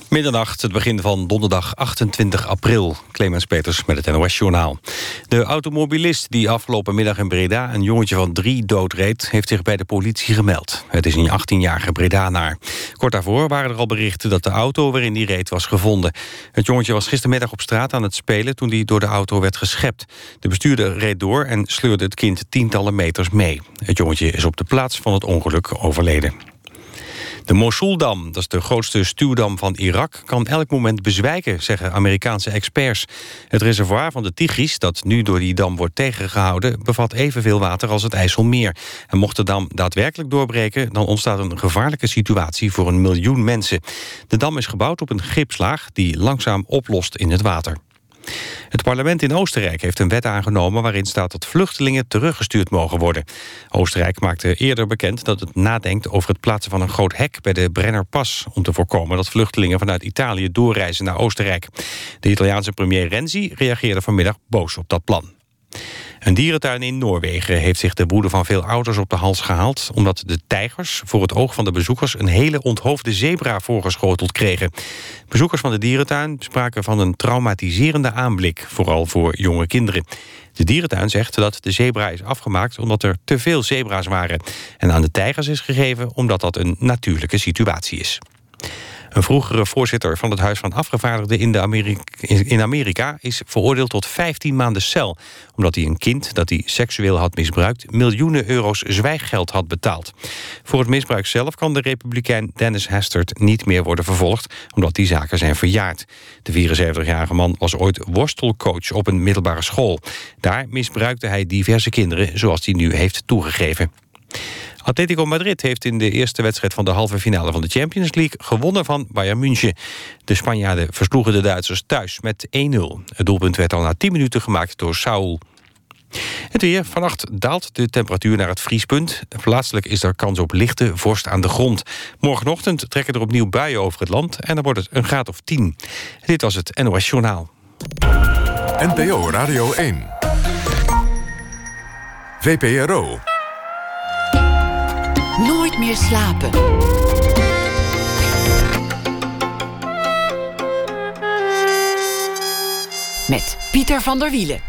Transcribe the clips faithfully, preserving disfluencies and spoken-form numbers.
Middernacht, het begin van donderdag achtentwintig april. Clemens Peters met het N O S-journaal. De automobilist die afgelopen middag in Breda een jongetje van drie doodreed, heeft zich bij de politie gemeld. Het is een achttienjarige Bredanaar. Kort daarvoor waren er al berichten dat de auto waarin die reed was gevonden. Het jongetje was gistermiddag op straat aan het spelen toen hij door de auto werd geschept. De bestuurder reed door en sleurde het kind tientallen meters mee. Het jongetje is op de plaats van het ongeluk overleden. De Mosuldam, dat is de grootste stuwdam van Irak, kan elk moment bezwijken, zeggen Amerikaanse experts. Het reservoir van de Tigris, dat nu door die dam wordt tegengehouden, bevat evenveel water als het IJsselmeer. En mocht de dam daadwerkelijk doorbreken, dan ontstaat een gevaarlijke situatie voor een miljoen mensen. De dam is gebouwd op een gipslaag die langzaam oplost in het water. Het parlement in Oostenrijk heeft een wet aangenomen waarin staat dat vluchtelingen teruggestuurd mogen worden. Oostenrijk maakte eerder bekend dat het nadenkt over het plaatsen van een groot hek bij de Brennerpas, om te voorkomen dat vluchtelingen vanuit Italië doorreizen naar Oostenrijk. De Italiaanse premier Renzi reageerde vanmiddag boos op dat plan. Een dierentuin in Noorwegen heeft zich de woede van veel ouders op de hals gehaald, omdat de tijgers voor het oog van de bezoekers een hele onthoofde zebra voorgeschoteld kregen. Bezoekers van de dierentuin spraken van een traumatiserende aanblik, vooral voor jonge kinderen. De dierentuin zegt dat de zebra is afgemaakt omdat er te veel zebra's waren, en aan de tijgers is gegeven omdat dat een natuurlijke situatie is. Een vroegere voorzitter van het Huis van Afgevaardigden in, de Amerika, in Amerika is veroordeeld tot vijftien maanden cel, omdat hij een kind dat hij seksueel had misbruikt miljoenen euro's zwijggeld had betaald. Voor het misbruik zelf kan de republikein Dennis Hastert niet meer worden vervolgd, omdat die zaken zijn verjaard. De vierenzeventigjarige man was ooit worstelcoach op een middelbare school. Daar misbruikte hij diverse kinderen, zoals hij nu heeft toegegeven. Atletico Madrid heeft in de eerste wedstrijd van de halve finale van de Champions League gewonnen van Bayern München. De Spanjaarden versloegen de Duitsers thuis met één nul. Het doelpunt werd al na tien minuten gemaakt door Saúl. Het weer. Vannacht daalt de temperatuur naar het vriespunt. Plaatselijk is er kans op lichte vorst aan de grond. Morgenochtend trekken er opnieuw buien over het land en dan wordt het een graad of tien. Dit was het N O S-journaal. N P O Radio één. V P R O. Nooit meer slapen. Met Pieter van der Wielen.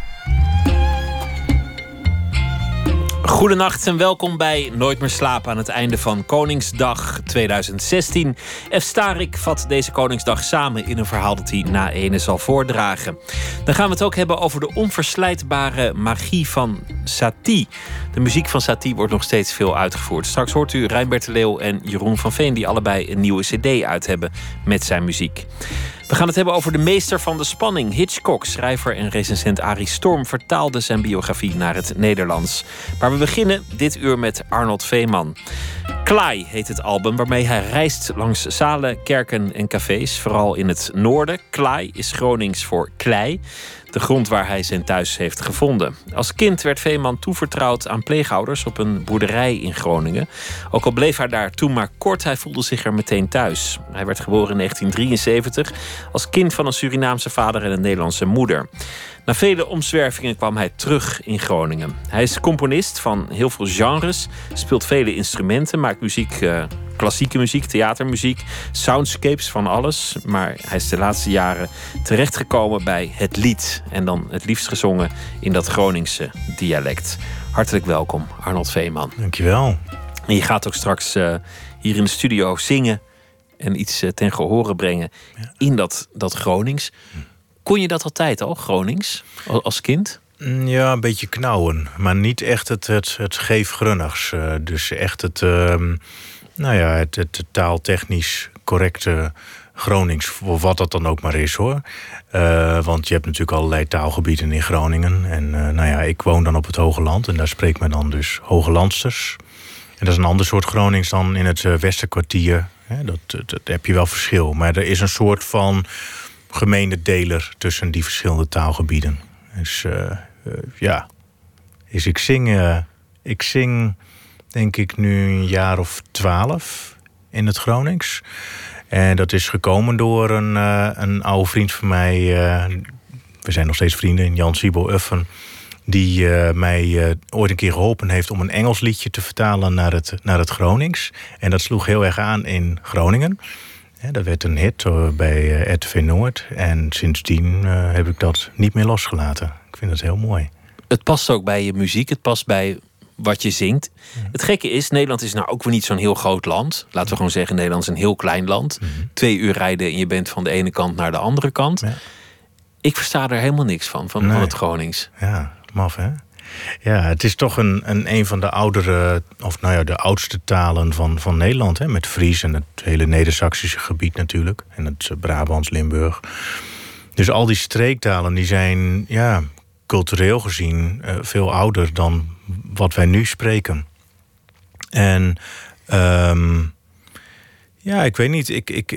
Goedenacht en welkom bij Nooit meer slapen aan het einde van Koningsdag tweeduizend zestien. F. Starik vat deze Koningsdag samen in een verhaal dat hij na ene zal voordragen. Dan gaan we het ook hebben over de onverslijtbare magie van Satie. De muziek van Satie wordt nog steeds veel uitgevoerd. Straks hoort u Reinbert de Leeuw en Jeroen van Veen die allebei een nieuwe cd uit hebben met zijn muziek. We gaan het hebben over de meester van de spanning. Hitchcock, schrijver en recensent Arie Storm vertaalde zijn biografie naar het Nederlands. Maar we beginnen dit uur met Arnold Veeman. Klaai heet het album, waarmee hij reist langs zalen, kerken en cafés, vooral in het noorden. Klaai is Gronings voor klei, de grond waar hij zijn thuis heeft gevonden. Als kind werd Veeman toevertrouwd aan pleegouders op een boerderij in Groningen. Ook al bleef hij daar toen maar kort, hij voelde zich er meteen thuis. Hij werd geboren in negentien drieënzeventig als kind van een Surinaamse vader en een Nederlandse moeder. Na vele omzwervingen kwam hij terug in Groningen. Hij is componist van heel veel genres, speelt vele instrumenten, maakt muziek, uh, klassieke muziek, theatermuziek, soundscapes, van alles. Maar hij is de laatste jaren terechtgekomen bij het lied. En dan het liefst gezongen in dat Groningse dialect. Hartelijk welkom, Arnold Veeman. Dankjewel. En je gaat ook straks uh, hier in de studio zingen en iets uh, ten gehore brengen ja. in dat, dat Gronings. Kon je dat altijd al, Gronings, als kind? Ja, een beetje knauwen. Maar niet echt het, het, het geefgrunnigs. Uh, dus echt het, uh, nou ja, het, het taaltechnisch correcte Gronings. Wat dat dan ook maar is, hoor. Uh, want je hebt natuurlijk allerlei taalgebieden in Groningen. En uh, nou ja, ik woon dan op het Hoge Land. En daar spreekt men dan dus Hogelandsters. En dat is een ander soort Gronings dan in het uh, Westerkwartier. Hè, dat, dat, dat heb je wel verschil. Maar er is een soort van gemene deler tussen die verschillende taalgebieden. Dus uh, uh, ja, dus ik zing, uh, ik zing denk ik nu een jaar of twaalf in het Gronings. En dat is gekomen door een, uh, een oude vriend van mij. Uh, we zijn nog steeds vrienden, Jan Sibo Uffen. Die uh, mij uh, ooit een keer geholpen heeft om een Engels liedje te vertalen naar het, naar het Gronings. En dat sloeg heel erg aan in Groningen. Ja, dat werd een hit uh, bij uh, R T V Noord. En sindsdien uh, heb ik dat niet meer losgelaten. Ik vind het heel mooi. Het past ook bij je muziek. Het past bij wat je zingt. Mm. Het gekke is, Nederland is nou ook weer niet zo'n heel groot land. Laten we gewoon zeggen, Nederland is een heel klein land. Mm-hmm. Twee uur rijden en je bent van de ene kant naar de andere kant. Ja. Ik versta er helemaal niks van, van, nee. van het Gronings. Ja, maf hè? Ja, het is toch een, een, een van de oudere, of nou ja, de oudste talen van, van Nederland. Hè? Met Fries en het hele Neder-Saxische gebied natuurlijk. En het Brabants, Limburg. Dus al die streektalen die zijn ja, cultureel gezien uh, veel ouder dan wat wij nu spreken. En um, ja, ik weet niet. Ik, ik,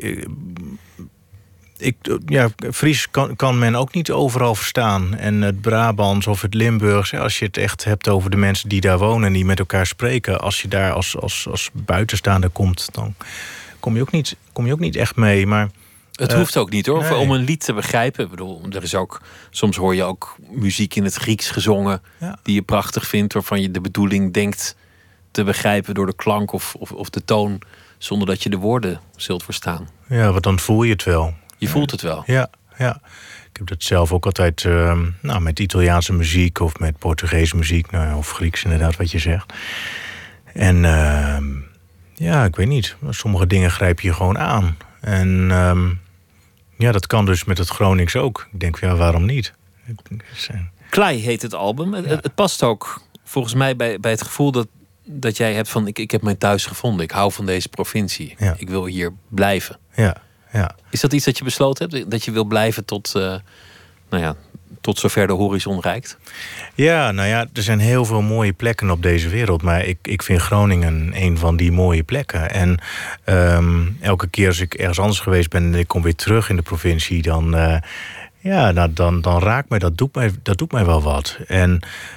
ik, ja, Fries kan, kan men ook niet overal verstaan. En het Brabants of het Limburgs, als je het echt hebt over de mensen die daar wonen en die met elkaar spreken, als je daar als, als, als buitenstaander komt, dan kom je ook niet, kom je ook niet echt mee. Maar het uh, hoeft ook niet hoor, nee. Om een lied te begrijpen. Ik bedoel, er is ook, soms hoor je ook muziek in het Grieks gezongen, ja, die je prachtig vindt, waarvan je de bedoeling denkt te begrijpen door de klank of, of, of de toon, zonder dat je de woorden zult verstaan. Ja, want dan voel je het wel. Je voelt het wel. Ja, ja. Ik heb dat zelf ook altijd uh, nou, met Italiaanse muziek of met Portugese muziek, nou, of Grieks inderdaad, wat je zegt. En uh, ja, ik weet niet. Sommige dingen grijp je gewoon aan. En um, ja, dat kan dus met het Gronings ook. Ik denk, ja, waarom niet? Klei heet het album. Het, ja. het past ook volgens mij bij, bij het gevoel dat, dat jij hebt van, ik, ik heb mijn thuis gevonden. Ik hou van deze provincie. Ja. Ik wil hier blijven. Ja. Ja. Is dat iets dat je besloten hebt? Dat je wil blijven tot, uh, nou ja, tot zover de horizon reikt? Ja, nou ja, er zijn heel veel mooie plekken op deze wereld. Maar ik, ik vind Groningen een van die mooie plekken. En um, elke keer als ik ergens anders geweest ben en ik kom weer terug in de provincie, dan, uh, ja, nou, dan, dan raakt mij dat, doet mij, dat doet mij wel wat. En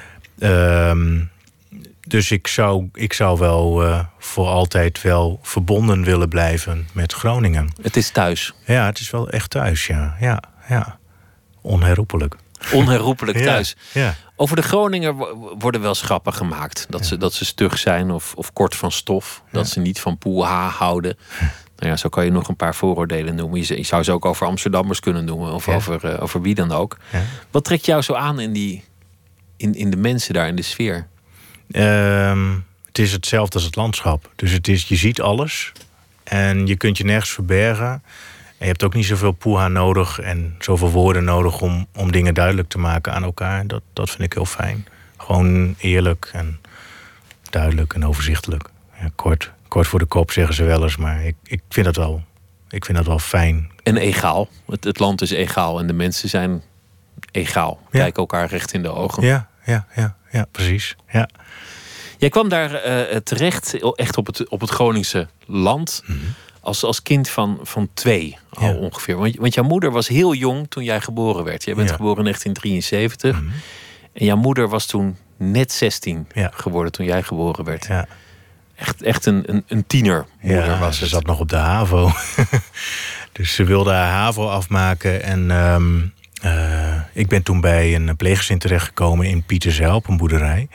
um, dus ik zou, ik zou wel uh, voor altijd wel verbonden willen blijven met Groningen. Het is thuis. Ja, het is wel echt thuis, ja. ja, ja. Onherroepelijk. Onherroepelijk thuis. Ja, ja. Over de Groninger worden wel schappen gemaakt. Dat, ja. ze, dat ze stug zijn of, of kort van stof. Dat ja. ze niet van poeha houden. Nou ja, zo kan je nog een paar vooroordelen noemen. Je zou ze ook over Amsterdammers kunnen noemen. Of ja. over, uh, over wie dan ook. Ja. Wat trekt jou zo aan in, die, in, in de mensen daar, in de sfeer? Um, het is hetzelfde als het landschap. Dus het is, je ziet alles. En je kunt je nergens verbergen. En je hebt ook niet zoveel poeha nodig en zoveel woorden nodig om, om dingen duidelijk te maken aan elkaar. Dat, dat vind ik heel fijn. Gewoon eerlijk en duidelijk en overzichtelijk. Ja, kort, kort voor de kop zeggen ze wel eens, maar ik, ik, vind, dat wel, ik vind dat wel fijn. En egaal. Het, het land is egaal en de mensen zijn egaal. Ja. Kijken elkaar recht in de ogen. Ja, ja, ja, ja, precies. Ja. Jij kwam daar uh, terecht, echt op het, op het Groningse land. Mm-hmm. Als, als kind van, van twee al ja. ongeveer. Want, want jouw moeder was heel jong toen jij geboren werd. Jij bent ja. geboren in negentien drieënzeventig. Mm-hmm. En jouw moeder was toen net zestien ja. geworden toen jij geboren werd. Ja. Echt, echt een, een, een tienermoeder ja, was ze het. zat nog op de HAVO. Dus ze wilde haar HAVO afmaken. En um, uh, ik ben toen bij een pleeggezin terechtgekomen in Pieterzijl op een boerderij.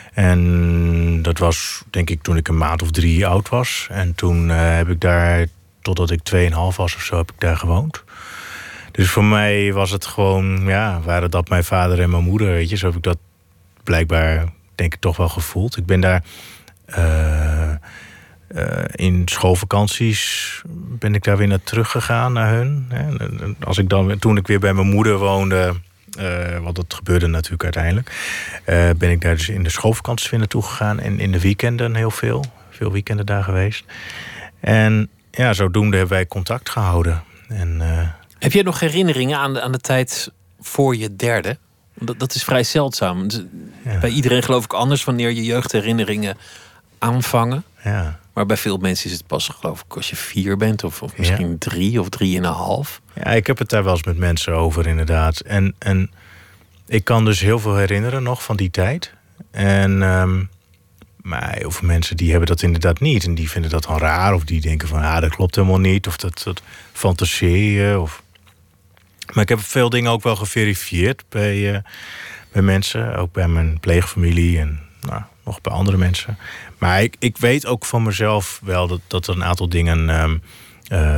En dat was, denk ik, toen ik een maand of drie oud was. En toen uh, heb ik daar, totdat ik tweeënhalf was of zo, heb ik daar gewoond. Dus voor mij was het gewoon, ja, waren dat mijn vader en mijn moeder, weet je. Zo heb ik dat blijkbaar, denk ik, toch wel gevoeld. Ik ben daar uh, uh, in schoolvakanties, ben ik daar weer naar teruggegaan, naar hun. Als ik dan, toen ik weer bij mijn moeder woonde, Uh, want dat gebeurde natuurlijk uiteindelijk. Uh, ben ik daar dus in de schoolvakanties weer naartoe gegaan. En in de weekenden heel veel. Veel weekenden daar geweest. En ja, zodoende hebben wij contact gehouden. En, uh... Heb jij nog herinneringen aan de, aan de tijd voor je derde? Dat, dat is vrij zeldzaam. Ja. Bij iedereen geloof ik anders wanneer je jeugdherinneringen aanvangen. Ja. Maar bij veel mensen is het pas, geloof ik, als je vier bent. Of, of misschien ja. drie of drieënhalf. Ja, ik heb het daar wel eens met mensen over, inderdaad. En, en ik kan dus heel veel herinneren nog van die tijd. En, um, maar heel veel mensen die hebben dat inderdaad niet. En die vinden dat dan raar. Of die denken van, ah, dat klopt helemaal niet. Of dat, dat fantasieën. Of... Maar ik heb veel dingen ook wel geverifieerd bij, uh, bij mensen. Ook bij mijn pleegfamilie en nou, nog bij andere mensen. Maar ik, ik weet ook van mezelf wel dat, dat er een aantal dingen um, uh,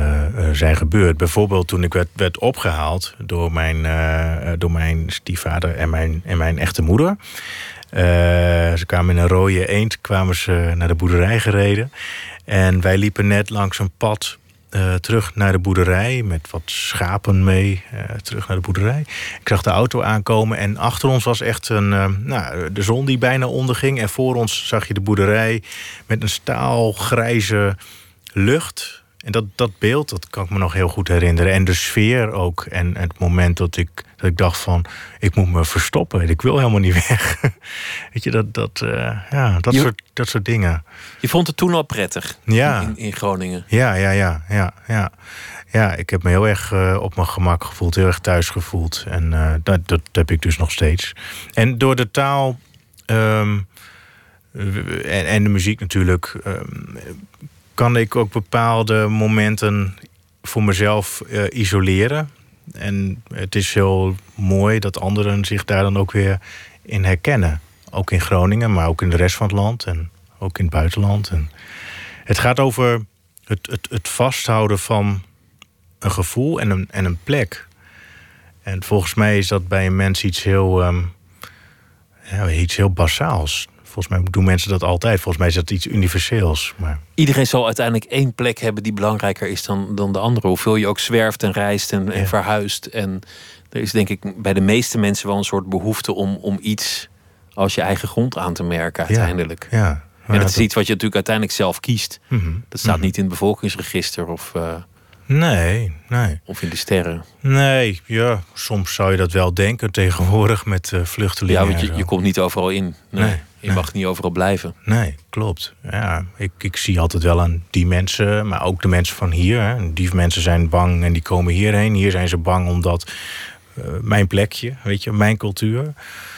zijn gebeurd. Bijvoorbeeld toen ik werd, werd opgehaald door mijn, uh, door mijn stiefvader en mijn, en mijn echte moeder. Uh, ze kwamen in een rode eend, kwamen ze naar de boerderij gereden. En wij liepen net langs een pad uh, terug naar de boerderij, met wat schapen mee, uh, terug naar de boerderij. Ik zag de auto aankomen en achter ons was echt een, uh, nou, de zon die bijna onderging. En voor ons zag je de boerderij met een staalgrijze lucht. En dat, dat beeld, dat kan ik me nog heel goed herinneren. En de sfeer ook. En, en het moment dat ik, dat ik dacht van, ik moet me verstoppen. Ik wil helemaal niet weg. Weet je, dat, dat, uh, ja, dat, je, soort, dat soort dingen. Je vond het toen al prettig ja. in, in Groningen? Ja, ja, ja, ja, ja. Ja, ik heb me heel erg uh, op mijn gemak gevoeld. Heel erg thuis gevoeld. En uh, dat, dat heb ik dus nog steeds. En door de taal um, en, en de muziek natuurlijk, Um, kan ik ook bepaalde momenten voor mezelf uh, isoleren. En het is heel mooi dat anderen zich daar dan ook weer in herkennen. Ook in Groningen, maar ook in de rest van het land. En ook in het buitenland. En het gaat over het, het, het vasthouden van een gevoel en een, en een plek. En volgens mij is dat bij een mens iets heel, um, ja, iets heel basaals. Volgens mij doen mensen dat altijd. Volgens mij is dat iets universeels. Maar... Iedereen zal uiteindelijk één plek hebben die belangrijker is dan, dan de andere. Hoeveel je ook zwerft en reist en, en ja. verhuist. En er is denk ik bij de meeste mensen wel een soort behoefte om, om iets als je eigen grond aan te merken uiteindelijk. Ja, ja. En dat, dat is iets wat je natuurlijk uiteindelijk zelf kiest. Mm-hmm. Dat staat mm-hmm. niet in het bevolkingsregister of, uh, nee, nee. of in de sterren. Nee, ja, soms zou je dat wel denken tegenwoordig met uh, vluchtelingen. Ja, want je, je komt niet overal in. Nee. nee. Je nee. mag niet overal blijven. Nee, klopt. Ja, ik, ik zie altijd wel aan die mensen, maar ook de mensen van hier. Hè. Die mensen zijn bang en die komen hierheen. Hier zijn ze bang omdat uh, mijn plekje, weet je, mijn cultuur.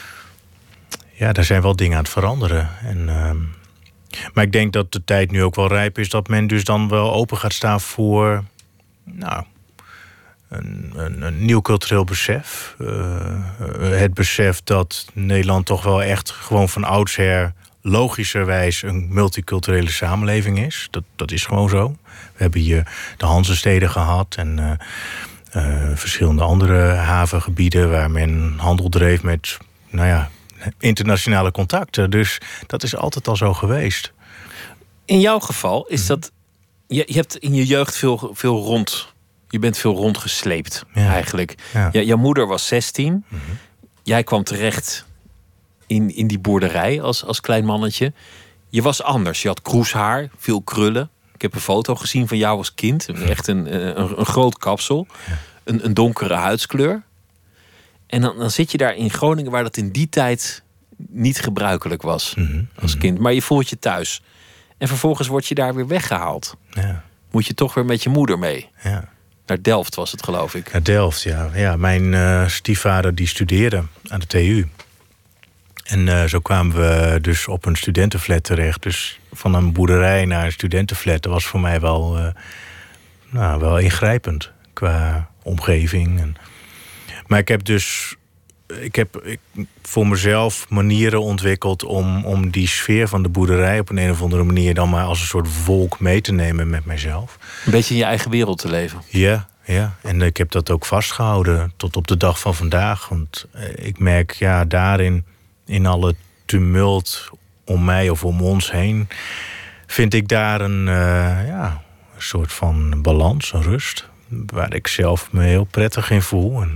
Ja, daar zijn wel dingen aan het veranderen. En, uh, maar ik denk dat de tijd nu ook wel rijp is dat men dus dan wel open gaat staan voor, nou, Een, een, een nieuw cultureel besef. Uh, het besef dat Nederland toch wel echt gewoon van oudsher logischerwijs een multiculturele samenleving is. Dat, dat is gewoon zo. We hebben hier de Hanzesteden gehad en uh, uh, verschillende andere havengebieden waar men handel dreef met, nou ja, internationale contacten. Dus dat is altijd al zo geweest. In jouw geval is dat, je, je hebt in je jeugd veel, veel rond. Je bent veel rondgesleept, ja. eigenlijk. Ja. Ja, jouw moeder was zestien. Mm-hmm. Jij kwam terecht in, in die boerderij als, als klein mannetje. Je was anders. Je had kroeshaar, veel krullen. Ik heb een foto gezien van jou als kind. Echt een, een, een groot kapsel. Ja. Een, een donkere huidskleur. En dan, dan zit je daar in Groningen, waar dat in die tijd niet gebruikelijk was. Mm-hmm. Als kind. Maar je voelt je thuis. En vervolgens word je daar weer weggehaald. Ja. Moet je toch weer met je moeder mee. Ja. Naar Delft was het, geloof ik. Naar Delft, ja. ja mijn uh, stiefvader die studeerde aan de T U. En uh, zo kwamen we dus op een studentenflat terecht. Dus van een boerderij naar een studentenflat, dat was voor mij wel, uh, nou, wel ingrijpend qua omgeving. En, maar ik heb dus ik heb ik, voor mezelf manieren ontwikkeld om, om die sfeer van de boerderij op een, een of andere manier dan maar als een soort volk mee te nemen met mijzelf. Een beetje in je eigen wereld te leven. Ja, ja. En ik heb dat ook vastgehouden tot op de dag van vandaag. Want ik merk, ja, daarin, in alle tumult om mij of om ons heen, vind ik daar een, uh, ja, een soort van balans, een rust, waar ik zelf me heel prettig in voel. En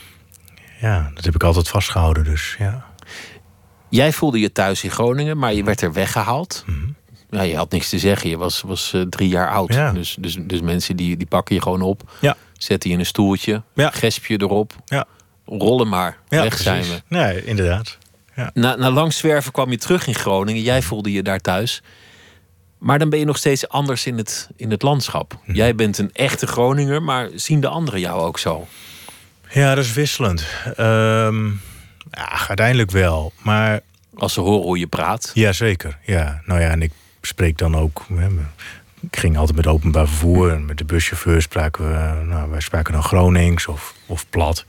ja, dat heb ik altijd vastgehouden, dus ja. Jij voelde je thuis in Groningen, maar je werd er weggehaald. Mm-hmm. Ja, je had niks te zeggen. Je was, was uh, drie jaar oud. Ja. Dus, dus, dus mensen die, die pakken je gewoon op. Ja. Zetten je in een stoeltje. Ja. Gesp je erop. Ja. Rollen maar. Ja, weg zijn precies. we. Nee, inderdaad. Ja. Na, na lang zwerven kwam je terug in Groningen. Jij voelde je daar thuis. Maar dan ben je nog steeds anders in het, in het landschap. Hm. Jij bent een echte Groninger, maar zien de anderen jou ook zo? Ja, dat is wisselend. Um, ja, uiteindelijk wel. Maar als ze horen hoe je praat? Ja, zeker. Ja. Nou ja, en ik spreek dan ook. Hè, ik ging altijd met openbaar vervoer. En met de buschauffeur spraken we. Nou, wij spraken dan Gronings of, of plat.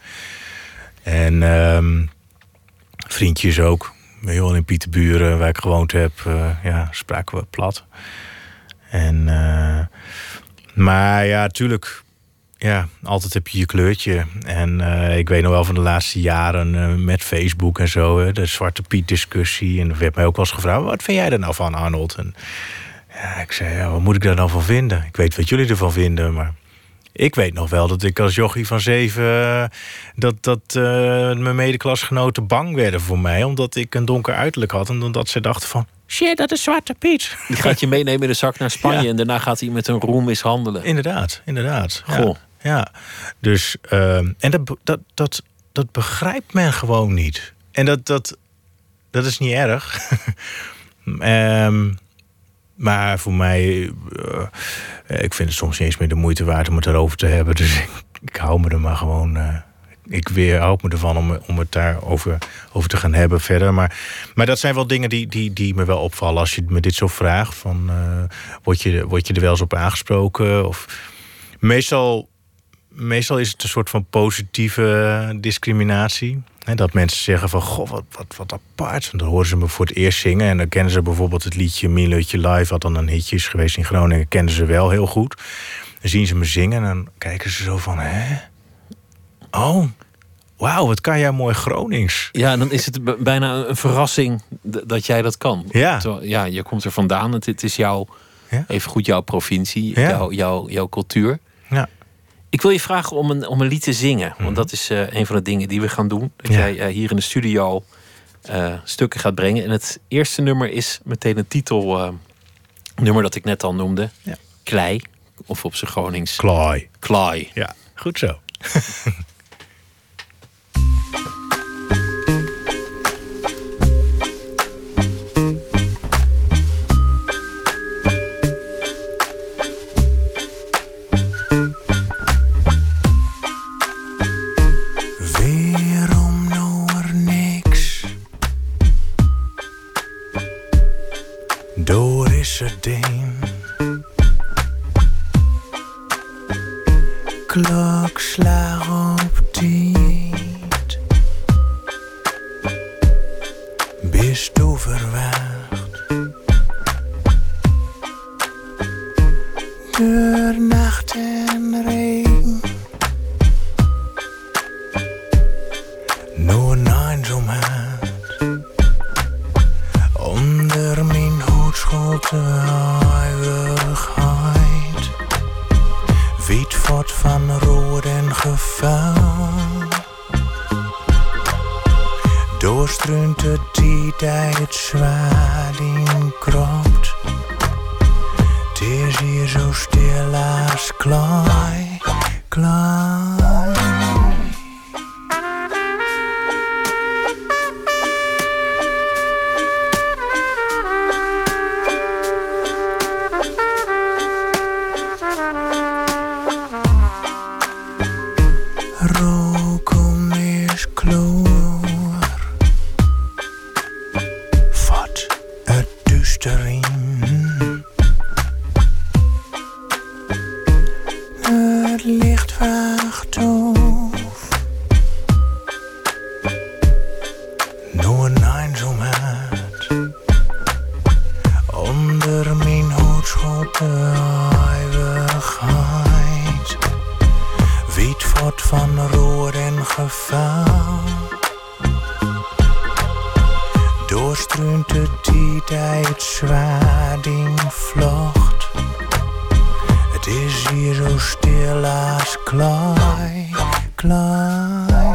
En um, vriendjes ook. Heel in Pieterburen, waar ik gewoond heb, uh, ja, spraken we plat. En, uh, maar ja, natuurlijk ja, altijd heb je je kleurtje. En uh, ik weet nog wel van de laatste jaren uh, met Facebook en zo, uh, de Zwarte Piet discussie. En er werd mij ook wel eens gevraagd, wat vind jij er nou van, Arnold? En ja, ik zei, ja, wat moet ik daar nou van vinden? Ik weet wat jullie ervan vinden, maar ik weet nog wel dat ik als jochie van zeven Uh, dat, dat uh, mijn medeklasgenoten bang werden voor mij, omdat ik een donker uiterlijk had. En omdat ze dachten van, shit, dat is Zwarte Piet. Die gaat je meenemen in de zak naar Spanje, ja. En daarna gaat hij met een roem mishandelen. Inderdaad, inderdaad. Goh. Ja, ja. Dus, uh, en dat, dat, dat, dat begrijpt men gewoon niet. En dat, dat, dat is niet erg. um, maar voor mij, uh, ik vind het soms niet eens meer de moeite waard om het erover te hebben. Dus ik, ik hou me er maar gewoon... Uh, ik weerhoud me ervan om, om het daarover over te gaan hebben verder. Maar, maar dat zijn wel dingen die, die, die me wel opvallen als je me dit zo vraagt. Van, uh, word, je, word je er wel eens op aangesproken? Of, meestal, meestal is het een soort van positieve discriminatie. Hè, dat mensen zeggen van, goh, wat, wat, wat apart. En dan horen ze me voor het eerst zingen. En dan kennen ze bijvoorbeeld het liedje Mielutje Live, wat dan een hitje is geweest in Groningen. Kennen ze wel heel goed. Dan zien ze me zingen en dan kijken ze zo van, hè? Oh, wauw, wat kan jij mooi Gronings. Ja, dan is het b- bijna een verrassing d- dat jij dat kan. Ja. Terwijl, ja, je komt er vandaan. Het, het is jouw, ja. even goed jouw provincie, Ja. jouw, jouw, jouw cultuur. Ja. Ik wil je vragen om een, om een lied te zingen. Mm-hmm. Want dat is uh, een van de dingen die we gaan doen. Dat Ja. jij uh, hier in de studio uh, stukken gaat brengen. En het eerste nummer is meteen het titelnummer uh, nummer dat ik net al noemde. Ja. Klei, of op zijn Gronings. Klaai. Klaai. Ja, goed zo. Door is het ding. Klokslag op tijd. Bist du verwacht? Door nacht en regen. Nur eenzaamheid. Onder mijn hoedschot de eeuwigheid. Wiet voort van rood en gevaar. Doorstrunt de tijd het zwaard in kropt. Het is hier zo stil als klei, klei. Roken is kloor. Vat het duister in. Het licht wacht of. Nur een eenzaamheid. Onder mijn hoedschot de eeuwigheid. Wiet voort van roer en gevaar. Doorstrunt de tijd zwaard in vlucht. Het is hier zo stil als klei, klei.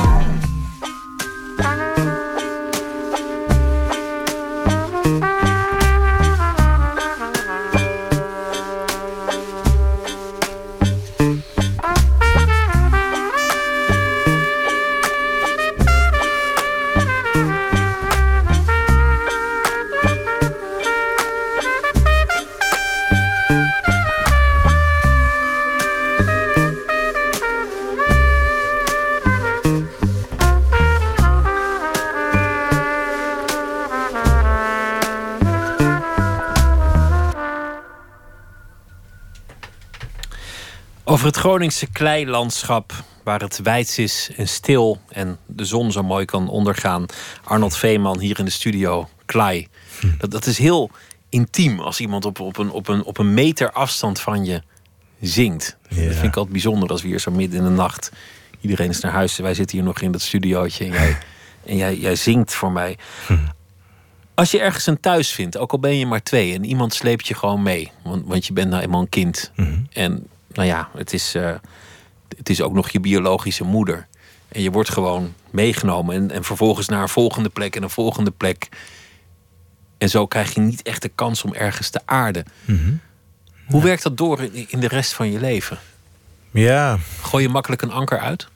Over het Groningse kleilandschap, waar het weids is en stil en de zon zo mooi kan ondergaan. Arnold Veeman hier in de studio, Klei. Dat, dat is heel intiem als iemand op, op, een, op, een, op een meter afstand van je zingt. Ja. Dat vind ik altijd bijzonder als we hier zo midden in de nacht... Iedereen is naar huis. Wij zitten hier nog in dat studiootje. En jij, en jij, jij zingt voor mij. Hm. Als je ergens een thuis vindt, ook al ben je maar twee... en iemand sleept je gewoon mee. Want, want je bent nou eenmaal een kind. Hm. En nou ja, het is, uh, het is ook nog je biologische moeder. En je wordt gewoon meegenomen. En, en vervolgens naar een volgende plek en een volgende plek. En zo krijg je niet echt de kans om ergens te aarden. Hm. Hoe ja. werkt dat door in, in de rest van je leven? Ja. Gooi je makkelijk een anker uit?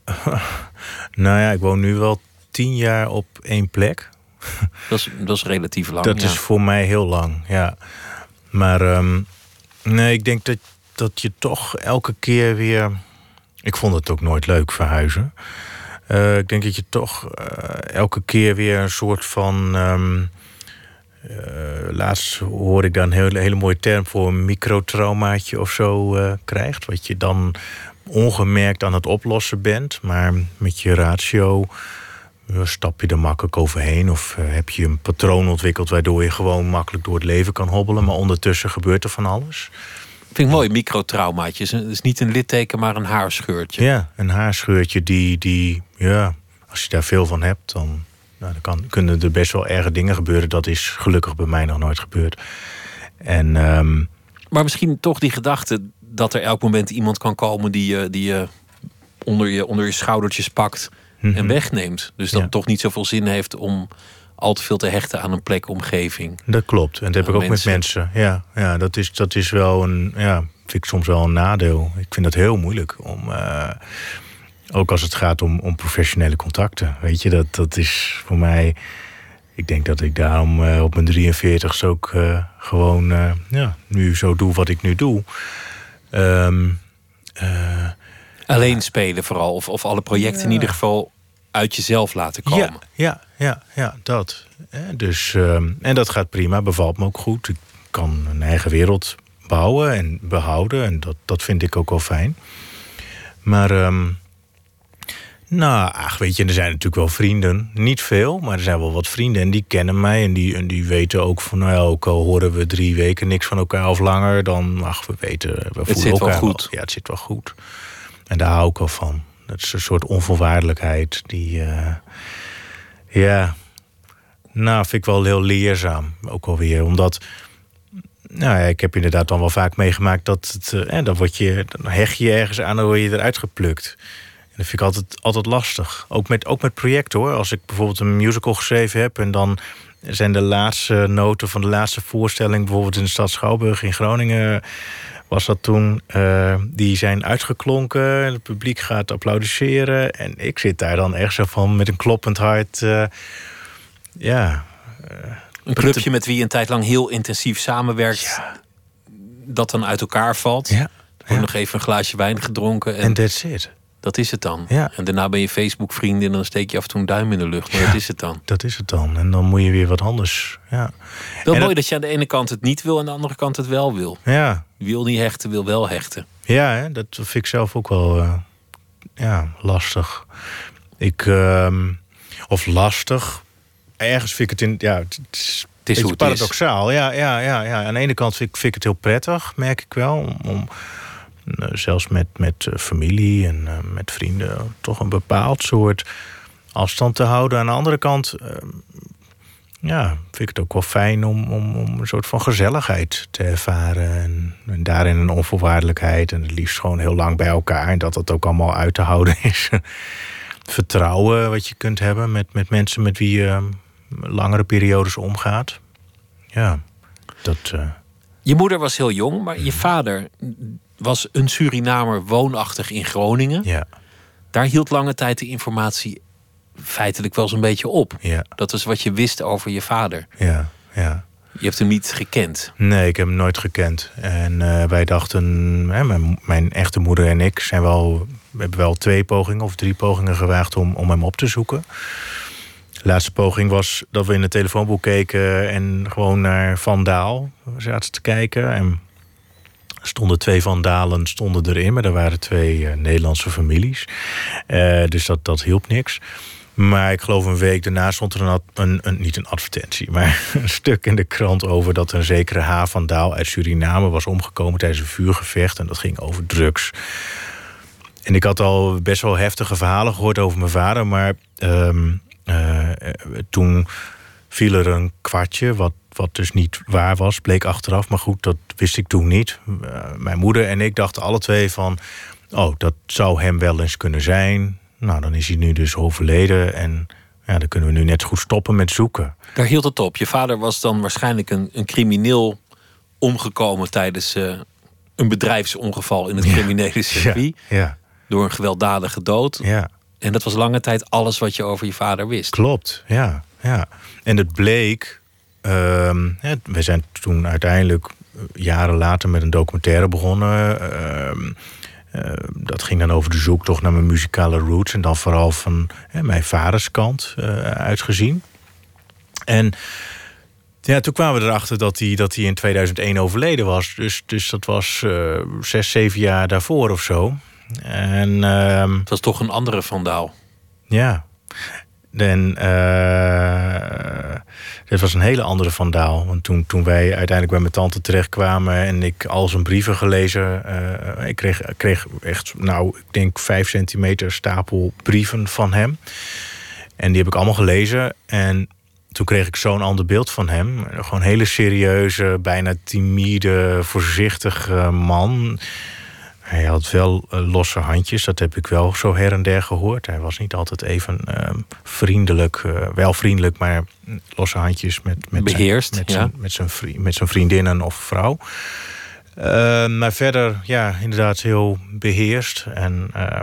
Nou ja, ik woon nu wel tien jaar op één plek. Dat is, dat is relatief lang. Dat ja. is voor mij heel lang, ja. Maar um, nee, ik denk dat, dat je toch elke keer weer... Ik vond het ook nooit leuk, verhuizen. Uh, ik denk dat je toch uh, elke keer weer een soort van... Um, uh, laatst hoorde ik daar een hele, hele mooie term voor... een microtraumaatje of zo uh, krijgt. Wat je dan ongemerkt aan het oplossen bent. Maar met je ratio uh, stap je er makkelijk overheen. Of uh, heb je een patroon ontwikkeld... waardoor je gewoon makkelijk door het leven kan hobbelen. Maar ondertussen gebeurt er van alles. Vind ik mooi, microtraumaatjes. Het is niet een litteken, maar een haarscheurtje. Ja, een haarscheurtje die, die ja, als je daar veel van hebt... dan, nou, dan kan, kunnen er best wel erge dingen gebeuren. Dat is gelukkig bij mij nog nooit gebeurd. En, um... Maar misschien toch die gedachte dat er elk moment iemand kan komen... die je, die je, onder, je onder je schoudertjes pakt mm-hmm. en wegneemt. Dus dat ja. het toch niet zoveel zin heeft om... al te veel te hechten aan een plek, omgeving. Dat klopt. En dat heb ik ook mensen. met mensen. Ja, ja dat, is, dat is wel een... Ja, vind ik soms wel een nadeel. Ik vind dat heel moeilijk. Om, uh, ook als het gaat om, om professionele contacten. Weet je, dat, dat is voor mij... Ik denk dat ik daarom uh, op mijn drieënveertigste ook uh, gewoon... Uh, ja, nu zo doe wat ik nu doe. Um, uh, Alleen uh, spelen vooral. Of, of alle projecten ja. in ieder geval... uit jezelf laten komen. Ja, ja, ja, ja dat. Dus, um, en dat gaat prima, bevalt me ook goed. Ik kan een eigen wereld bouwen en behouden. En dat, dat vind ik ook wel fijn. Maar, um, nou, ach, weet je, er zijn natuurlijk wel vrienden. Niet veel, maar er zijn wel wat vrienden. En die kennen mij en die, en die weten ook van... nou ja, ook al horen we drie weken niks van elkaar of langer... dan, ach, we weten, we voelen het zit elkaar wel goed. Wel. Ja, het zit wel goed. En daar hou ik wel van. Dat is een soort onvoorwaardelijkheid die, uh, ja, nou, vind ik wel heel leerzaam. Ook alweer, omdat, nou ja, ik heb inderdaad dan wel vaak meegemaakt dat het, uh, dan word je, dan hecht je ergens aan en dan word je eruit geplukt. En dat vind ik altijd, altijd lastig. Ook met, ook met projecten hoor. Als ik bijvoorbeeld een musical geschreven heb en dan zijn de laatste noten van de laatste voorstelling, bijvoorbeeld in de stad Schouwburg in Groningen, was dat toen, uh, die zijn uitgeklonken. Het publiek gaat applaudisseren. En ik zit daar dan echt zo van met een kloppend hart. Uh, ja. Uh, een clubje te... met wie je een tijd lang heel intensief samenwerkt. Ja. Dat dan uit elkaar valt. Ja. Er wordt ja. nog even een glaasje wijn gedronken. En that's it. Dat is het dan. Ja. En daarna ben je Facebook-vrienden en dan steek je af en toe een duim in de lucht. Maar ja, dat is het dan. Dat is het dan. En dan moet je weer wat anders. Ja. Wel en mooi dat... dat je aan de ene kant het niet wil en aan de andere kant het wel wil. Ja. Wil niet hechten, wil wel hechten. Ja, hè, dat vind ik zelf ook wel uh, ja, lastig. Ik, uh, of lastig. Ergens vind ik het in... Ja, het is, het is hoe het paradoxaal. Is. Ja, ja, ja, ja. Aan de ene kant vind ik, vind ik het heel prettig, merk ik wel. Om, om uh, zelfs met, met uh, familie en uh, met vrienden toch een bepaald soort afstand te houden. Aan de andere kant... Uh, ja, vind ik het ook wel fijn om, om, om een soort van gezelligheid te ervaren. En, en daarin een onvoorwaardelijkheid. En het liefst gewoon heel lang bij elkaar. En dat dat ook allemaal uit te houden is. Vertrouwen wat je kunt hebben met, met mensen met wie je langere periodes omgaat. Ja, dat... Uh... Je moeder was heel jong, maar je vader was een Surinamer woonachtig in Groningen. Ja. Daar hield lange tijd de informatie feitelijk wel zo'n beetje op. Ja. Dat was wat je wist over je vader. Ja, ja. Je hebt hem niet gekend. Nee, ik heb hem nooit gekend. En uh, wij dachten, hè, mijn, mijn echte moeder en ik zijn wel, we hebben wel twee pogingen of drie pogingen gewaagd om, om hem op te zoeken. De laatste poging was dat we in het telefoonboek keken en gewoon naar Van Daal zaten te kijken. En er stonden twee Van Dalen stonden erin, maar er waren twee uh, Nederlandse families. Uh, dus dat, dat hielp niks. Maar ik geloof een week daarna stond er een, ad- een, een, niet een advertentie, maar een stuk in de krant over dat een zekere H. van Daal uit Suriname was omgekomen tijdens een vuurgevecht. En dat ging over drugs. En ik had al best wel heftige verhalen gehoord over mijn vader. Maar um, uh, toen viel er een kwartje, wat, wat dus niet waar was, bleek achteraf. Maar goed, dat wist ik toen niet. Uh, mijn moeder en ik dachten alle twee van, oh, dat zou hem wel eens kunnen zijn. Nou, dan is hij nu dus overleden. En ja, dan kunnen we nu net goed stoppen met zoeken. Daar hield het op. Je vader was dan waarschijnlijk een, een crimineel omgekomen tijdens uh, een bedrijfsongeval in het Ja. criminele circuit. Ja, ja. Door een gewelddadige dood. Ja. En dat was lange tijd alles wat je over je vader wist. Klopt, ja. ja. En het bleek, uh, ja, we zijn toen uiteindelijk jaren later met een documentaire begonnen. Uh, uh, dat ging dan over de zoektocht naar mijn muzikale roots. En dan vooral van uh, mijn vaders kant uh, uitgezien. En ja, toen kwamen we erachter dat hij, dat hij in tweeduizend één overleden was. Dus, dus dat was uh, zes, zeven jaar daarvoor of zo. En uh, het was toch een andere Van Daal. Ja. En uh, dit was een hele andere Van Daal. Want toen, toen wij uiteindelijk bij mijn tante terechtkwamen en ik al zijn brieven gelezen, uh, ik kreeg, kreeg echt, nou, ik denk vijf centimeter stapel brieven van hem. En die heb ik allemaal gelezen. En toen kreeg ik zo'n ander beeld van hem. Gewoon een hele serieuze, bijna timide, voorzichtige man. Hij had wel uh, losse handjes, dat heb ik wel zo her en der gehoord. Hij was niet altijd even uh, vriendelijk, uh, wel vriendelijk, maar losse handjes met, met, beheerst, zijn, met, ja. zijn, met, zijn, vri- met zijn vriendinnen of vrouw. Uh, maar verder, ja, inderdaad heel beheerst. En uh,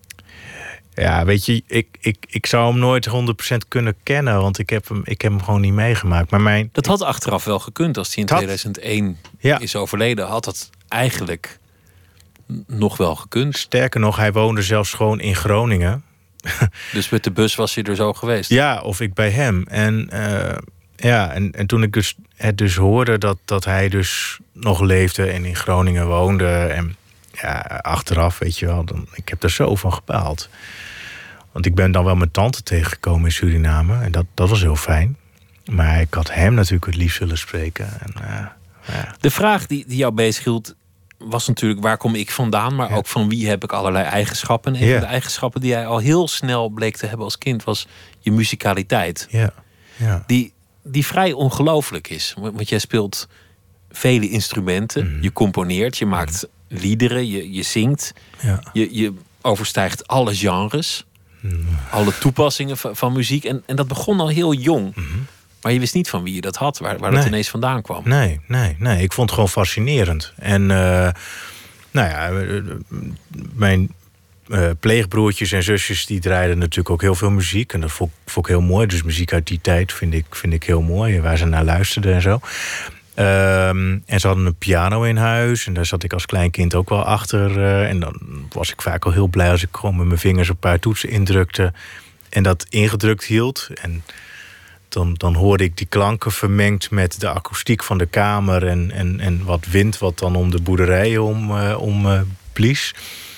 ja, weet je, ik, ik, ik zou hem nooit honderd procent kunnen kennen, want ik heb hem, ik heb hem gewoon niet meegemaakt. Maar mijn, Dat had achteraf wel gekund. Als hij in Dat- tweeduizend één Ja. is overleden, had dat eigenlijk nog wel gekund. Sterker nog, hij woonde zelfs gewoon in Groningen. Dus met de bus was hij er zo geweest. Ja, of ik bij hem. En, uh, ja, en, en toen ik dus, het dus hoorde dat, dat hij dus nog leefde en in Groningen woonde. En ja, achteraf, weet je wel, dan, ik heb er zo van gebaald. Want ik ben dan wel mijn tante tegengekomen in Suriname. En dat, dat was heel fijn. Maar ik had hem natuurlijk het liefst willen spreken. En, uh, ja. De vraag die, die jou bezighield was natuurlijk, waar kom ik vandaan? Maar Ja. ook van wie heb ik allerlei eigenschappen. En een Ja. van de eigenschappen die jij al heel snel bleek te hebben als kind was je muzikaliteit. Ja, ja. Die, die vrij ongelooflijk is. Want jij speelt vele instrumenten. Mhm. Je componeert, je maakt liederen, je, je zingt. ja. Je, je overstijgt alle genres. Alle toepassingen van, van muziek. En, en dat begon al heel jong. Mhm. Maar je wist niet van wie je dat had. Waar, waar Nee. dat ineens vandaan kwam. Nee, nee, nee. Ik vond het gewoon fascinerend. En uh, nou ja, uh, mijn uh, pleegbroertjes en zusjes die draaiden natuurlijk ook heel veel muziek. En dat vond, vond ik heel mooi. Dus muziek uit die tijd vind ik, vind ik heel mooi. Waar ze naar luisterden en zo. Um, en ze hadden een piano in huis. En daar zat ik als klein kind ook wel achter. Uh, en dan was ik vaak al heel blij als ik gewoon met mijn vingers een paar toetsen indrukte. En dat ingedrukt hield. En Dan, dan hoorde ik die klanken vermengd met de akoestiek van de kamer en, en, en wat wind wat dan om de boerderij om, uh, om uh, blies.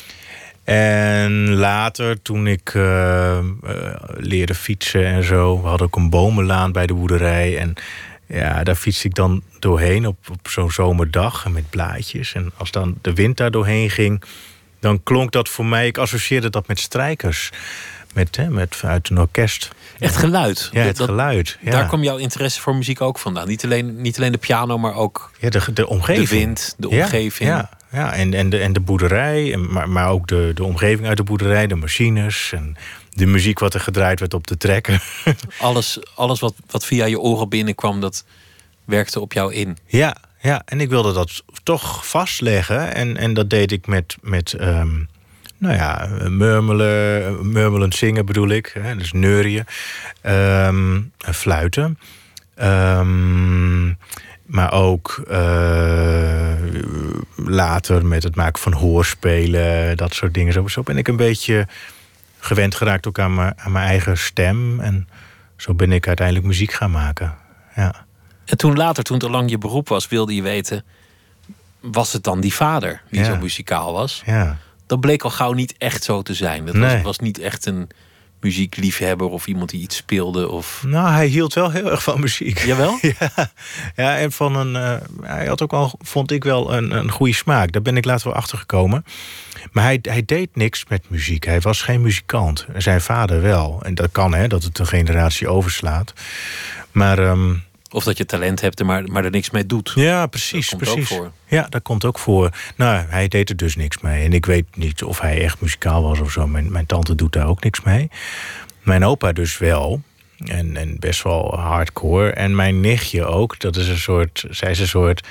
En later, toen ik uh, uh, leerde fietsen en zo, we hadden ook een bomenlaan bij de boerderij. En ja, daar fietste ik dan doorheen op, op zo'n zomerdag met blaadjes. En als dan de wind daar doorheen ging, dan klonk dat voor mij, ik associeerde dat met strijkers. Met, hè, met, uit een orkest. Echt geluid. Ja, het Dat- geluid. Ja. Daar kwam jouw interesse voor muziek ook vandaan. Niet alleen, niet alleen de piano, maar ook Ja, de, de omgeving. de wind, de Ja, omgeving. Ja, ja. En, en, de, en de boerderij, en, maar, maar ook de, de omgeving uit de boerderij, de machines en de muziek wat er gedraaid werd op de trekker. Alles, alles wat, wat via je oren binnenkwam, dat werkte op jou in. Ja, ja, en ik wilde dat toch vastleggen. En, en dat deed ik met, met um, nou ja, murmelen, murmelend zingen bedoel ik. Hè, dus neurien, um, fluiten. Um, maar ook uh, later met het maken van hoorspelen, dat soort dingen. Zo, zo ben ik een beetje gewend geraakt ook aan mijn, aan mijn eigen stem. En zo ben ik uiteindelijk muziek gaan maken. Ja. En toen later, toen het al lang je beroep was, wilde je weten, was het dan die vader die Ja. zo muzikaal was? Ja. Dat bleek al gauw niet echt zo te zijn. Dat was, Nee. was niet echt een muziekliefhebber of iemand die iets speelde? Of... Nou, hij hield wel heel erg van muziek. Jawel? ja, ja, en van een. Uh, hij had ook al, vond ik wel, een, een goede smaak. Daar ben ik later wel achter gekomen. Maar hij, hij deed niks met muziek. Hij was geen muzikant. Zijn vader wel. En dat kan, hè, dat het een generatie overslaat. Maar. Um, Of dat je talent hebt, maar, maar er niks mee doet. Ja, precies. Dat komt precies. ook voor. Ja, dat komt ook voor. Nou, hij deed er dus niks mee. En ik weet niet of hij echt muzikaal was of zo. Mijn, mijn tante doet daar ook niks mee. Mijn opa dus wel. En, en best wel hardcore. En mijn nichtje ook. Dat is een soort. Zij is een soort.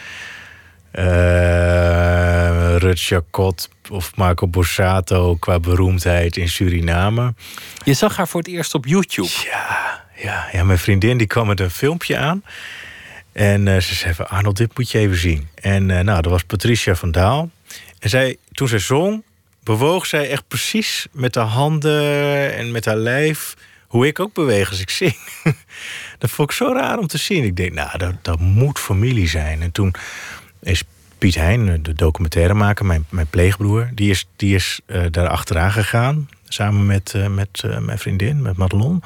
Uh, Rut Jacot of Marco Borsato qua beroemdheid in Suriname. Je zag haar voor het eerst op YouTube. Ja, ja, ja, mijn vriendin die kwam met een filmpje aan. En uh, ze zei van, Arnold, dit moet je even zien. En uh, nou, dat was Patricia van Daal. En zij, toen zij zong, bewoog zij echt precies met haar handen en met haar lijf hoe ik ook beweeg als ik zing. Dat vond ik zo raar om te zien. Ik denk, nou, dat, dat moet familie zijn. En toen is Piet Hein, de documentairemaker, mijn, mijn pleegbroer, die is, die is uh, daar achteraan gegaan. Samen met, uh, met uh, mijn vriendin, met Madelon.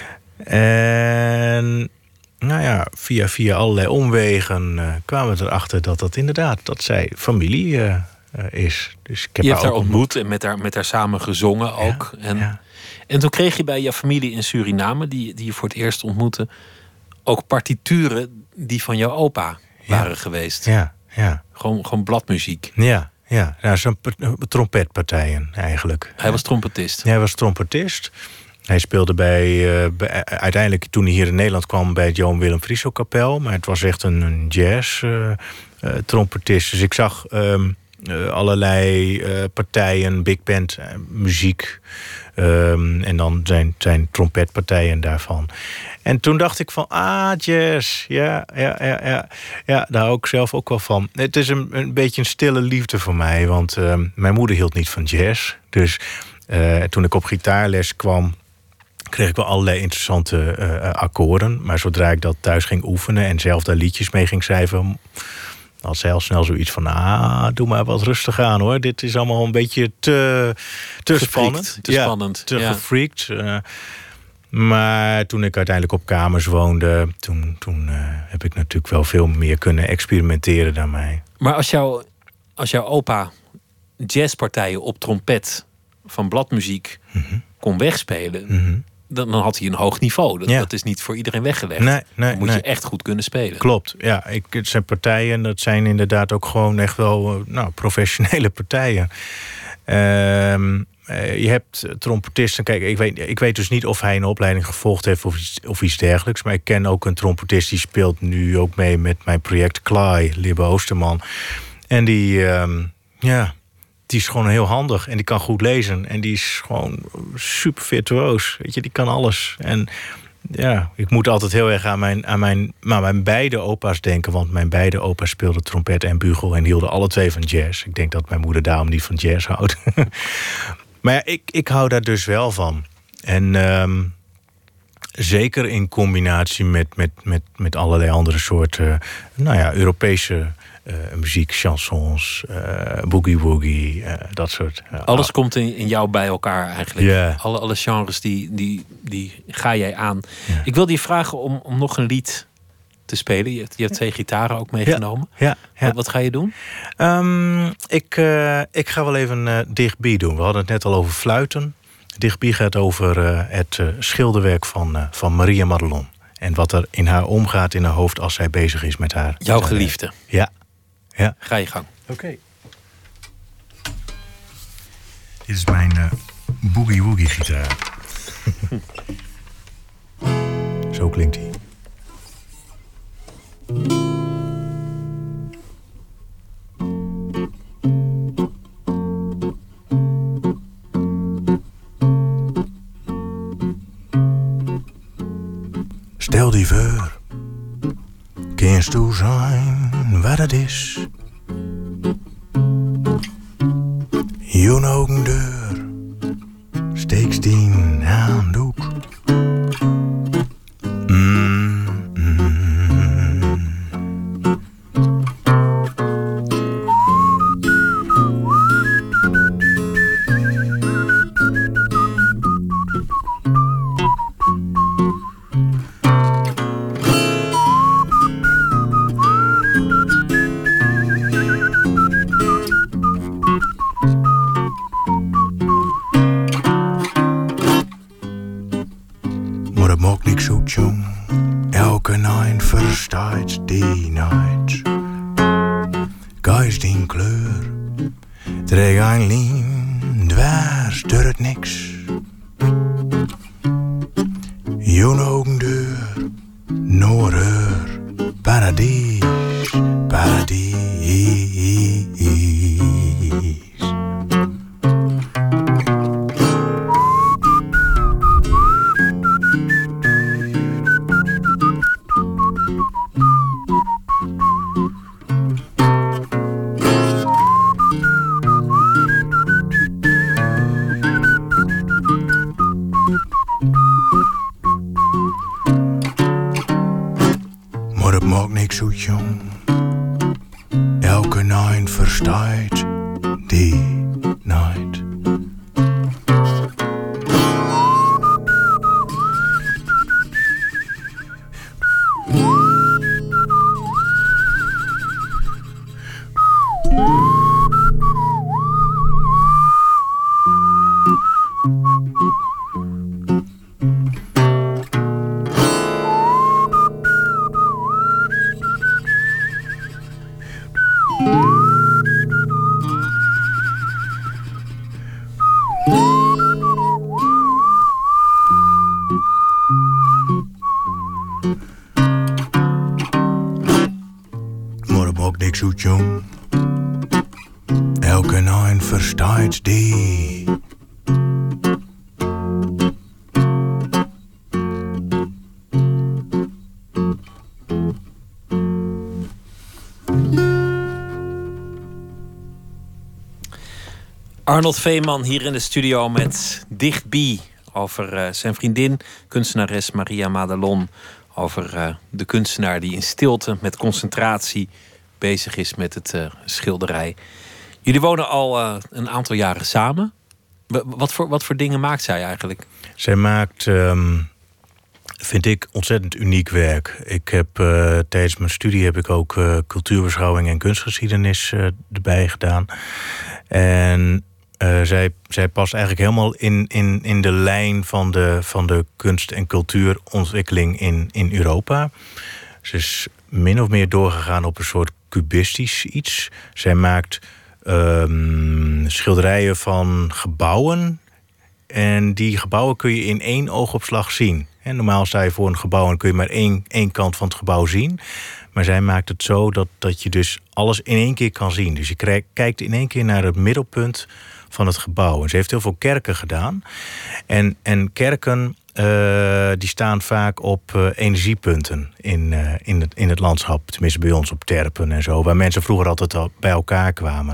En nou ja, via, via allerlei omwegen uh, kwamen we erachter dat dat inderdaad, dat zij familie uh, uh, is. Dus ik heb je haar hebt haar ook ontmoet en met haar, met haar samen gezongen ook. Ja, en, ja. en toen kreeg je bij je familie in Suriname, die, die je voor het eerst ontmoette, ook partituren die van jouw opa waren ja. geweest. Ja, ja. Gewoon, gewoon bladmuziek. Ja, ja. Nou, zo'n trompetpartijen eigenlijk. Hij was trompetist. Ja, hij was trompetist. Hij speelde bij, uh, bij, uiteindelijk toen hij hier in Nederland kwam bij het Johan Willem Frieso Kapel. Maar het was echt een, een jazz uh, uh, trompetist. Dus ik zag um, uh, allerlei uh, partijen, big band uh, muziek. Um, en dan zijn, zijn trompetpartijen daarvan. En toen dacht ik van, ah, jazz. Ja, ja, ja, ja. Ja, daar hou ik zelf ook wel van. Het is een, een beetje een stille liefde voor mij. Want uh, mijn moeder hield niet van jazz. Dus uh, toen ik op gitaarles kwam, kreeg ik wel allerlei interessante uh, akkoorden. Maar zodra ik dat thuis ging oefenen en zelf daar liedjes mee ging schrijven, had zij al snel zoiets van, ah, doe maar wat rustig aan hoor. Dit is allemaal een beetje te, te spannend. Te ja, spannend. Te ja. gefreakt. Uh, maar toen ik uiteindelijk op kamers woonde, toen, toen uh, heb ik natuurlijk wel veel meer kunnen experimenteren dan mij. Maar als, jou, als jouw opa jazzpartijen op trompet van bladmuziek mm-hmm. kon wegspelen, mm-hmm. dan, dan had hij een hoog niveau. Dat, ja. dat is niet voor iedereen weggelegd. Nee, nee, dan moet nee. je echt goed kunnen spelen. Klopt, ja. Ik, het zijn partijen, dat zijn inderdaad ook gewoon echt wel nou, professionele partijen. Um, je hebt trompetisten. Kijk, ik weet, ik weet dus niet of hij een opleiding gevolgd heeft of iets, of iets dergelijks. Maar ik ken ook een trompetist die speelt nu ook mee met mijn project Klaai, Libbe Oosterman. En die, um, ja, die is gewoon heel handig en die kan goed lezen. En die is gewoon super virtuoos. Weet je, die kan alles. En ja, ik moet altijd heel erg aan mijn, aan mijn, aan mijn beide opa's denken. Want mijn beide opa's speelden trompet en bugel en hielden alle twee van jazz. Ik denk dat mijn moeder daarom niet van jazz houdt. Maar ja, ik, ik hou daar dus wel van. En um, zeker in combinatie met, met, met, met allerlei andere soorten, nou ja, Europese uh, muziek, chansons, uh, boogie-woogie, uh, dat soort. Uh, Alles uh, komt in, in jou bij elkaar eigenlijk. Yeah. Alle, alle genres, die, die, die ga jij aan. Yeah. Ik wil je vragen om, om nog een lied te spelen. Je hebt, je hebt twee gitaren ook meegenomen. Ja, ja, ja. Wat, wat ga je doen? Um, ik, uh, ik ga wel even uh, dichtbij doen. We hadden het net al over fluiten. Dichtbij gaat over uh, het uh, schilderwerk van, uh, van Maria Madelon. En wat er in haar omgaat in haar hoofd als zij bezig is met haar. Jouw geliefde. Ja. ja. Ga je gang. Oké. Okay. Dit is mijn uh, boogie-woogie gitaar. Zo klinkt hij. Stel die voor, kennst du zijn wat het is? Je ogen deur, steekst die handdoek. Mm, mm. verstaat die nooit. Geist in kleur, dreig een lijn dwars door het niks. Joen ogen deur, noorheur, paradies, paradies. Jong, elke neun verstaat die nooit. Zoet jong, elke neun verstaat die. Arnold Veeman hier in de studio met Dichtbie over uh, zijn vriendin, kunstenares Maria Madelon. Over uh, de kunstenaar die in stilte met concentratie bezig is met het uh, schilderij. Jullie wonen al uh, een aantal jaren samen. W- wat, voor, wat voor dingen maakt zij eigenlijk? Zij maakt, um, vind ik, ontzettend uniek werk. Ik heb uh, tijdens mijn studie heb ik ook uh, cultuurbeschouwing en kunstgeschiedenis uh, erbij gedaan. En uh, zij, zij past eigenlijk helemaal in, in, in de lijn van de, van de kunst- en cultuurontwikkeling in, in Europa. Ze is min of meer doorgegaan op een soort cubistisch iets. Zij maakt um, schilderijen van gebouwen. En die gebouwen kun je in één oogopslag zien. En normaal sta je voor een gebouw en kun je maar één, één kant van het gebouw zien. Maar zij maakt het zo dat, dat je dus alles in één keer kan zien. Dus je krijgt, kijkt in één keer naar het middelpunt van het gebouw. En ze heeft heel veel kerken gedaan. En, en kerken Uh, die staan vaak op uh, energiepunten in, uh, in, het, in het landschap. Tenminste bij ons op Terpen en zo. Waar mensen vroeger altijd al bij elkaar kwamen.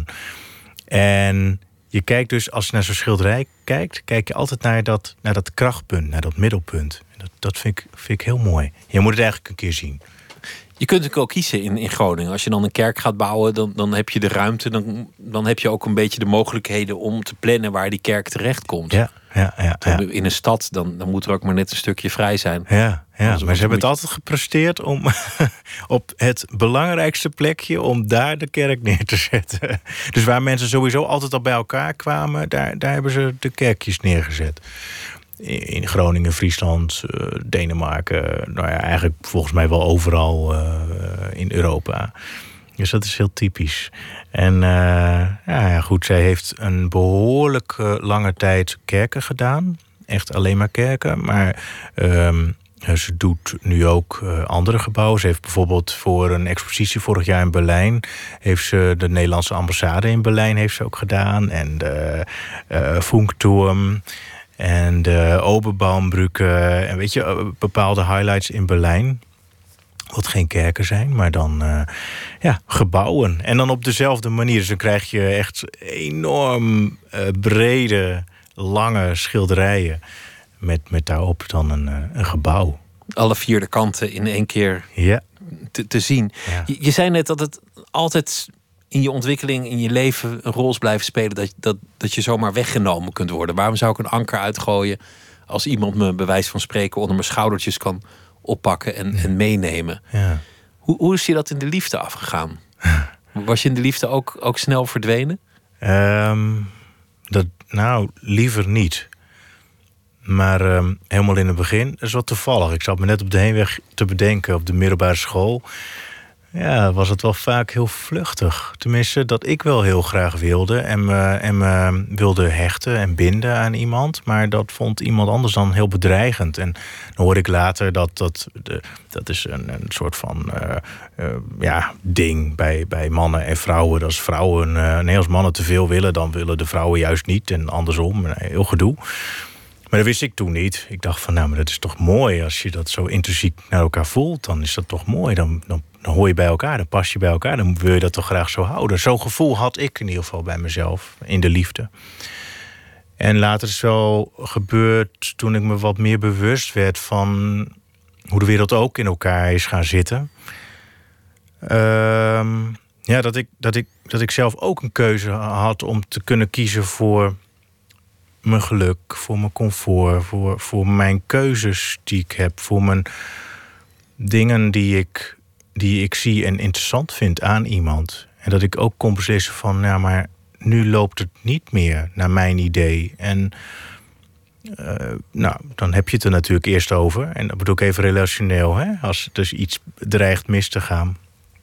En je kijkt dus, als je naar zo'n schilderij kijkt, kijk je altijd naar dat, naar dat krachtpunt, naar dat middelpunt. En dat dat vind, ik, vind ik heel mooi. Je moet het eigenlijk een keer zien. Je kunt natuurlijk ook kiezen in, in Groningen. Als je dan een kerk gaat bouwen, dan, dan heb je de ruimte. Dan, dan heb je ook een beetje de mogelijkheden om te plannen waar die kerk terecht komt. Ja, ja, ja, ja. In een stad, dan, dan moet er ook maar net een stukje vrij zijn. Ja, ja. Anders maar ze hebben moet... het altijd gepresteerd om op het belangrijkste plekje, om daar de kerk neer te zetten. Dus waar mensen sowieso altijd al bij elkaar kwamen, daar, daar hebben ze de kerkjes neergezet. In Groningen, Friesland, uh, Denemarken. Nou ja, eigenlijk volgens mij wel overal uh, in Europa. Dus dat is heel typisch. En uh, ja, ja, goed, zij heeft een behoorlijk uh, lange tijd kerken gedaan. Echt alleen maar kerken. Maar um, ze doet nu ook uh, andere gebouwen. Ze heeft bijvoorbeeld voor een expositie vorig jaar in Berlijn, heeft ze de Nederlandse ambassade in Berlijn heeft ze ook gedaan. En de uh, Funkturm. En de Oberbaumbrücke. En weet je, bepaalde highlights in Berlijn. Wat geen kerken zijn, maar dan uh, ja, gebouwen. En dan op dezelfde manier. Dus dan krijg je echt enorm uh, brede, lange schilderijen. Met, met daarop dan een, uh, een gebouw. Alle vier de kanten in één keer ja. te, te zien. Ja. Je, je zei net dat het altijd in je ontwikkeling, in je leven een rol is blijven spelen. Dat, dat, dat je zomaar weggenomen kunt worden. Waarom zou ik een anker uitgooien als iemand me bij wijze van spreken onder mijn schoudertjes kan oppakken en, ja. en meenemen? Ja. Hoe, hoe is je dat in de liefde afgegaan? Was je in de liefde ook, ook snel verdwenen? Um, dat, nou, liever niet. Maar um, helemaal in het begin, dat is wat toevallig. Ik zat me net op de heenweg te bedenken op de middelbare school. Ja, was het wel vaak heel vluchtig. Tenminste, dat ik wel heel graag wilde. En me, en me wilde hechten en binden aan iemand. Maar dat vond iemand anders dan heel bedreigend. En dan hoor ik later dat dat, de, dat is een, een soort van uh, uh, ja, ding bij, bij mannen en vrouwen. Dat als vrouwen, uh, nee, als mannen te veel willen, dan willen de vrouwen juist niet. En andersom, heel gedoe. Maar dat wist ik toen niet. Ik dacht van, nou, maar dat is toch mooi. Als je dat zo intrinsiek naar elkaar voelt, dan is dat toch mooi. Dan, dan, dan hoor je bij elkaar, dan pas je bij elkaar. Dan wil je dat toch graag zo houden. Zo'n gevoel had ik in ieder geval bij mezelf, in de liefde. En later is het wel gebeurd toen ik me wat meer bewust werd van hoe de wereld ook in elkaar is gaan zitten. Uh, ja, dat ik, dat, ik, dat ik zelf ook een keuze had om te kunnen kiezen voor mijn geluk, voor mijn comfort, voor, voor mijn keuzes die ik heb, voor mijn dingen die ik, die ik zie en interessant vind aan iemand. En dat ik ook kon beslissen van, ja, maar nu loopt het niet meer naar mijn idee. En uh, nou, dan heb je het er natuurlijk eerst over. En dat bedoel ik even relationeel, hè? Als dus iets dreigt mis te gaan.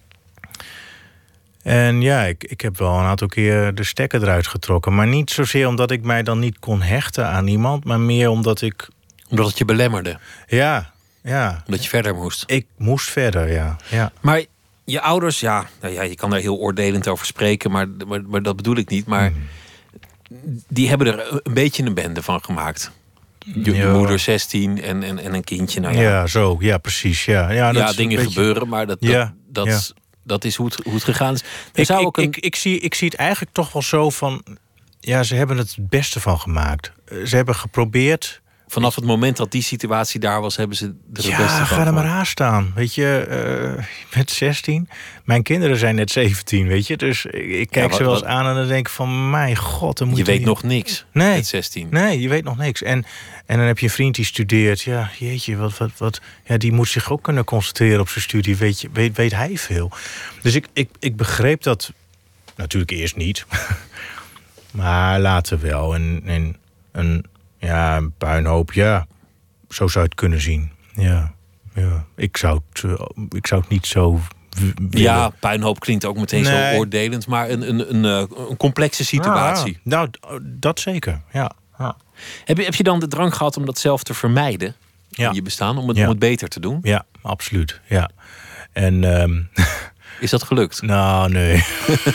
En ja, ik, ik heb wel een aantal keer de stekker eruit getrokken. Maar niet zozeer omdat ik mij dan niet kon hechten aan iemand, maar meer omdat ik... Omdat het je belemmerde? Ja, ja. Omdat je verder moest? Ik moest verder, ja. ja. Maar je ouders, ja, nou ja, je kan daar heel oordelend over spreken, maar, maar, maar dat bedoel ik niet. Maar hmm. die hebben er een beetje een bende van gemaakt. Je, ja. je moeder zestien en, en, en een kindje. Nou ja. ja, zo. Ja, precies. Ja, ja, dat ja dingen beetje... gebeuren, maar dat, dat, ja, dat, ja. dat is hoe het, hoe het gegaan is. Er ik, zou ik, ook een... ik, ik, zie, ik zie het eigenlijk toch wel zo van, ja, ze hebben het beste van gemaakt. Ze hebben geprobeerd. Vanaf het moment dat die situatie daar was, hebben ze er het ja, beste van ga er maar aan staan. Weet je, uh, je bent zestien. Mijn kinderen zijn net zeventien, weet je. Dus ik, ik kijk ja, wat, ze wel eens aan en dan denk ik van, mijn god. Dan moet je weet je... nog niks nee, met zestien. Nee, je weet nog niks. En, en dan heb je een vriend die studeert. Ja, jeetje, wat, wat, wat. Ja, die moet zich ook kunnen concentreren op zijn studie. Weet, je, weet, weet hij veel. Dus ik, ik, ik begreep dat natuurlijk eerst niet. Maar later wel. En, en een, ja, een puinhoop, ja. Zo zou je het kunnen zien. Ja, ja. Ik, zou het, uh, ik zou het niet zo willen. Ja, puinhoop klinkt ook meteen nee. zo oordelend. Maar een, een, een, een complexe situatie. Ja, nou, dat zeker, ja. ja. Heb je, heb je dan de drang gehad om dat zelf te vermijden? Ja. In je bestaan, om het, ja. om het beter te doen? Ja, absoluut, ja. En... Um, is dat gelukt? Nou, nee.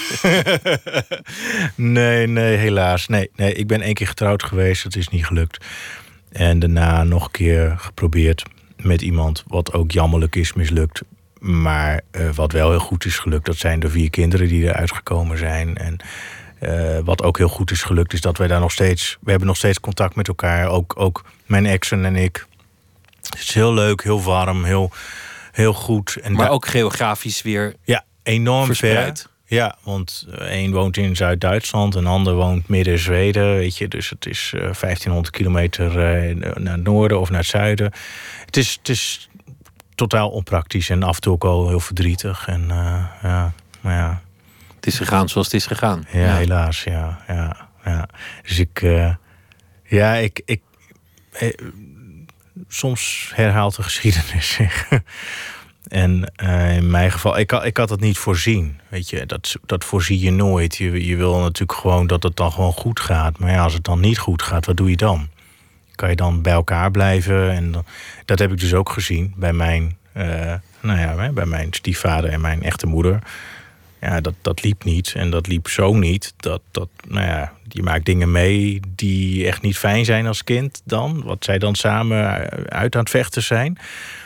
nee, nee, helaas. Nee, nee, ik ben één keer getrouwd geweest. Dat is niet gelukt. En daarna nog een keer geprobeerd met iemand, wat ook jammerlijk is, mislukt. Maar uh, wat wel heel goed is gelukt, dat zijn de vier kinderen die eruit gekomen zijn. En uh, wat ook heel goed is gelukt, is dat wij daar nog steeds... We hebben nog steeds contact met elkaar. Ook, ook mijn exen en ik. Het is heel leuk, heel warm, heel, heel goed. En maar ook geografisch weer ja, enorm verspreid. Ver. Ja, want één woont in Zuid-Duitsland, een ander woont midden in Zweden, weet je. Dus het is uh, vijftienhonderd kilometer uh, naar het noorden of naar het zuiden. Het is, het is totaal onpraktisch en af en toe ook al heel verdrietig. En uh, ja, maar ja. Het is gegaan zoals het is gegaan. Ja, ja. helaas, ja, ja, ja. Dus ik, uh, ja, ik, ik, eh, soms herhaalt de geschiedenis zich. En uh, in mijn geval, ik, ik had het niet voorzien. Weet je, dat, dat voorzie je nooit. Je, je wil natuurlijk gewoon dat het dan gewoon goed gaat. Maar ja, als het dan niet goed gaat, wat doe je dan? Kan je dan bij elkaar blijven? En dan, dat heb ik dus ook gezien bij mijn, uh, nou ja, bij mijn stiefvader en mijn echte moeder. Ja, dat, dat liep niet. En dat liep zo niet. Dat, dat, nou ja, je maakt dingen mee die echt niet fijn zijn als kind dan. Wat zij dan samen uit aan het vechten zijn.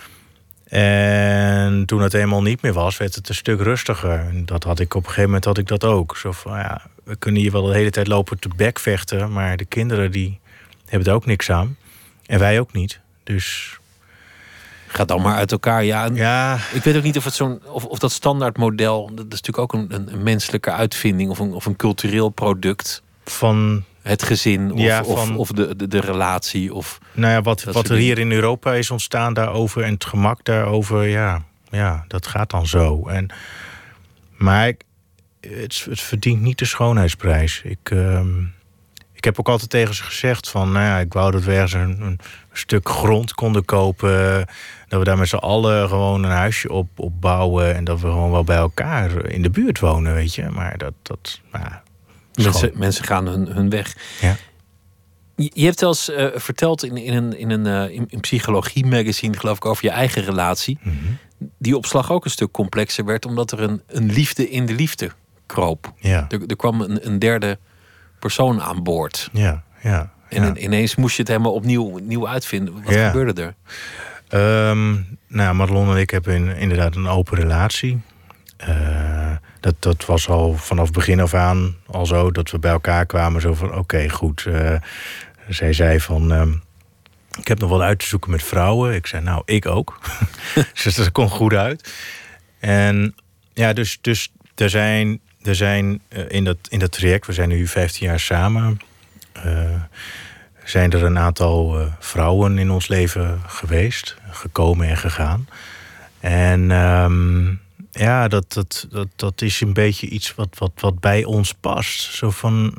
En toen het eenmaal niet meer was, werd het een stuk rustiger. En dat had ik op een gegeven moment had ik dat ook. Zo van, ja, we kunnen hier wel de hele tijd lopen te bekvechten, maar de kinderen die hebben er ook niks aan. En wij ook niet. Dus gaat dan maar uit elkaar. Ja, ja. Ik weet ook niet of, het zo'n, of, of dat standaardmodel, dat is natuurlijk ook een, een menselijke uitvinding of een, of een cultureel product van het gezin of, ja, van, of, of de, de, de relatie. Of nou ja, wat, wat er hier in Europa is ontstaan daarover en het gemak daarover, ja, ja dat gaat dan zo. En, maar ik, het, het verdient niet de schoonheidsprijs. Ik, uh, ik heb ook altijd tegen ze gezegd van, nou ja, ik wou dat we ergens een, een stuk grond konden kopen. Dat we daar met z'n allen gewoon een huisje op, op bouwen. En dat we gewoon wel bij elkaar in de buurt wonen, weet je. Maar dat, dat nou, mensen, mensen gaan hun, hun weg. Ja. Je, je hebt wel eens uh, verteld in, in een, in een uh, in, in psychologie magazine, geloof ik, over je eigen relatie. Mm-hmm. Die opslag ook een stuk complexer werd, omdat er een, een liefde in de liefde kroop. Ja. Er, er kwam een, een derde persoon aan boord. Ja, ja. En ja. ineens moest je het helemaal opnieuw, opnieuw uitvinden. Wat ja. gebeurde er? Um, nou, Madelon en ik hebben in, inderdaad een open relatie. Uh, dat, dat was al vanaf begin af aan al zo dat we bij elkaar kwamen. Zo van, oké, okay, goed. Uh, zij zei van, um, ik heb nog wel uit te zoeken met vrouwen. Ik zei, nou, ik ook. Dus dat komt goed uit. En ja, dus, dus er zijn, er zijn uh, in, dat, in dat traject, we zijn nu vijftien jaar samen, Uh, zijn er een aantal uh, vrouwen in ons leven geweest, gekomen en gegaan. En um, ja, dat, dat, dat, dat is een beetje iets wat, wat, wat bij ons past. Zo van,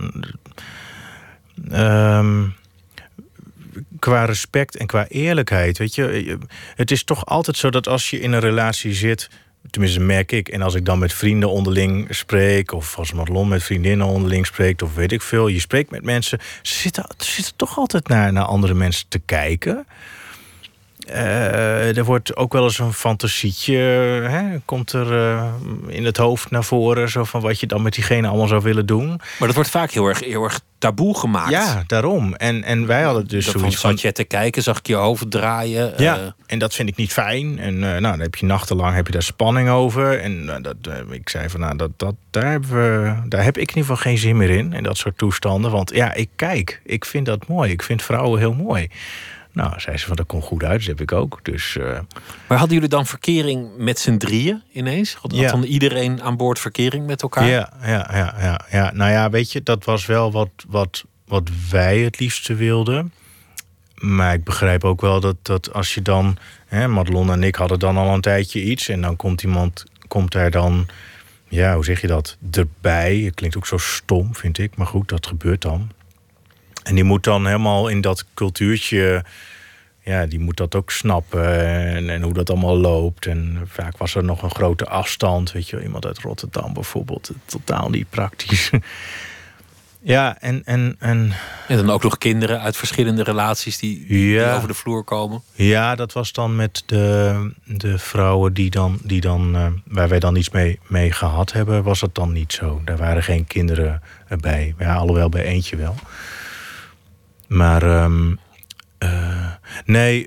um, qua respect en qua eerlijkheid, weet je. Het is toch altijd zo dat als je in een relatie zit, tenminste merk ik, en als ik dan met vrienden onderling spreek, of als Madelon met vriendinnen onderling spreekt, of weet ik veel, je spreekt met mensen, ze zitten, ze zitten toch altijd naar, naar andere mensen te kijken. Uh, er wordt ook wel eens een fantasietje, hè, komt er uh, in het hoofd naar voren, zo van wat je dan met diegene allemaal zou willen doen. Maar dat wordt vaak heel erg, heel erg taboe gemaakt. Ja, daarom. En, en wij hadden dus dat zoiets van... van, zat je te kijken, zag ik je hoofd draaien. Ja, uh... en dat vind ik niet fijn. En uh, nou, dan heb je nachtenlang heb je daar spanning over. En uh, dat, uh, ik zei van, nou, dat, dat, daar, hebben we, daar heb ik in ieder geval geen zin meer in. En dat soort toestanden. Want ja, ik kijk. Ik vind dat mooi. Ik vind vrouwen heel mooi. Nou, zei ze van, dat komt goed uit. Dat heb ik ook. Dus, uh... Maar hadden jullie dan verkering met z'n drieën ineens? Had, ja. had dan iedereen aan boord verkering met elkaar? Ja, ja, ja, ja, ja. Nou ja, weet je, dat was wel wat, wat, wat wij het liefste wilden. Maar ik begrijp ook wel dat, dat als je dan, hè, Madelon en ik hadden dan al een tijdje iets. En dan komt iemand, komt daar dan, ja, hoe zeg je dat, erbij. Het klinkt ook zo stom, vind ik. Maar goed, dat gebeurt dan. En die moet dan helemaal in dat cultuurtje, ja, die moet dat ook snappen. En, en hoe dat allemaal loopt. En vaak was er nog een grote afstand. Weet je, iemand uit Rotterdam bijvoorbeeld. Totaal niet praktisch. Ja, en, en, en... En dan ook nog kinderen uit verschillende relaties die, ja. die over de vloer komen. Ja, dat was dan met de, de vrouwen die dan, die dan, uh, waar wij dan iets mee, mee gehad hebben, was het dan niet zo. Daar waren geen kinderen bij. Ja, alhoewel bij eentje wel. Maar um, uh, nee,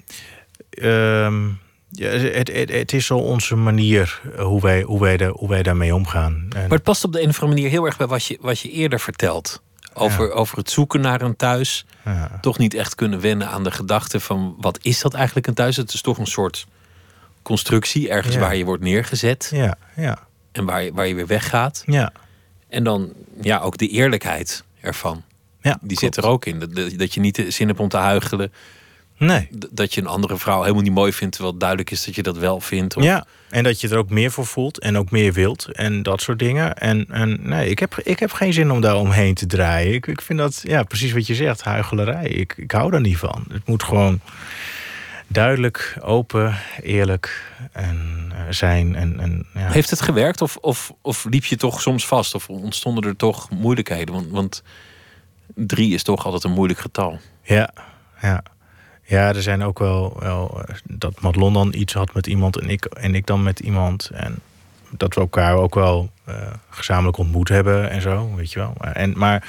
um, ja, het, het, het is zo onze manier hoe wij, hoe wij, de, hoe wij daarmee omgaan. En... Maar het past op de een of andere manier heel erg bij wat je, wat je eerder vertelt. Over, ja. over het zoeken naar een thuis. Ja. Toch niet echt kunnen wennen aan de gedachte van, wat is dat eigenlijk een thuis? Het is toch een soort constructie, ergens ja. waar je wordt neergezet. Ja, ja. En waar je, waar je weer weggaat. Ja. En dan ja, ook de eerlijkheid ervan. Ja, die klopt. zit er ook in. Dat, dat je niet de zin hebt om te huichelen. Nee. Dat je een andere vrouw helemaal niet mooi vindt, terwijl het duidelijk is dat je dat wel vindt. Of... Ja, en dat je er ook meer voor voelt en ook meer wilt en dat soort dingen. En, en nee, ik heb, ik heb geen zin om daar omheen te draaien. Ik, ik vind dat, ja, precies wat je zegt, huichelarij. Ik, ik hou daar niet van. Het moet gewoon duidelijk, open, eerlijk en, uh, zijn. En, en, ja. Heeft het gewerkt of, of, of liep je toch soms vast? Of ontstonden er toch moeilijkheden? Want, want drie is toch altijd een moeilijk getal. Ja, ja. Ja, er zijn ook wel, wel dat Madelon dan iets had met iemand en ik, en ik dan met iemand. En dat we elkaar ook wel uh, gezamenlijk ontmoet hebben en zo, weet je wel. En, maar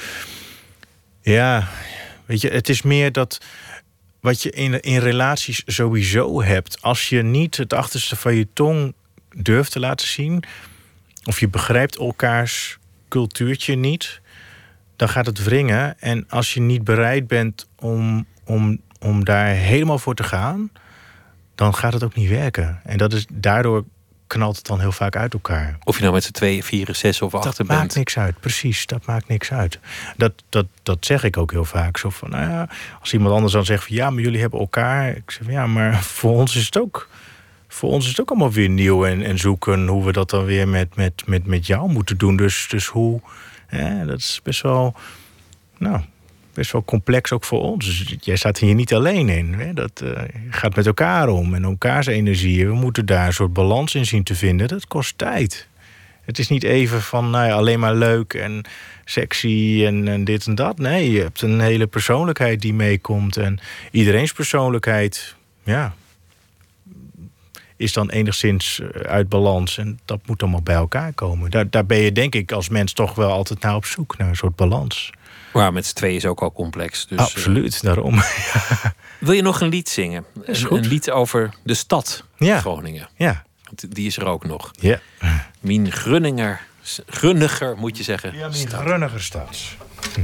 ja, weet je, het is meer dat wat je in, in relaties sowieso hebt. Als je niet het achterste van je tong durft te laten zien, of je begrijpt elkaars cultuurtje niet, dan gaat het wringen. En als je niet bereid bent om, om, om daar helemaal voor te gaan, dan gaat het ook niet werken. En dat is, daardoor knalt het dan heel vaak uit elkaar. Of je nou met z'n tweeën, vieren, zes of achter bent. Dat maakt niks uit, precies. Dat maakt niks uit. Dat, dat, dat zeg ik ook heel vaak. Zo van, nou ja, als iemand anders dan zegt van, ja, maar jullie hebben elkaar. Ik zeg van, ja, maar voor ons is het ook, voor ons is het ook allemaal weer nieuw en, en zoeken hoe we dat dan weer met, met, met, met jou moeten doen. Dus, dus hoe, ja, dat is best wel, nou, best wel complex ook voor ons. Dus jij staat hier niet alleen in. Hè? Dat uh, gaat met elkaar om en elkaars energie. We moeten daar een soort balans in zien te vinden. Dat kost tijd. Het is niet even van nou ja, alleen maar leuk en sexy en, en dit en dat. Nee, je hebt een hele persoonlijkheid die meekomt. En iedereens persoonlijkheid, ja, is dan enigszins uit balans. En dat moet allemaal bij elkaar komen. Daar, daar ben je denk ik als mens toch wel altijd naar op zoek. Naar een soort balans. Maar met z'n tweeën is ook al complex. Dus, absoluut, uh, daarom. Wil je nog een lied zingen? Een, een lied over de stad ja. Groningen. Ja. Die is er ook nog. Ja. Mien Grunninger, Grunniger moet je zeggen. Ja, Mien Grunniger stad. Hm.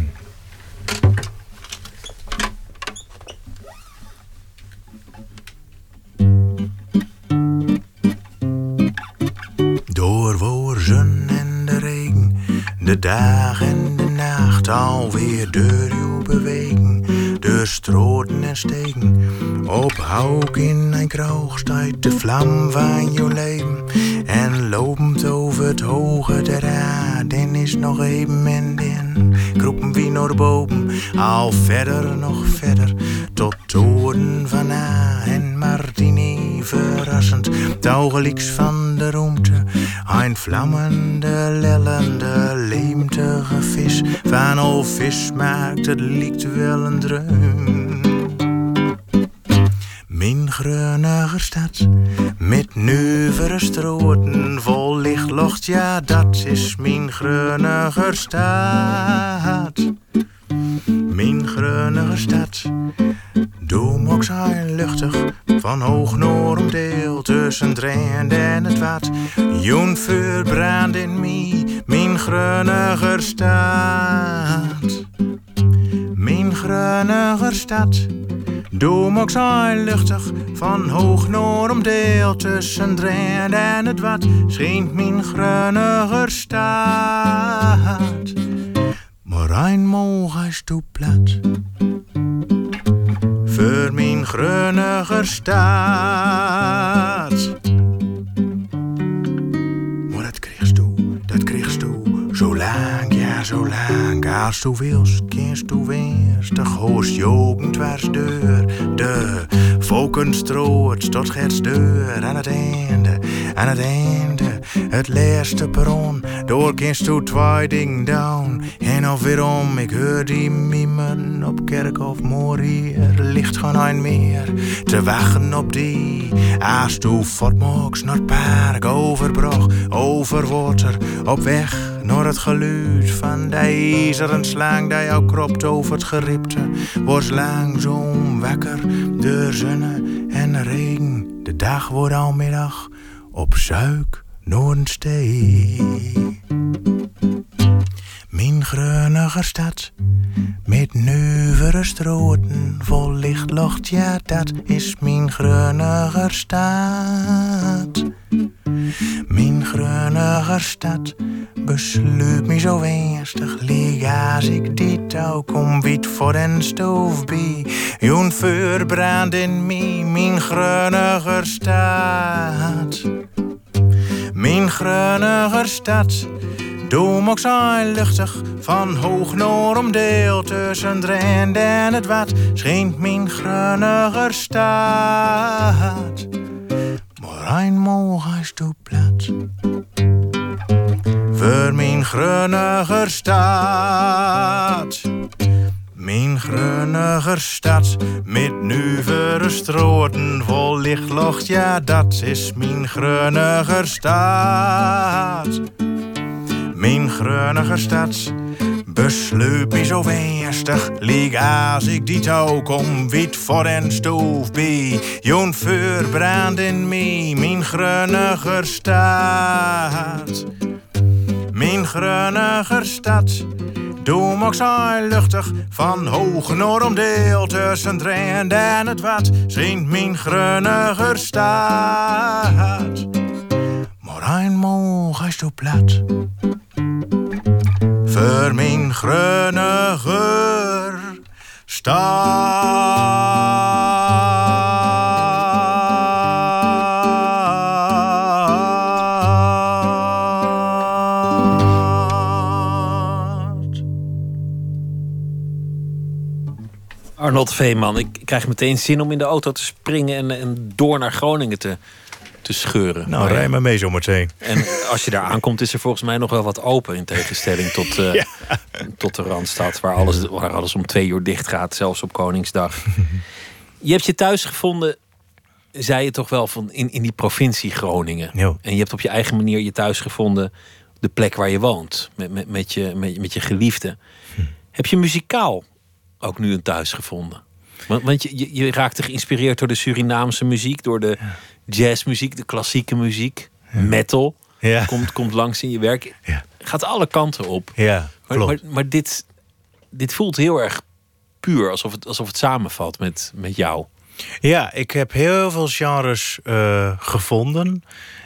Door woorden en de regen, de dag en de nacht alweer door uw bewegen, door stroten en stegen. Op houk in een kroeg staat de vlam van jouw leven en lopend over het hoge der aarde. En is nog even en dan kroepen wie naar boven, al verder nog verder tot toren van A en Martini verrassend. Tauwgelijks van de roemte, een vlammende, lellende, leemtige vis. Van al vis maakt het liekt wel een dreun. Mijn Grunniger stad, met nuivere stroten, vol lichtlocht, ja dat is mijn Grunniger stad. Mijn Grunniger stad, doem ook zijn luchtig, van hoog naar omdeel, tussen Drent en het Wat. Joen vuur brandt in mij, mijn Grunniger stad. Mijn Grunniger stad, doem ook zijn luchtig, van hoog naar omdeel, tussen Drent en het Wat. Schijnt mijn Grunniger stad, maar eenmaal is toe plat. Voor mijn Grunniger stad. Maar dat kreegst toe, dat kreegst toe, zo lang, ja zo lang. Als toe wils, kinst toe weerst, de goos jogend dwars deur. De volkenstroot tot Gerts deur, aan het einde, aan het einde. Het laatste perron, door kinst toe twee ding down. En of weerom, ik hoor die miemen op Kerkhof Morier. Ligt gewoon een meer te wachten op die. Als toe voortmoks naar het park, overbrug, over water, op weg naar het geluid van de ijzeren slang die jou kropt over het geripte. Wordt langzaam wakker, de zonne en regen. De dag wordt al middag op zuik Noordenstee. Mijn Grunniger stad, met nuivere stroten, vol lichtlocht, ja dat is mijn Grunniger stad. Mijn Grunniger stad, besluit me zo ernstig, lieg als ik die touw kom, wiet voor den stoof bij. Joen vuur brandt in mij, mijn Grunniger stad. Mijn Grunniger stad, doem ook zijn luchtig, van hoog naar omdeel, tussen Drent en het Wat. Schijnt mijn Grunniger stad, maar eenmaal is toe plat. Voor mijn Grunniger stad. Mijn Grunniger stad, met nuivere stroten, vol lichtlocht, ja dat is mijn Grunniger stad. Mijn Grunniger stad, besluit me zo ernstig, lieg als ik die touw kom, wit voor en stoof bij. Joen vuur brandt in mij, mijn Grunniger stad. Mijn Grunniger stad, doem ook zijn luchtig, van hoog naar omdeel, tussen Drent en het Wat. Schijnt mijn Grunniger stad, maar eenmaal is toe plat. Voor mijn Grunniger stad. Arnold Veeman, ik krijg meteen zin om in de auto te springen en, en door naar Groningen te, te scheuren. Nou, maar, rij maar mee zometeen. En als je daar aankomt, is er volgens mij nog wel wat open, in tegenstelling tot, uh, ja. tot de Randstad, waar alles, waar alles om twee uur dicht gaat, zelfs op Koningsdag. Je hebt je thuis gevonden, zei je toch wel, van in, in die provincie Groningen. Jo. En je hebt op je eigen manier je thuis gevonden, de plek waar je woont, met, met, met, je, met, met je geliefde. Hm. Heb je muzikaal ook nu een thuis gevonden? Want, want je, je, je raakte geïnspireerd door de Surinaamse muziek, door de ja. jazzmuziek, de klassieke muziek, ja. metal. Ja. Komt, komt langs in je werk. Ja. Gaat alle kanten op. Ja, maar maar, maar dit, dit voelt heel erg puur, alsof het, alsof het samenvalt met, met jou. Ja, ik heb heel veel genres uh, gevonden.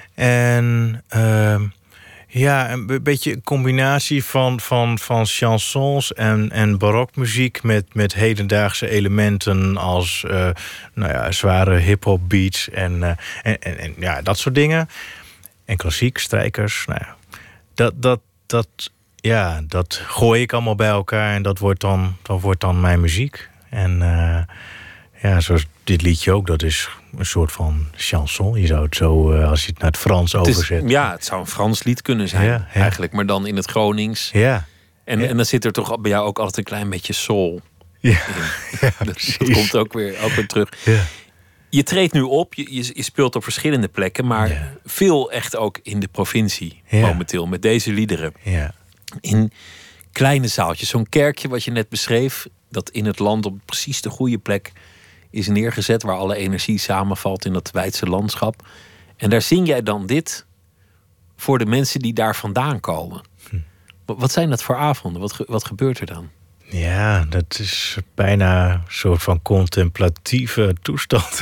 En uh, ja, een beetje een combinatie van, van, van chansons en, en barokmuziek met, met hedendaagse elementen als uh, nou ja, zware hip-hop beats en, uh, en, en, en ja, dat soort dingen. En klassiek, strijkers. Nou ja, dat, dat, dat, ja, dat gooi ik allemaal bij elkaar en dat wordt dan, dat wordt dan mijn muziek. En uh, ja, zoals dit liedje ook, dat is een soort van chanson. Je zou het zo, uh, als je het naar het Frans het overzet. Is, ja, het zou een Frans lied kunnen zijn, ja, ja. eigenlijk. Maar dan in het Gronings. Ja. En, ja. en dan zit er toch bij jou ook altijd een klein beetje soul. Ja, ja dat, dat komt ook weer, ook weer terug. Ja. Je treedt nu op, je, je, je speelt op verschillende plekken, maar ja. veel echt ook in de provincie ja. momenteel, met deze liederen. Ja. In kleine zaaltjes, zo'n kerkje wat je net beschreef, dat in het land op precies de goede plek is neergezet, waar alle energie samenvalt in dat wijdse landschap. En daar zing jij dan dit voor de mensen die daar vandaan komen. Hm. Wat zijn dat voor avonden? Wat, wat gebeurt er dan? Ja, dat is bijna een soort van contemplatieve toestand.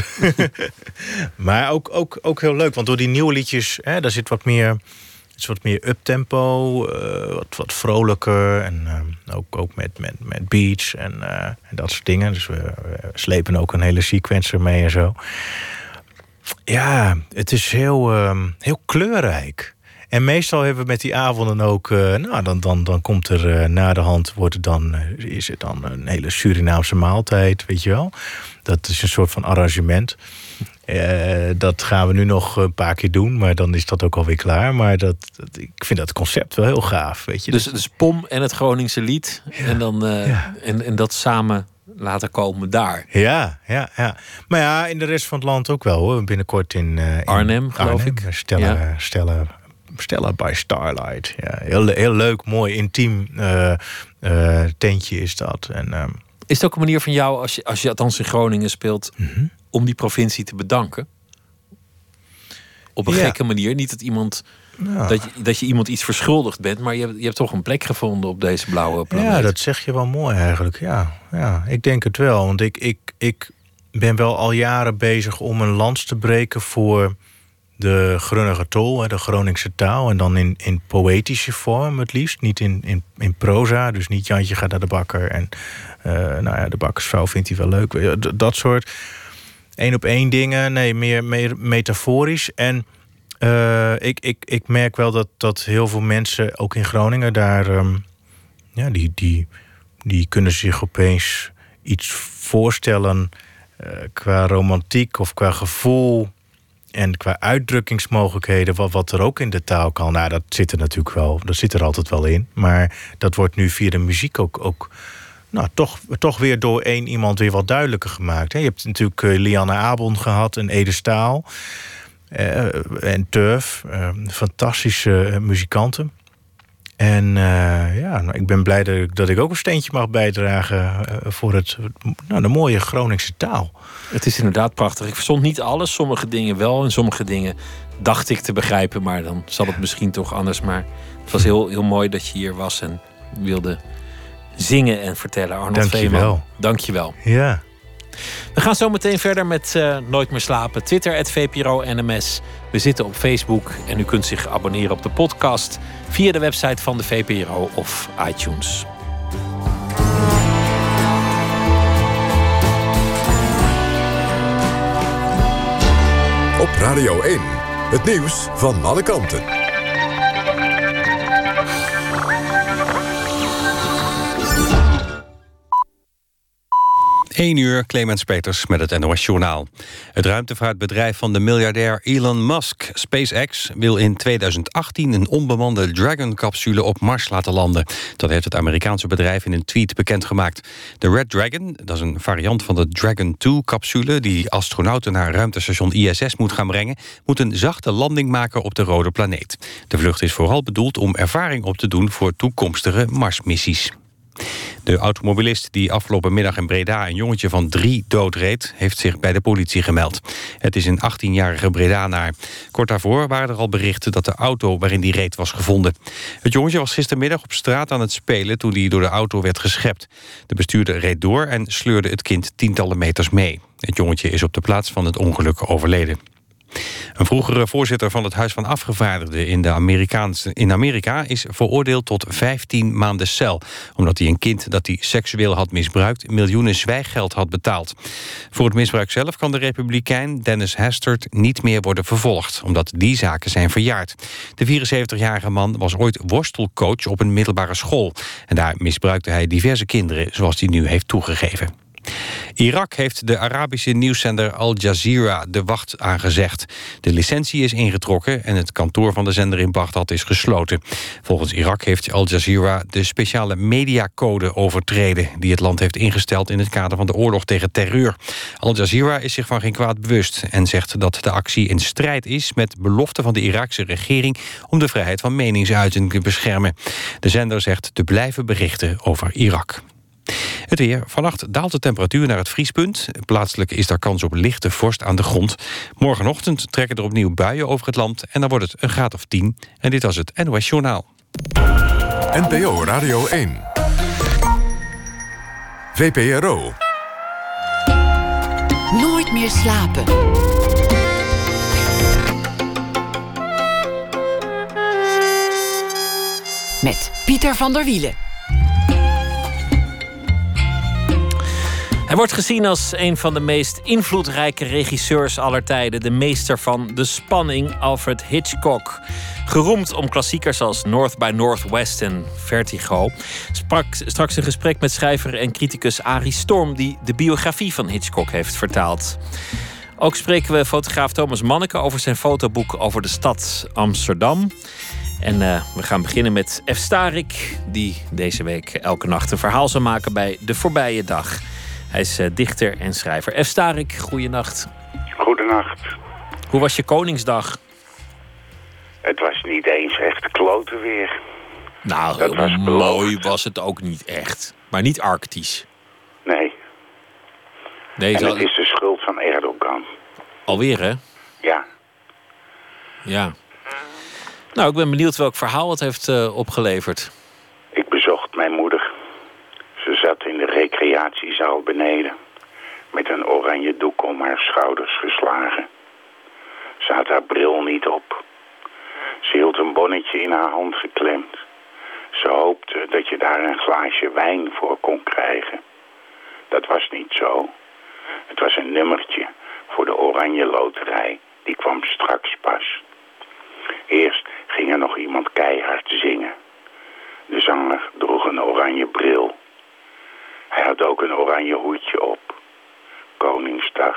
Maar ook, ook, ook heel leuk, want door die nieuwe liedjes, hè, daar zit wat meer, is wat meer uptempo, uh, wat, wat vrolijker. En uh, ook, ook met, met, met beats en, uh, en dat soort dingen. Dus we, we slepen ook een hele sequencer mee en zo. Ja, het is heel, um, heel kleurrijk. En meestal hebben we met die avonden ook, uh, nou, dan, dan, dan komt er uh, na de hand, wordt het dan, uh, is het dan een hele Surinaamse maaltijd, weet je wel. Dat is een soort van arrangement. Uh, dat gaan we nu nog een paar keer doen, maar dan is dat ook alweer klaar. Maar dat, dat, ik vind dat concept wel heel gaaf, weet je. Dus, dus Pom en het Groningse lied, ja, en, dan, uh, ja. en, en dat samen laten komen daar. Ja, ja, ja. Maar ja, in de rest van het land ook wel, hoor. Binnenkort in, uh, in Arnhem, geloof Arnhem, ik. Stella, ja. Stella, Stella by Starlight. Ja, heel, heel leuk, mooi, intiem uh, uh, tentje is dat. En, um... Is het ook een manier van jou, als je, als je althans in Groningen speelt, mm-hmm. om die provincie te bedanken? Op een ja. gekke manier. Niet dat, iemand, ja. dat, je, dat je iemand iets verschuldigd bent, maar je hebt, je hebt toch een plek gevonden op deze blauwe planeet. Ja, dat zeg je wel mooi eigenlijk. Ja, ja, ik denk het wel. Want ik, ik, ik ben wel al jaren bezig om een lans te breken voor de Grunniger tol, de Groningse taal. En dan in, in poëtische vorm het liefst. Niet in, in, in proza. Dus niet Jantje gaat naar de bakker. En uh, nou ja, de bakkersvrouw vindt hij wel leuk. Dat soort één op één dingen. Nee, meer, meer metaforisch. En uh, ik, ik, ik merk wel dat, dat heel veel mensen, ook in Groningen, daar Um, ja, die, die, die kunnen zich opeens iets voorstellen uh, qua romantiek of qua gevoel en qua uitdrukkingsmogelijkheden, wat, wat er ook in de taal kan. Nou, dat zit er natuurlijk wel, dat zit er altijd wel in. Maar dat wordt nu via de muziek ook, ook nou, toch, toch weer door één iemand weer wat duidelijker gemaakt. Hè? Je hebt natuurlijk uh, Lianne Abon gehad en Ede Staal uh, en Turf. Uh, fantastische uh, muzikanten. En uh, ja, nou, ik ben blij dat ik, dat ik ook een steentje mag bijdragen uh, voor het, nou, de mooie Groningse taal. Het is inderdaad prachtig. Ik verstond niet alles, sommige dingen wel en sommige dingen dacht ik te begrijpen, maar dan zal het misschien toch anders. Maar het was heel, heel mooi dat je hier was en wilde zingen en vertellen. Arnold Veeman, dank je wel. Ja. We gaan zo meteen verder met uh, Nooit meer slapen. Twitter, at V P R O N M S. We zitten op Facebook en u kunt zich abonneren op de podcast via de website van de V P R O of iTunes. Op Radio één, het nieuws van alle kanten. één uur, Clemens Peters met het N O S-journaal. Het ruimtevaartbedrijf van de miljardair Elon Musk, SpaceX, wil in tweeduizend achttien een onbemande Dragon-capsule op Mars laten landen. Dat heeft het Amerikaanse bedrijf in een tweet bekendgemaakt. De Red Dragon, dat is een variant van de Dragon twee-capsule... die astronauten naar ruimtestation I S S moet gaan brengen... moet een zachte landing maken op de rode planeet. De vlucht is vooral bedoeld om ervaring op te doen voor toekomstige Marsmissies. De automobilist die afgelopen middag in Breda een jongetje van drie doodreed, heeft zich bij de politie gemeld. Het is een achttienjarige Bredanaar. Kort daarvoor waren er al berichten dat de auto waarin die reed was gevonden. Het jongetje was gistermiddag op straat aan het spelen toen hij door de auto werd geschept. De bestuurder reed door en sleurde het kind tientallen meters mee. Het jongetje is op de plaats van het ongeluk overleden. Een vroegere voorzitter van het Huis van Afgevaardigden in, de Amerikaanse, in Amerika is veroordeeld tot vijftien maanden cel, omdat hij een kind dat hij seksueel had misbruikt miljoenen zwijggeld had betaald. Voor het misbruik zelf kan de republikein Dennis Hastert niet meer worden vervolgd, omdat die zaken zijn verjaard. De vierenzeventigjarige man was ooit worstelcoach op een middelbare school en daar misbruikte hij diverse kinderen, zoals hij nu heeft toegegeven. Irak heeft de Arabische nieuwszender Al Jazeera de wacht aangezegd. De licentie is ingetrokken en het kantoor van de zender in Bagdad is gesloten. Volgens Irak heeft Al Jazeera de speciale mediacode overtreden die het land heeft ingesteld in het kader van de oorlog tegen terreur. Al Jazeera is zich van geen kwaad bewust en zegt dat de actie in strijd is met beloften van de Iraakse regering om de vrijheid van meningsuiting te beschermen. De zender zegt te blijven berichten over Irak. Het weer. Vannacht daalt de temperatuur naar het vriespunt. Plaatselijk is er kans op lichte vorst aan de grond. Morgenochtend trekken er opnieuw buien over het land en dan wordt het een graad of tien. En dit was het N O S Journaal. N P O Radio één. V P R O. Nooit meer slapen. Met Pieter van der Wielen. Hij wordt gezien als een van de meest invloedrijke regisseurs aller tijden. De meester van de spanning, Alfred Hitchcock. Geroemd om klassiekers als North by Northwest en Vertigo. Sprak straks een gesprek met schrijver en criticus Arie Storm, die de biografie van Hitchcock heeft vertaald. Ook spreken we fotograaf Thomas Manneke over zijn fotoboek over de stad Amsterdam. En uh, we gaan beginnen met F. Starik, die deze week elke nacht een verhaal zal maken bij De Voorbije Dag. Hij is uh, dichter en schrijver. F. Starik, goeienacht. Goedenacht. Hoe was je Koningsdag? Het was niet eens echt kloten weer. Nou, dat was mooi was het ook niet echt. Maar niet arctisch. Nee. nee en het is de schuld van Erdogan. Alweer, hè? Ja. Ja. Nou, ik ben benieuwd welk verhaal het heeft uh, opgeleverd. Ik bezocht mijn moeder. Ze zat in de recreatiezaal beneden, met een oranje doek om haar schouders geslagen. Ze had haar bril niet op. Ze hield een bonnetje in haar hand geklemd. Ze hoopte dat je daar een glaasje wijn voor kon krijgen. Dat was niet zo. Het was een nummertje voor de oranje loterij. Die kwam straks pas. Eerst ging er nog iemand keihard zingen. De zanger droeg een oranje bril. Hij had ook een oranje hoedje op. Koningsdag.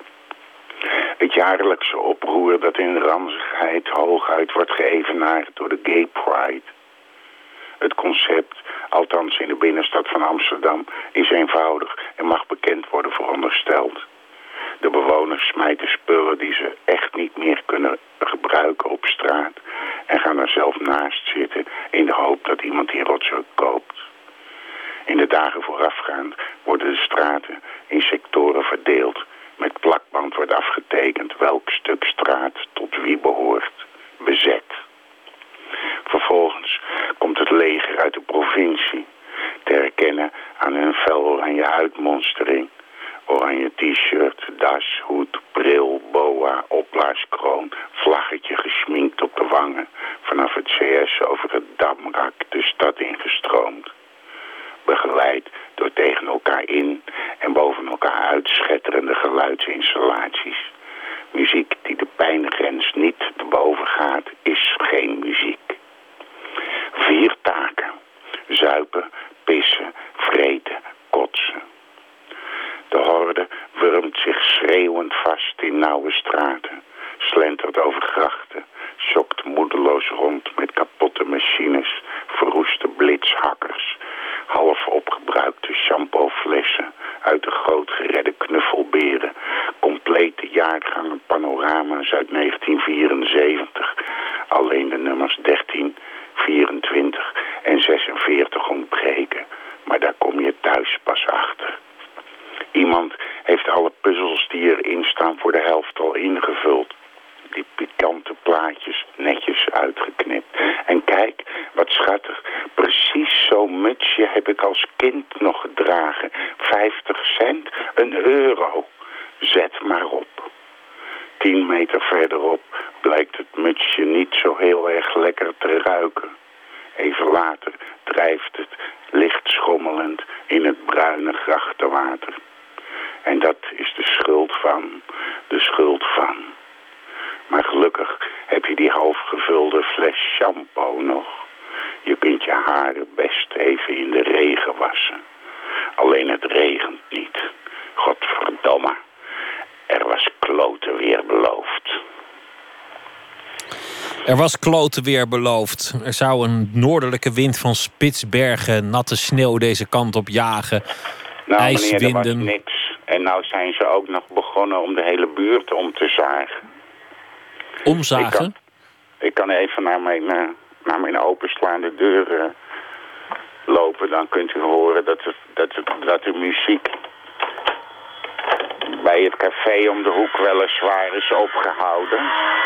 Het jaarlijkse oproer dat in ranzigheid hooguit wordt geëvenaard door de Gay Pride. Het concept, althans in de binnenstad van Amsterdam, is eenvoudig en mag bekend worden verondersteld. De bewoners smijten spullen die ze echt niet meer kunnen gebruiken op straat en gaan er zelf naast zitten in de hoop dat iemand die rotzooi koopt. In de dagen voorafgaand worden de straten in sectoren verdeeld. Met plakband wordt afgetekend welk stuk straat tot wie behoort. Bezet. Vervolgens komt het leger uit de provincie te herkennen aan hun fel oranje uitmonstering. Oranje t-shirt, das, hoed, bril, boa, opblaaskroon, vlaggetje gesminkt op de wangen. Vanaf het C S over het Damrak de stad ingestroomd. Begeleid door tegen elkaar in en boven elkaar uitschetterende geluidsinstallaties. Muziek die de pijngrens niet te boven gaat, is geen muziek. Vier taken. Zuipen, pissen, vreten, kotsen. wurmt zich schreeuwend vast in nauwe straten, slentert over grachten, schokt moedeloos rond met kapotte machines, verroeste blitshakkers, half opgebruikte shampooflessen uit de groot geredde knuffelberen, complete jaargangen panorama's uit negentien vierenzeventig, alleen de nummers dertien, vierentwintig en zesenveertig ontbreken, maar daar kom je thuis pas achter. Iemand heeft alle puzzels die erin staan voor de helft al ingevuld. Die pikante plaatjes netjes uitgeknipt. En kijk, wat schattig, precies zo'n mutsje heb ik als kind nog gedragen. vijftig cent, een euro. Zet maar op. Tien meter verderop blijkt het mutsje niet zo heel erg lekker te ruiken. Even later drijft het licht schommelend in het bruine grachtenwater. En dat is de schuld van, de schuld van. Maar gelukkig heb je die halfgevulde fles shampoo nog. Je kunt je haren best even in de regen wassen. Alleen het regent niet. Godverdomme. Er was klote weer beloofd. Er was klote weer beloofd. Er zou een noordelijke wind van Spitsbergen natte sneeuw deze kant op jagen. Nou IJswinden. meneer, er was niks. En nou zijn ze ook nog begonnen om de hele buurt om te zagen. Omzagen? Ik kan, ik kan even naar mijn, uh, naar mijn openslaande deur uh, lopen. Dan kunt u horen dat, het, dat, het, dat de muziek bij het café om de hoek weliswaar is opgehouden.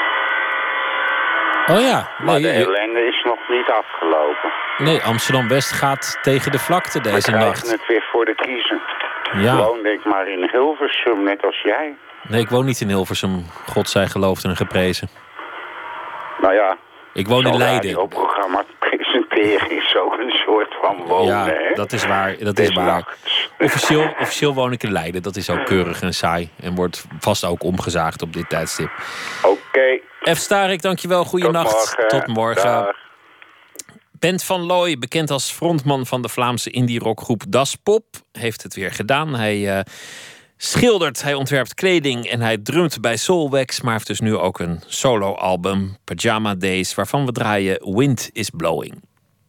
Oh ja. Nee, maar de je... ellende is nog niet afgelopen. Nee, Amsterdam-West gaat tegen de vlakte deze We nacht. krijgen het weer voor de kiezer. Ja. Woonde ik maar in Hilversum, net als jij. Nee, ik woon niet in Hilversum. God zij geloofd en geprezen. Nou ja. Ik woon in Leiden. Zo'n radioprogramma presenteren is ook een soort van wonen, ja, hè? dat is waar. Dat is waar. Officieel, officieel woon ik in Leiden. Dat is ook keurig en saai. En wordt vast ook omgezaagd op dit tijdstip. Oké. Okay. F. Starik, dankjewel. Goeienacht. Tot morgen. Tot morgen. Dag. Bent van Looy, bekend als frontman van de Vlaamse indie-rockgroep Das Pop, heeft het weer gedaan. Hij uh, schildert, hij ontwerpt kleding en hij drumt bij Soulwax, maar heeft dus nu ook een solo-album, Pyjama Days, waarvan we draaien Wind is Blowing.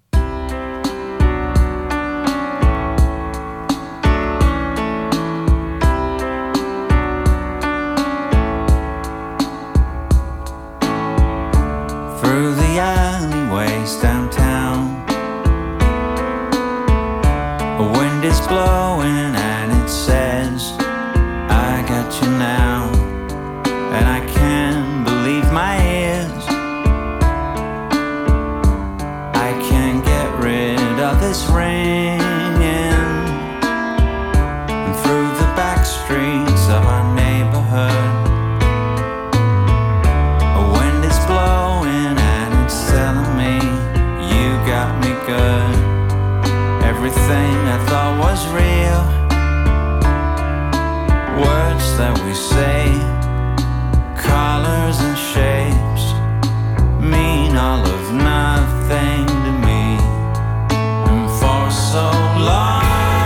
Through the alleyways downtown, the wind is blowing and it says, I got you now. And I can't believe my ears. I can't get rid of this ringing. And through the back streets of our neighborhood, the wind is blowing and it's telling me you got me good. Everything I thought was real, words that we say, colors and shapes, mean all of nothing to me. And for so long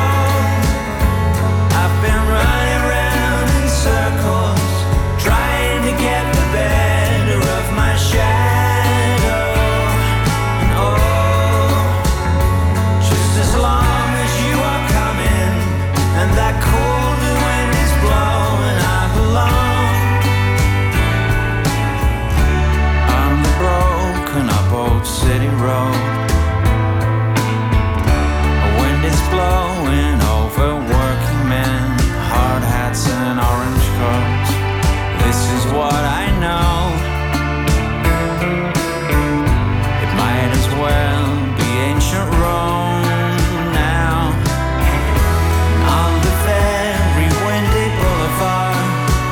I've been running around in circles, trying to get the better of my shadow. And oh, just as long as you are coming and that cool new wind is blowing, I belong. On the broken up old city road, a wind is blowing over working men, hard hats and orange coats. This is what I know. It might as well be ancient Rome now. On the very windy boulevard,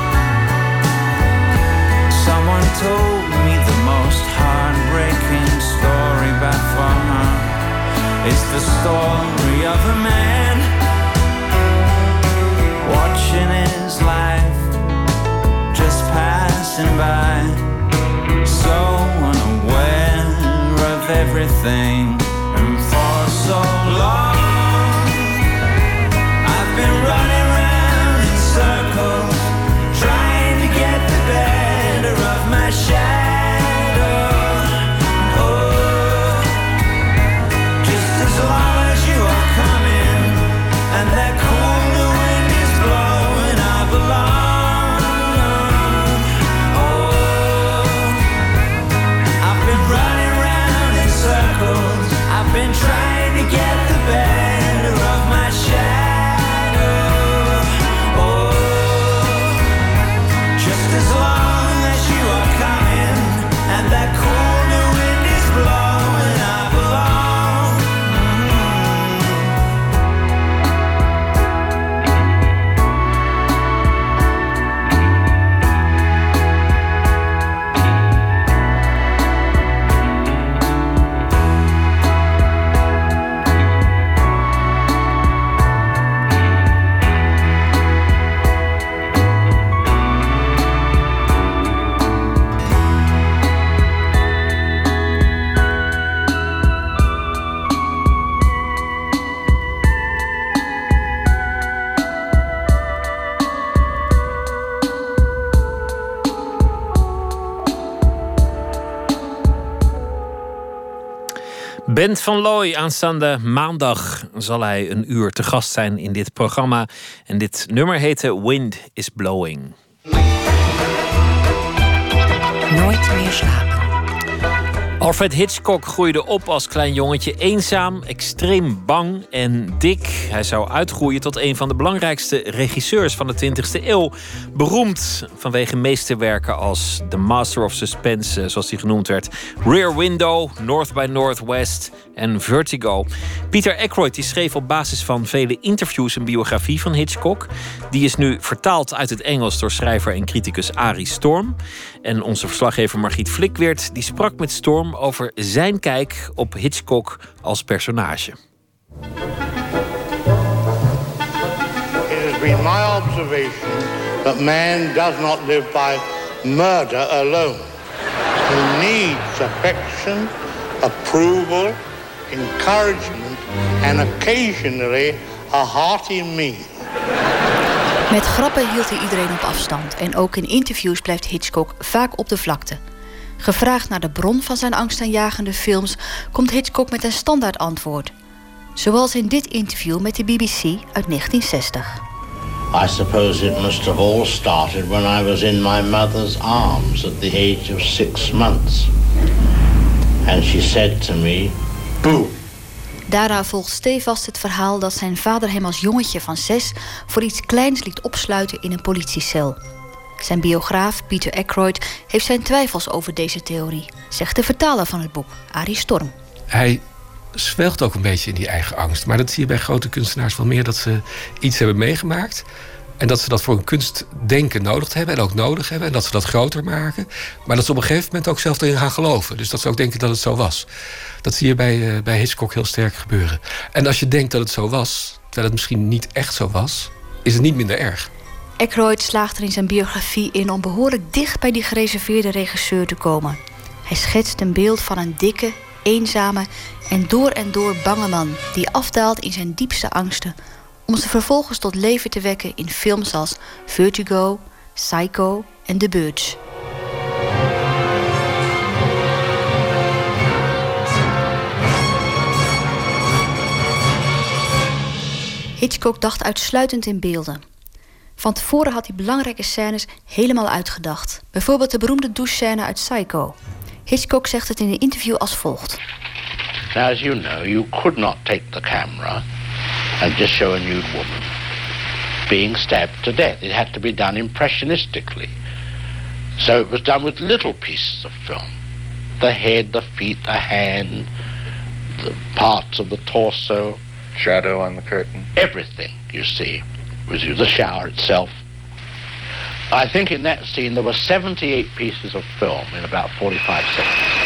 someone told me the most heartbreaking story by far is the story of a man watching his life just passing by, so unaware of everything. And for so long I've been running round in circles, Bent van Looy, aanstaande maandag zal hij een uur te gast zijn in dit programma. En dit nummer heette Wind is Blowing. Nooit meer slapen. Alfred Hitchcock groeide op als klein jongetje eenzaam, extreem bang en dik. Hij zou uitgroeien tot een van de belangrijkste regisseurs van de twintigste eeuw. Beroemd vanwege meesterwerken als The Master of Suspense, zoals hij genoemd werd, Rear Window, North by Northwest en Vertigo. Peter Ackroyd die schreef op basis van vele interviews een biografie van Hitchcock. Die is nu vertaald uit het Engels door schrijver en criticus Arie Storm. En onze verslaggever Margriet Flikweert die sprak met Storm over zijn kijk op Hitchcock als personage. It has been my observation that man does not live by murder alone. He needs affection, approval, encouragement and occasionally a hearty meal. Met grappen hield hij iedereen op afstand en ook in interviews blijft Hitchcock vaak op de vlakte. Gevraagd naar de bron van zijn angstaanjagende films komt Hitchcock met een standaard antwoord. Zoals in dit interview met de B B C uit negentien zestig. I suppose it must have all started when I was in my mother's arms at the age of six months. And she said to me, "Boo." Daarna volgt stevast het verhaal dat zijn vader hem als jongetje van zes voor iets kleins liet opsluiten in een politiecel. Zijn biograaf Peter Ackroyd heeft zijn twijfels over deze theorie, zegt de vertaler van het boek, Arie Storm. Hij zwelgt ook een beetje in die eigen angst. Maar dat zie je bij grote kunstenaars wel meer, dat ze iets hebben meegemaakt en dat ze dat voor hun kunstdenken nodig hebben en ook nodig hebben en dat ze dat groter maken. Maar dat ze op een gegeven moment ook zelf erin gaan geloven. Dus dat ze ook denken dat het zo was. Dat zie je bij, uh, bij Hitchcock heel sterk gebeuren. En als je denkt dat het zo was, terwijl het misschien niet echt zo was, is het niet minder erg. Ackroyd slaagt er in zijn biografie in om behoorlijk dicht bij die gereserveerde regisseur te komen. Hij schetst een beeld van een dikke, eenzame en door en door bange man die afdaalt in zijn diepste angsten om ze vervolgens tot leven te wekken in films als Vertigo, Psycho en The Birds. Hitchcock dacht uitsluitend in beelden. Van tevoren had hij belangrijke scènes helemaal uitgedacht. Bijvoorbeeld de beroemde douchescène uit Psycho. Hitchcock zegt het in een interview als volgt. Now, as you know, you could not take the camera and just show a nude woman being stabbed to death. It had to be done impressionistically. So it was done with little pieces of film. The head, the feet, the hand, the parts of the torso. Shadow on the curtain. Everything, you see, was the shower itself. I think in that scene there were seventy-eight pieces of film in about forty-five seconds.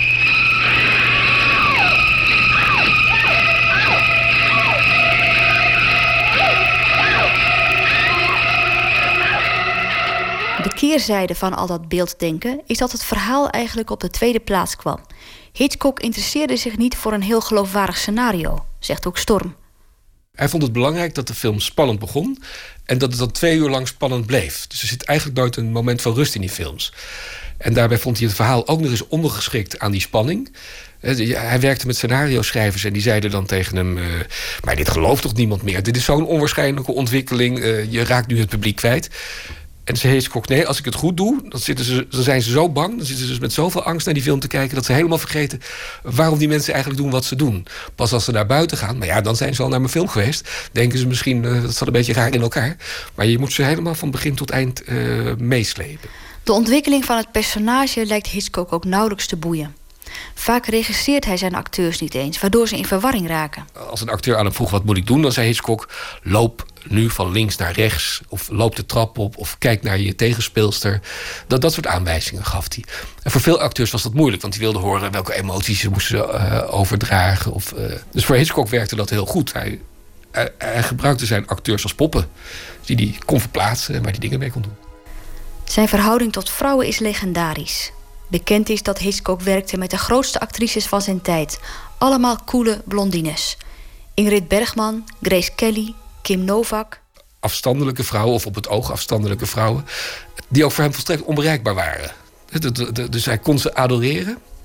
De keerzijde van al dat beelddenken is dat het verhaal eigenlijk op de tweede plaats kwam. Hitchcock interesseerde zich niet voor een heel geloofwaardig scenario, zegt ook Storm. Hij vond het belangrijk dat de film spannend begon en dat het dan twee uur lang spannend bleef. Dus er zit eigenlijk nooit een moment van rust in die films. En daarbij vond hij het verhaal ook nog eens ondergeschikt aan die spanning. Hij werkte met scenario-schrijvers en die zeiden dan tegen hem, Uh, maar dit gelooft toch niemand meer? Dit is zo'n onwaarschijnlijke ontwikkeling. Uh, je raakt nu het publiek kwijt. En zei Hitchcock, nee, als ik het goed doe, dan, zitten ze, dan zijn ze zo bang, dan zitten ze dus met zoveel angst naar die film te kijken, dat ze helemaal vergeten waarom die mensen eigenlijk doen wat ze doen. Pas als ze naar buiten gaan, maar ja, dan zijn ze al naar mijn film geweest, denken ze misschien, uh, dat zat een beetje raar in elkaar. Maar je moet ze helemaal van begin tot eind uh, meeslepen. De ontwikkeling van het personage lijkt Hitchcock ook nauwelijks te boeien. Vaak regisseert hij zijn acteurs niet eens, waardoor ze in verwarring raken. Als een acteur aan hem vroeg wat moet ik doen, dan zei Hitchcock, loop nu van links naar rechts, of loop de trap op, of kijk naar je tegenspeelster. Dat, dat soort aanwijzingen gaf hij. En voor veel acteurs was dat moeilijk, want die wilden horen welke emoties ze moesten uh, overdragen. Of, uh, dus voor Hitchcock werkte dat heel goed. Hij, hij, hij gebruikte zijn acteurs als poppen, die hij kon verplaatsen en waar hij dingen mee kon doen. Zijn verhouding tot vrouwen is legendarisch. Bekend is dat Hitchcock werkte met de grootste actrices van zijn tijd. Allemaal coole blondines. Ingrid Bergman, Grace Kelly, Kim Novak. Afstandelijke vrouwen, of op het oog afstandelijke vrouwen, die ook voor hem volstrekt onbereikbaar waren. Dus hij kon ze adoreren,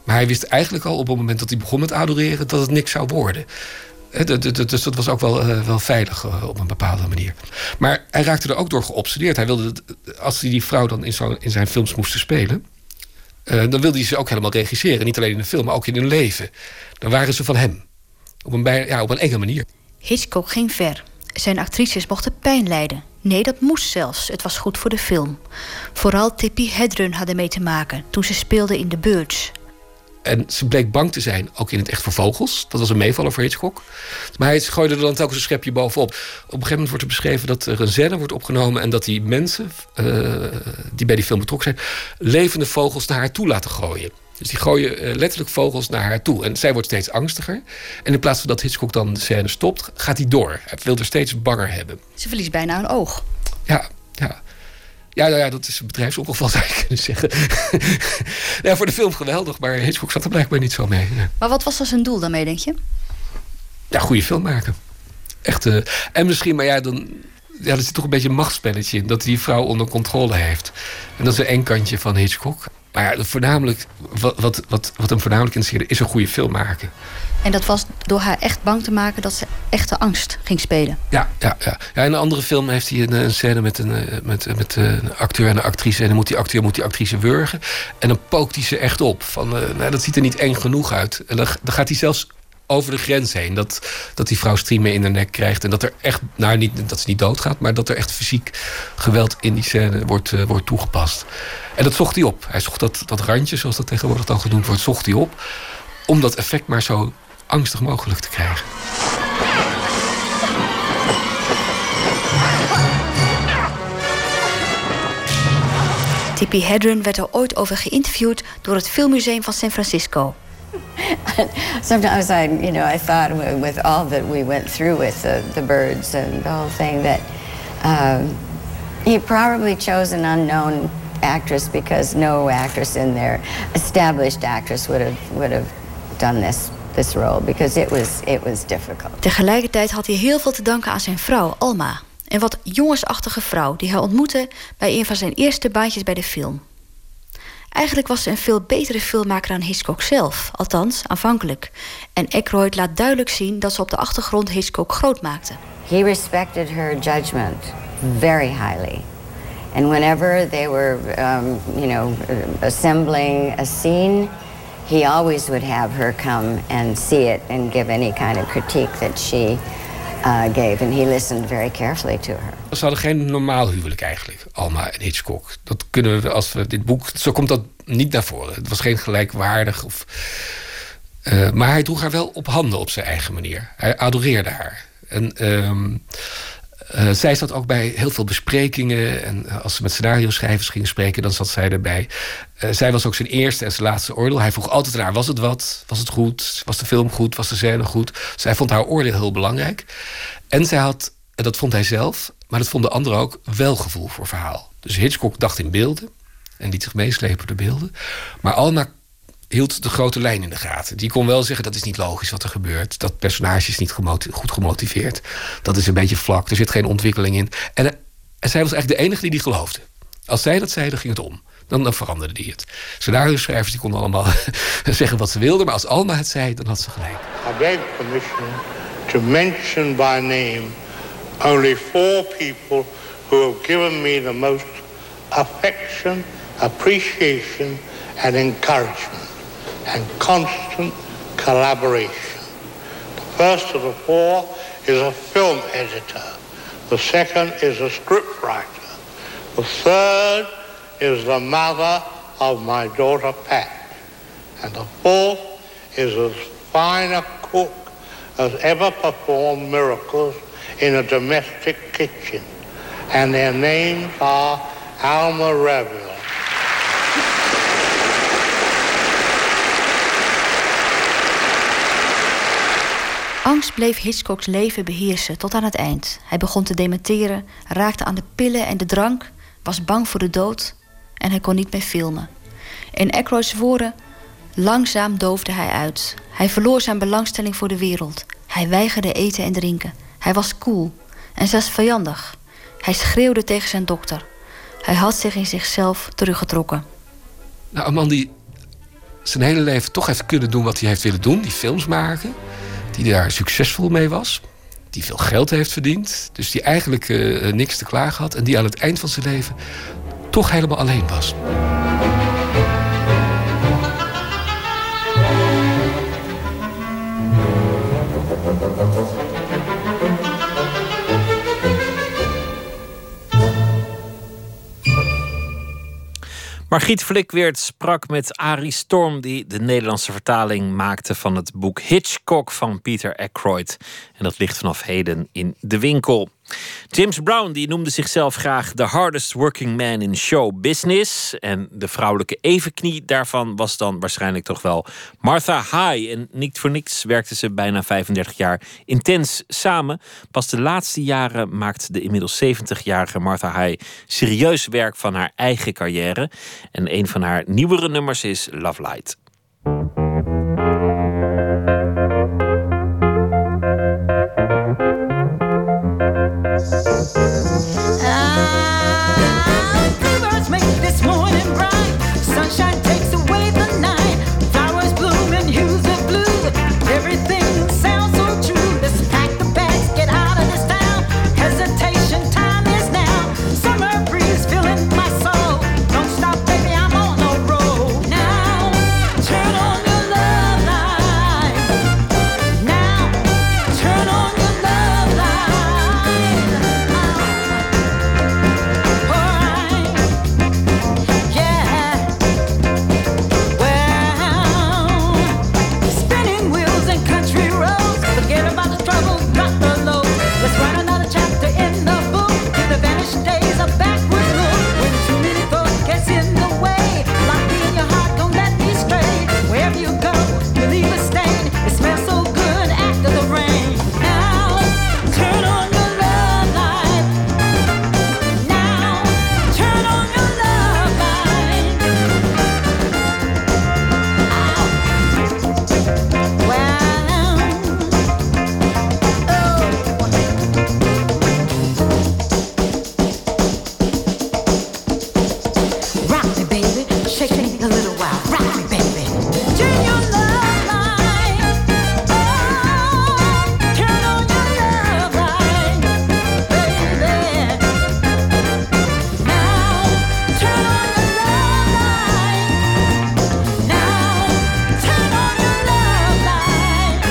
Maar hij wist eigenlijk al op het moment dat hij begon met adoreren dat het niks zou worden. Dus dat was ook wel, uh, wel veilig uh, op een bepaalde manier. Maar hij raakte er ook door geobsedeerd. Hij wilde, als hij die vrouw dan in, zo, in zijn films moest spelen, Uh, dan wilde hij ze ook helemaal regisseren. Niet alleen in de film, maar ook in hun leven. Dan waren ze van hem. Op een, bij, ja, op een enge manier. Hitchcock ging ver. Zijn actrices mochten pijn lijden. Nee, dat moest zelfs. Het was goed voor de film. Vooral Tippi Hedren hadden mee te maken toen ze speelde in The Birds. En ze bleek bang te zijn, ook in het echt voor vogels. Dat was een meevaller voor Hitchcock. Maar hij gooide er dan telkens een schepje bovenop. Op een gegeven moment wordt er beschreven dat er een scène wordt opgenomen en dat die mensen uh, die bij die film betrokken zijn, levende vogels naar haar toe laten gooien. Dus die gooien uh, letterlijk vogels naar haar toe. En zij wordt steeds angstiger. En in plaats van dat Hitchcock dan de scène stopt, gaat hij door. Hij wil er steeds banger hebben. Ze verliest bijna een oog. Ja, ja. Ja, nou ja, dat is een bedrijfsongeval, zou je kunnen zeggen. Ja, voor de film geweldig, maar Hitchcock zat er blijkbaar niet zo mee. Ja. Maar wat was dan zijn doel daarmee, denk je? Ja, goede film maken. Echt. Uh, en misschien, maar ja, dan, ja, er zit toch een beetje een machtsspelletje in. Dat die vrouw onder controle heeft. En dat is een eng kantje van Hitchcock. Maar ja, voornamelijk, wat, wat, wat, wat hem voornamelijk interesseerde, is een goede film maken. En dat was door haar echt bang te maken dat ze echte angst ging spelen. Ja, ja, ja. ja in een andere film heeft hij een, een scène met een, met, met een acteur en een actrice. En dan moet die acteur moet die actrice wurgen. En dan pookt hij ze echt op. Van, uh, nou, dat ziet er niet eng genoeg uit. En dan, dan gaat hij zelfs over de grens heen. Dat, dat die vrouw striemen in de nek krijgt. En dat er echt, nou niet dat ze niet doodgaat, maar dat er echt fysiek geweld in die scène wordt, uh, wordt toegepast. En dat zocht hij op. Hij zocht dat, dat randje, zoals dat tegenwoordig dan genoemd wordt, zocht hij op. Om dat effect maar zo angstig mogelijk te krijgen. Tippi Hedren werd er ooit over geïnterviewd door het Filmmuseum van San Francisco. Sometimes I, you know, I thought with all that we went through with the, the birds and the whole thing that um, he probably chose an unknown actress because no actress in there, established actress, would have would have done this this role because it was it was difficult. Tegelijkertijd had hij heel veel te danken aan zijn vrouw Alma, een wat jongensachtige vrouw die hij ontmoette bij een van zijn eerste baantjes bij de film. Eigenlijk was ze een veel betere filmmaker dan Hitchcock zelf, althans aanvankelijk. En Aykroyd laat duidelijk zien dat ze op de achtergrond Hitchcock groot maakte. He respected her judgment very highly. And whenever they were, um, you know, assembling a scene, he always would have her come and see it and give any kind of critique that she uh, gave. And he listened very carefully to her. Ze hadden geen normaal huwelijk eigenlijk, Alma en Hitchcock. Dat kunnen we, als we dit boek, zo komt dat niet naar voren. Het was geen gelijkwaardig. Of, uh, maar hij droeg haar wel op handen op zijn eigen manier. Hij adoreerde haar. En um, uh, zij zat ook bij heel veel besprekingen. En als ze met scenario-schrijvers gingen spreken, dan zat zij erbij. Uh, zij was ook zijn eerste en zijn laatste oordeel. Hij vroeg altijd aan haar, was het wat? Was het goed? Was de film goed? Was de scène goed? Zij vond haar oordeel heel belangrijk. En zij had, en dat vond hij zelf, maar dat vonden anderen ook, wel gevoel voor verhaal. Dus Hitchcock dacht in beelden en liet zich meeslepen door beelden. Maar Alma hield de grote lijn in de gaten. Die kon wel zeggen, dat is niet logisch wat er gebeurt. Dat personage is niet gemoti- goed gemotiveerd. Dat is een beetje vlak, er zit geen ontwikkeling in. En, en zij was eigenlijk de enige die die geloofde. Als zij dat zei, dan ging het om. Dan, dan veranderde die het. Scenario-schrijvers die konden allemaal zeggen wat ze wilden, maar als Alma het zei, dan had ze gelijk. I beg permission to mention by name only four people who have given me the most affection, appreciation and encouragement and constant collaboration. The first of the four is a film editor. The second is a scriptwriter. The third is the mother of my daughter Pat. And the fourth is as fine a cook as ever performed miracles in a domestic kitchen. And their names are Alma Reville. Angst bleef Hitchcocks leven beheersen tot aan het eind. Hij begon te dementeren, raakte aan de pillen en de drank, was bang voor de dood en hij kon niet meer filmen. In Aykroyd's woorden, langzaam doofde hij uit. Hij verloor zijn belangstelling voor de wereld. Hij weigerde eten en drinken. Hij was koel en zelfs vijandig. Hij schreeuwde tegen zijn dokter. Hij had zich in zichzelf teruggetrokken. Nou, een man die zijn hele leven toch heeft kunnen doen wat hij heeft willen doen. Die films maken. Die daar succesvol mee was. Die veel geld heeft verdiend. Dus die eigenlijk uh, niks te klagen had. En die aan het eind van zijn leven toch helemaal alleen was. Margriet Flikweert sprak met Arie Storm, die de Nederlandse vertaling maakte van het boek Hitchcock van Peter Ackroyd. En dat ligt vanaf heden in de winkel. James Brown die noemde zichzelf graag the hardest working man in show business. En de vrouwelijke evenknie daarvan was dan waarschijnlijk toch wel Martha High. En niet voor niks werkten ze bijna vijfendertig jaar intens samen. Pas de laatste jaren maakt de inmiddels zeventigjarige Martha High serieus werk van haar eigen carrière. En een van haar nieuwere nummers is Love Light. Sunshine takes away the night. Flowers bloom in hues of blue. Everything sounds so true. Let's pack the bags, get out of this town. Hesitation time is now. Summer breeze filling my soul. Don't stop, baby, I'm on the road. Now, turn on your love light. Now, turn on your love light. Alright, yeah. Spinning wheels and country roads. Forget about the trouble, drop the load. Let's write another chapter in the book. To the vanished days of backward look. When too many thoughts gets in the way. Lock me in your heart, don't let me stray. Wherever you go, you leave a stain. It smells so good after the rain. Now, turn on your love light. Now, turn on your love light. Rock me, baby, shake it a little while. Rock me, baby. Turn your love light. Oh, turn on your love light, baby. Now, turn on your love light. Now, turn on your love light.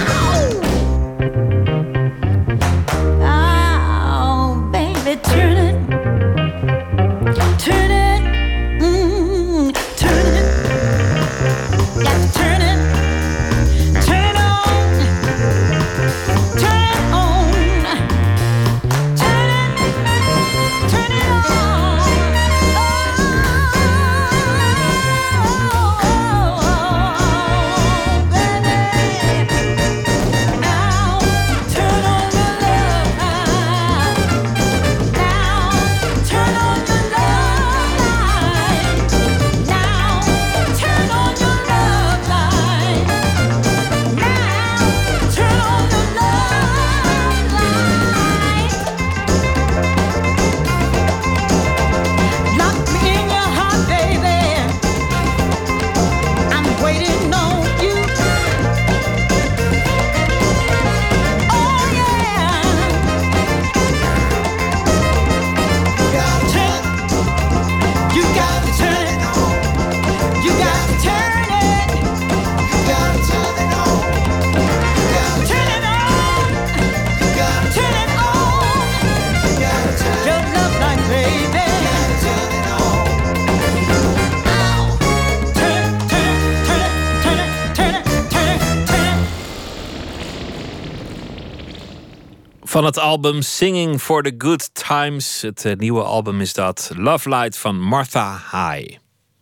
Oh, baby, turn it. Turn it, mm, turn it, got to turn it, turn it on, turn it on, turn it, turn it on, oh, baby, now turn on your love light, now turn on your love light, now turn on your love light, now turn on your love light. Lock me in your heart, baby. I'm waiting on you. Oh yeah. Turn, you got to turn it on. You got to turn it. You got to turn it on. You got to turn it on. You got to turn it on. You got to turn your love light, baby. You got to turn it on. Ow. Turn it, turn it, turn it, turn it, turn it, turn it, turn it. Van het album Singing for the Good Times. Het uh, nieuwe album is dat. Love Light van Martha High.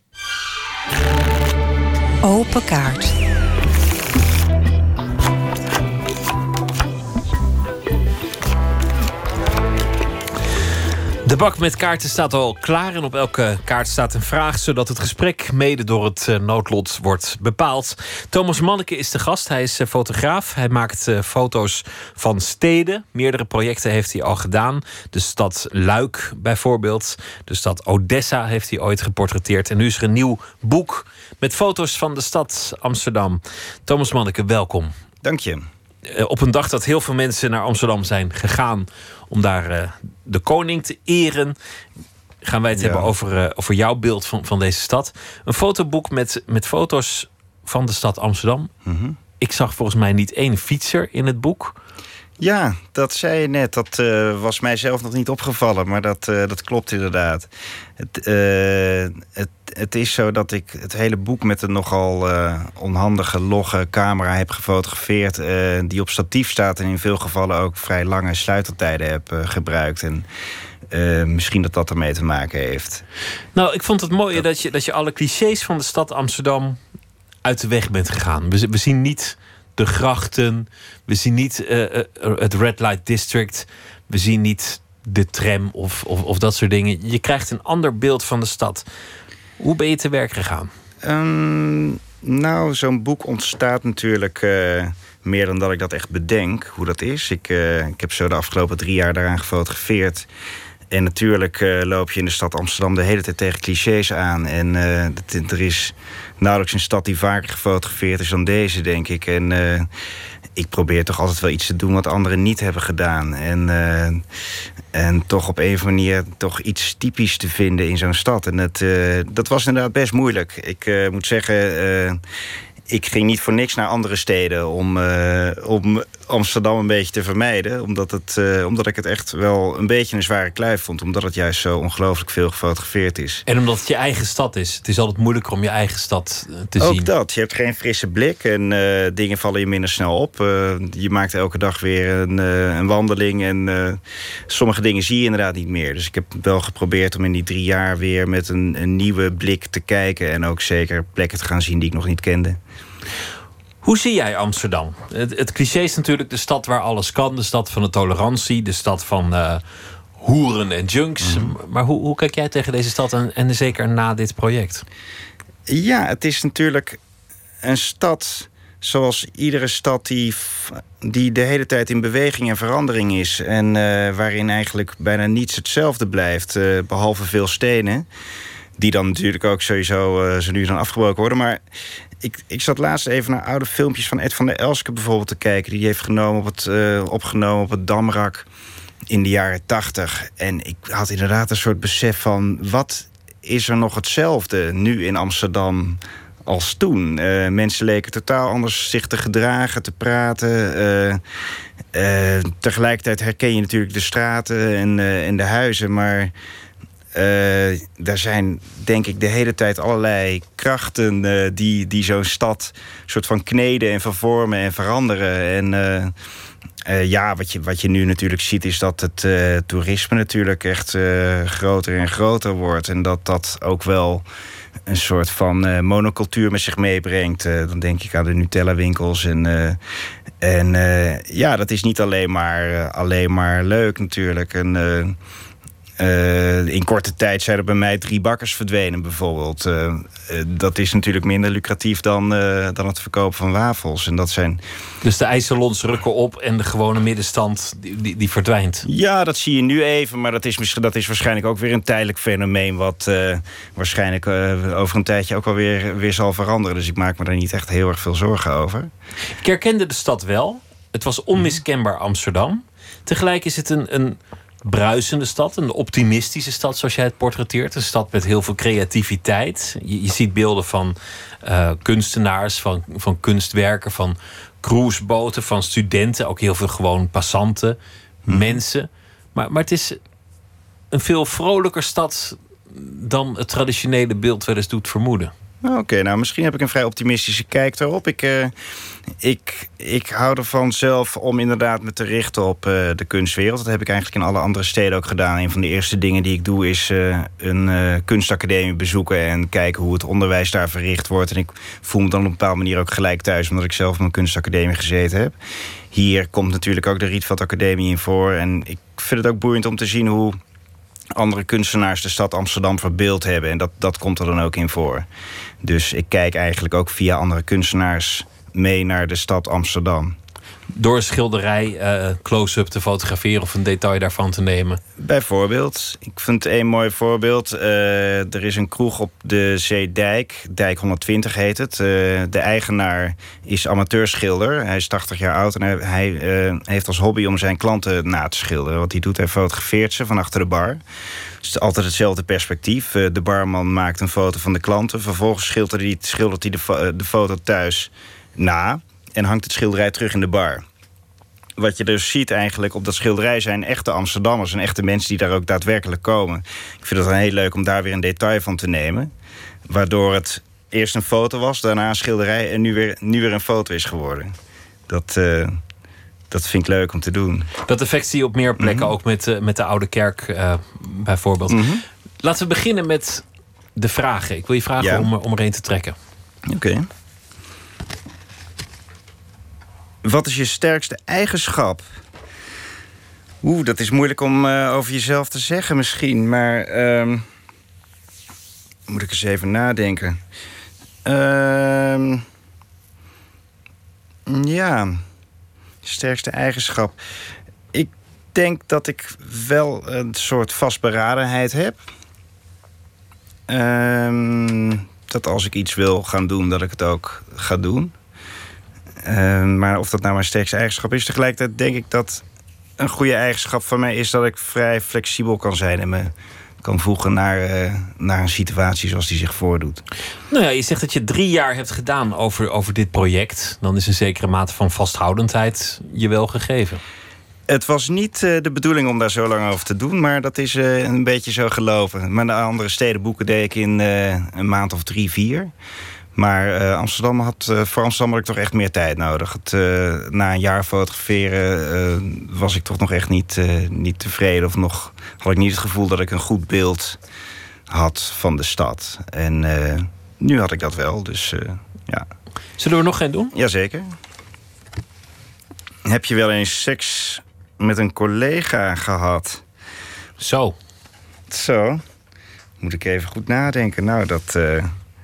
Open kaart. De bak met kaarten staat al klaar en op elke kaart staat een vraag, zodat het gesprek mede door het uh, noodlot wordt bepaald. Thomas Manneke is de gast. Hij is uh, fotograaf. Hij maakt uh, foto's van steden. Meerdere projecten heeft hij al gedaan. De stad Luik bijvoorbeeld. De stad Odessa heeft hij ooit geportretteerd. En nu is er een nieuw boek met foto's van de stad Amsterdam. Thomas Manneke, welkom. Dank je. Uh, op een dag dat heel veel mensen naar Amsterdam zijn gegaan om daar uh, de koning te eren, gaan wij het ja. hebben over, uh, over jouw beeld van, van deze stad. Een fotoboek met, met foto's van de stad Amsterdam. Mm-hmm. Ik zag volgens mij niet één fietser in het boek. Ja, dat zei je net. Dat uh, was mij zelf nog niet opgevallen, maar dat, uh, dat klopt inderdaad. Het, uh, het, het is zo dat ik het hele boek met een nogal uh, onhandige, logge camera heb gefotografeerd, uh, die op statief staat en in veel gevallen ook vrij lange sluitertijden heb uh, gebruikt. En uh, misschien dat dat ermee te maken heeft. Nou, ik vond het mooie dat je, dat je alle clichés van de stad Amsterdam uit de weg bent gegaan. We, we zien niet de grachten, we zien niet uh, uh, het Red Light District, we zien niet de tram of, of, of dat soort dingen. Je krijgt een ander beeld van de stad. Hoe ben je te werk gegaan? Um, nou, zo'n boek ontstaat natuurlijk uh, meer dan dat ik dat echt bedenk, hoe dat is. Ik, uh, ik heb zo de afgelopen drie jaar daaraan gefotografeerd. En natuurlijk uh, loop je in de stad Amsterdam de hele tijd tegen clichés aan. En uh, dat, er is nauwelijks een stad die vaker gefotografeerd is dan deze, denk ik. En uh, ik probeer toch altijd wel iets te doen wat anderen niet hebben gedaan. En, uh, en toch op een of andere manier toch iets typisch te vinden in zo'n stad. En het, uh, dat was inderdaad best moeilijk. Ik uh, moet zeggen, uh, ik ging niet voor niks naar andere steden om, uh, om Amsterdam een beetje te vermijden. Omdat, het, uh, omdat ik het echt wel een beetje een zware kluif vond. Omdat het juist zo ongelooflijk veel gefotografeerd is. En omdat het je eigen stad is. Het is altijd moeilijker om je eigen stad te Ook zien. Ook dat. Je hebt geen frisse blik en uh, dingen vallen je minder snel op. Uh, je maakt elke dag weer een, uh, een wandeling. En uh, sommige dingen zie je inderdaad niet meer. Dus ik heb wel geprobeerd om in die drie jaar weer met een, een nieuwe blik te kijken. En ook zeker plekken te gaan zien die ik nog niet kende. Hoe zie jij Amsterdam? Het, het cliché is natuurlijk de stad waar alles kan. De stad van de tolerantie. De stad van uh, hoeren en junks. Mm-hmm. Maar hoe, hoe kijk jij tegen deze stad en, en zeker na dit project? Ja, het is natuurlijk een stad zoals iedere stad die, die de hele tijd in beweging en verandering is. En uh, waarin eigenlijk bijna niets hetzelfde blijft. Uh, behalve veel stenen. Die dan natuurlijk ook sowieso uh, zo nu dan afgebroken worden. Maar ik, ik zat laatst even naar oude filmpjes van Ed van der Elske bijvoorbeeld te kijken. Die heeft genomen op het, uh, opgenomen op het Damrak in de jaren tachtig. En ik had inderdaad een soort besef van, wat is er nog hetzelfde nu in Amsterdam als toen? Uh, mensen leken totaal anders zich te gedragen, te praten. Uh, uh, tegelijkertijd herken je natuurlijk de straten en, uh, en de huizen, maar Uh, daar zijn, denk ik, de hele tijd allerlei krachten uh, die, die zo'n stad soort van kneden en vervormen en veranderen. En uh, uh, ja, wat je, wat je nu natuurlijk ziet is dat het uh, toerisme natuurlijk echt uh, groter en groter wordt. En dat dat ook wel een soort van uh, monocultuur met zich meebrengt. Uh, dan denk ik aan de Nutella-winkels. En, uh, en uh, ja, dat is niet alleen maar, uh, alleen maar leuk natuurlijk. En uh, Uh, in korte tijd zijn er bij mij drie bakkers verdwenen bijvoorbeeld. Uh, uh, dat is natuurlijk minder lucratief dan, uh, dan het verkopen van wafels. En dat zijn... Dus de ijssalons rukken op en de gewone middenstand die, die, die verdwijnt? Ja, dat zie je nu even. Maar dat is, dat is waarschijnlijk ook weer een tijdelijk fenomeen, wat uh, waarschijnlijk uh, over een tijdje ook wel weer, weer zal veranderen. Dus ik maak me daar niet echt heel erg veel zorgen over. Ik herkende de stad wel. Het was onmiskenbaar Amsterdam. Tegelijk is het een... een bruisende stad, een optimistische stad zoals jij het portretteert. Een stad met heel veel creativiteit. Je, je ziet beelden van uh, kunstenaars, van, van kunstwerken, van cruiseboten, van studenten. Ook heel veel gewoon passanten, hmm. mensen. Maar, maar het is een veel vrolijker stad dan het traditionele beeld wel eens doet vermoeden. Oké, okay, nou misschien heb ik een vrij optimistische kijk daarop. Ik, uh, ik, ik hou ervan zelf om inderdaad me te richten op uh, de kunstwereld. Dat heb ik eigenlijk in alle andere steden ook gedaan. Een van de eerste dingen die ik doe is uh, een uh, kunstacademie bezoeken en kijken hoe het onderwijs daar verricht wordt. En ik voel me dan op een bepaalde manier ook gelijk thuis, omdat ik zelf op een kunstacademie gezeten heb. Hier komt natuurlijk ook de Rietveld Academie in voor. En ik vind het ook boeiend om te zien hoe andere kunstenaars de stad Amsterdam verbeeld hebben. En dat, dat komt er dan ook in voor. Dus ik kijk eigenlijk ook via andere kunstenaars mee naar de stad Amsterdam. Door een schilderij uh, close-up te fotograferen of een detail daarvan te nemen? Bijvoorbeeld. Ik vind het een mooi voorbeeld. Uh, er is een kroeg op de Zeedijk. Dijk honderdtwintig heet het. Uh, de eigenaar is amateurschilder. Hij is tachtig jaar oud en hij, hij uh, heeft als hobby om zijn klanten na te schilderen. Wat hij doet, hij fotografeert ze van achter de bar. Dus het is altijd hetzelfde perspectief. Uh, de barman maakt een foto van de klanten. Vervolgens schildert hij, schildert hij de, fo- de foto thuis na en hangt het schilderij terug in de bar. Wat je dus ziet eigenlijk op dat schilderij zijn echte Amsterdammers en echte mensen die daar ook daadwerkelijk komen. Ik vind het dan heel leuk om daar weer een detail van te nemen. Waardoor het eerst een foto was, daarna een schilderij en nu weer, nu weer een foto is geworden. Dat, uh, dat vind ik leuk om te doen. Dat effect zie je op meer plekken, mm-hmm. ook met, uh, met de Oude Kerk uh, bijvoorbeeld. Mm-hmm. Laten we beginnen met de vragen. Ik wil je vragen ja. om, om er een te trekken. Oké. Okay. Wat is je sterkste eigenschap? Oeh, dat is moeilijk om uh, over jezelf te zeggen misschien. Maar uh, moet ik eens even nadenken. Uh, ja, sterkste eigenschap. Ik denk dat ik wel een soort vastberadenheid heb. Uh, dat als ik iets wil gaan doen, dat ik het ook ga doen. Uh, maar of dat nou mijn sterkste eigenschap is, tegelijkertijd denk ik dat een goede eigenschap van mij is dat ik vrij flexibel kan zijn en me kan voegen naar, uh, naar een situatie zoals die zich voordoet. Nou ja, je zegt dat je drie jaar hebt gedaan over, over dit project. Dan is een zekere mate van vasthoudendheid je wel gegeven. Het was niet uh, de bedoeling om daar zo lang over te doen, maar dat is uh, een beetje zo geloven. Maar de andere stedenboeken deed ik in uh, een maand of drie, vier. Maar uh, Amsterdam had, uh, voor Amsterdam had ik toch echt meer tijd nodig. Het, uh, na een jaar fotograferen uh, was ik toch nog echt niet, uh, niet tevreden. Of nog had ik niet het gevoel dat ik een goed beeld had van de stad. En uh, nu had ik dat wel, dus uh, ja. Zullen we er nog geen doen? Jazeker. Heb je wel eens seks met een collega gehad? Zo. Zo. Moet ik even goed nadenken. Nou, dat... Uh,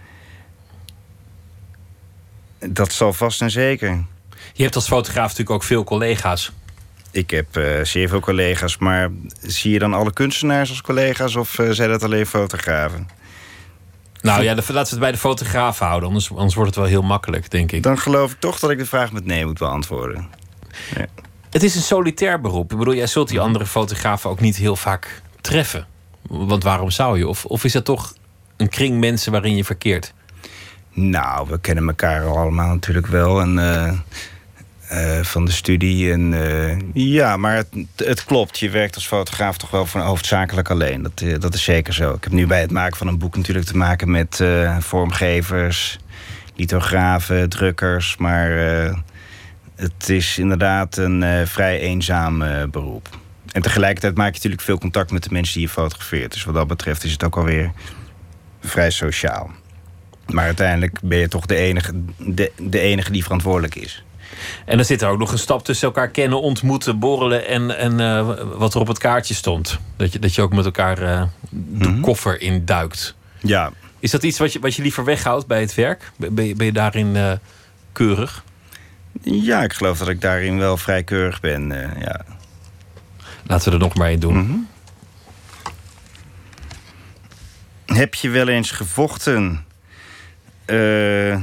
Dat zal vast en zeker. Je hebt als fotograaf natuurlijk ook veel collega's. Ik heb uh, zeer veel collega's, maar zie je dan alle kunstenaars als collega's of uh, zijn dat alleen fotografen? Nou ja, de, laten we het bij de fotografen houden, anders, anders wordt het wel heel makkelijk, denk ik. Dan geloof ik toch dat ik de vraag met nee moet beantwoorden. Ja. Het is een solitair beroep. Ik bedoel, jij zult die andere fotografen ook niet heel vaak treffen. Want waarom zou je? Of, of is dat toch een kring mensen waarin je verkeert? Nou, we kennen elkaar allemaal natuurlijk wel. En, uh, uh, van de studie. En, uh, ja, maar het, het klopt. Je werkt als fotograaf toch wel van hoofdzakelijk alleen. Dat, uh, dat is zeker zo. Ik heb nu bij het maken van een boek natuurlijk te maken met uh, vormgevers, lithografen, drukkers. Maar uh, het is inderdaad een uh, vrij eenzaam uh, beroep. En tegelijkertijd maak je natuurlijk veel contact met de mensen die je fotografeert. Dus wat dat betreft is het ook alweer vrij sociaal. Maar uiteindelijk ben je toch de enige, de, de enige die verantwoordelijk is. En dan zit er ook nog een stap tussen elkaar kennen, ontmoeten, borrelen en, en uh, wat er op het kaartje stond. Dat je, dat je ook met elkaar uh, de mm-hmm. koffer induikt. Ja. Is dat iets wat je, wat je liever weghoudt bij het werk? Ben je, ben je daarin uh, keurig? Ja, ik geloof dat ik daarin wel vrij keurig ben. Uh, ja. Laten we er nog maar in doen. Mm-hmm. Heb je wel eens gevochten? Uh,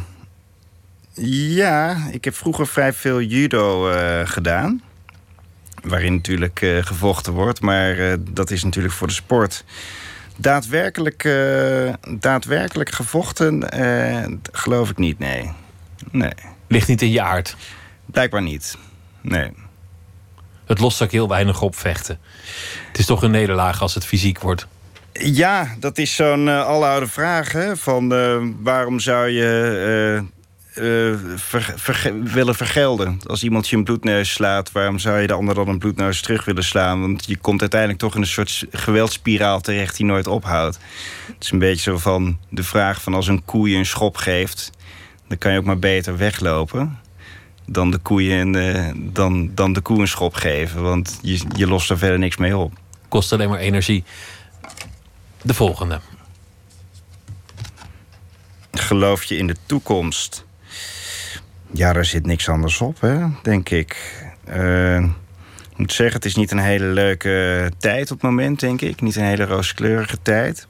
ja, ik heb vroeger vrij veel judo uh, gedaan. Waarin natuurlijk uh, gevochten wordt. Maar uh, dat is natuurlijk voor de sport. Daadwerkelijk, uh, daadwerkelijk gevochten uh, geloof ik niet, nee. nee. Ligt niet in je aard? Blijkbaar niet, nee. Het lost ook heel weinig op, vechten. Het is toch een nederlaag als het fysiek wordt. Ja, dat is zo'n uh, aloude vraag. Hè? Van uh, waarom zou je uh, uh, ver, ver, willen vergelden? Als iemand je een bloedneus slaat, waarom zou je de ander dan een bloedneus terug willen slaan? Want je komt uiteindelijk toch in een soort geweldspiraal terecht die nooit ophoudt. Het is een beetje zo van de vraag van als een koe je een schop geeft, dan kan je ook maar beter weglopen dan de, koeien, uh, dan, dan de koe een schop geven. Want je, je lost er verder niks mee op. Kost alleen maar energie. De volgende. Geloof je in de toekomst? Ja, daar zit niks anders op, hè, denk ik. Uh, ik moet zeggen, het is niet een hele leuke tijd op het moment, denk ik. Niet een hele rooskleurige tijd.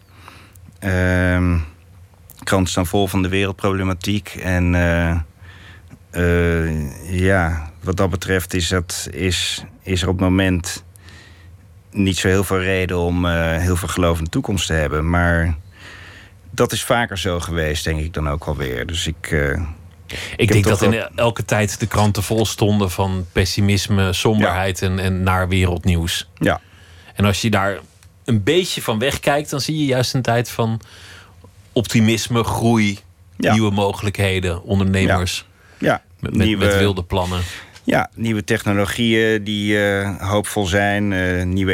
Uh, kranten staan vol van de wereldproblematiek. En uh, uh, ja, wat dat betreft is, dat, is, is er op het moment niet zo heel veel reden om uh, heel veel geloof in de toekomst te hebben. Maar dat is vaker zo geweest, denk ik dan ook alweer. Dus ik... Uh, Ik, ik denk dat in wel... elke tijd de kranten vol stonden van pessimisme, somberheid ja. en, en naar wereldnieuws. Ja. En als je daar een beetje van wegkijkt, dan zie je juist een tijd van optimisme, groei, ja. nieuwe mogelijkheden, ondernemers ja. Ja. Met, met, nieuwe, met wilde plannen. Ja, nieuwe technologieën die uh, hoopvol zijn, uh, nieuwe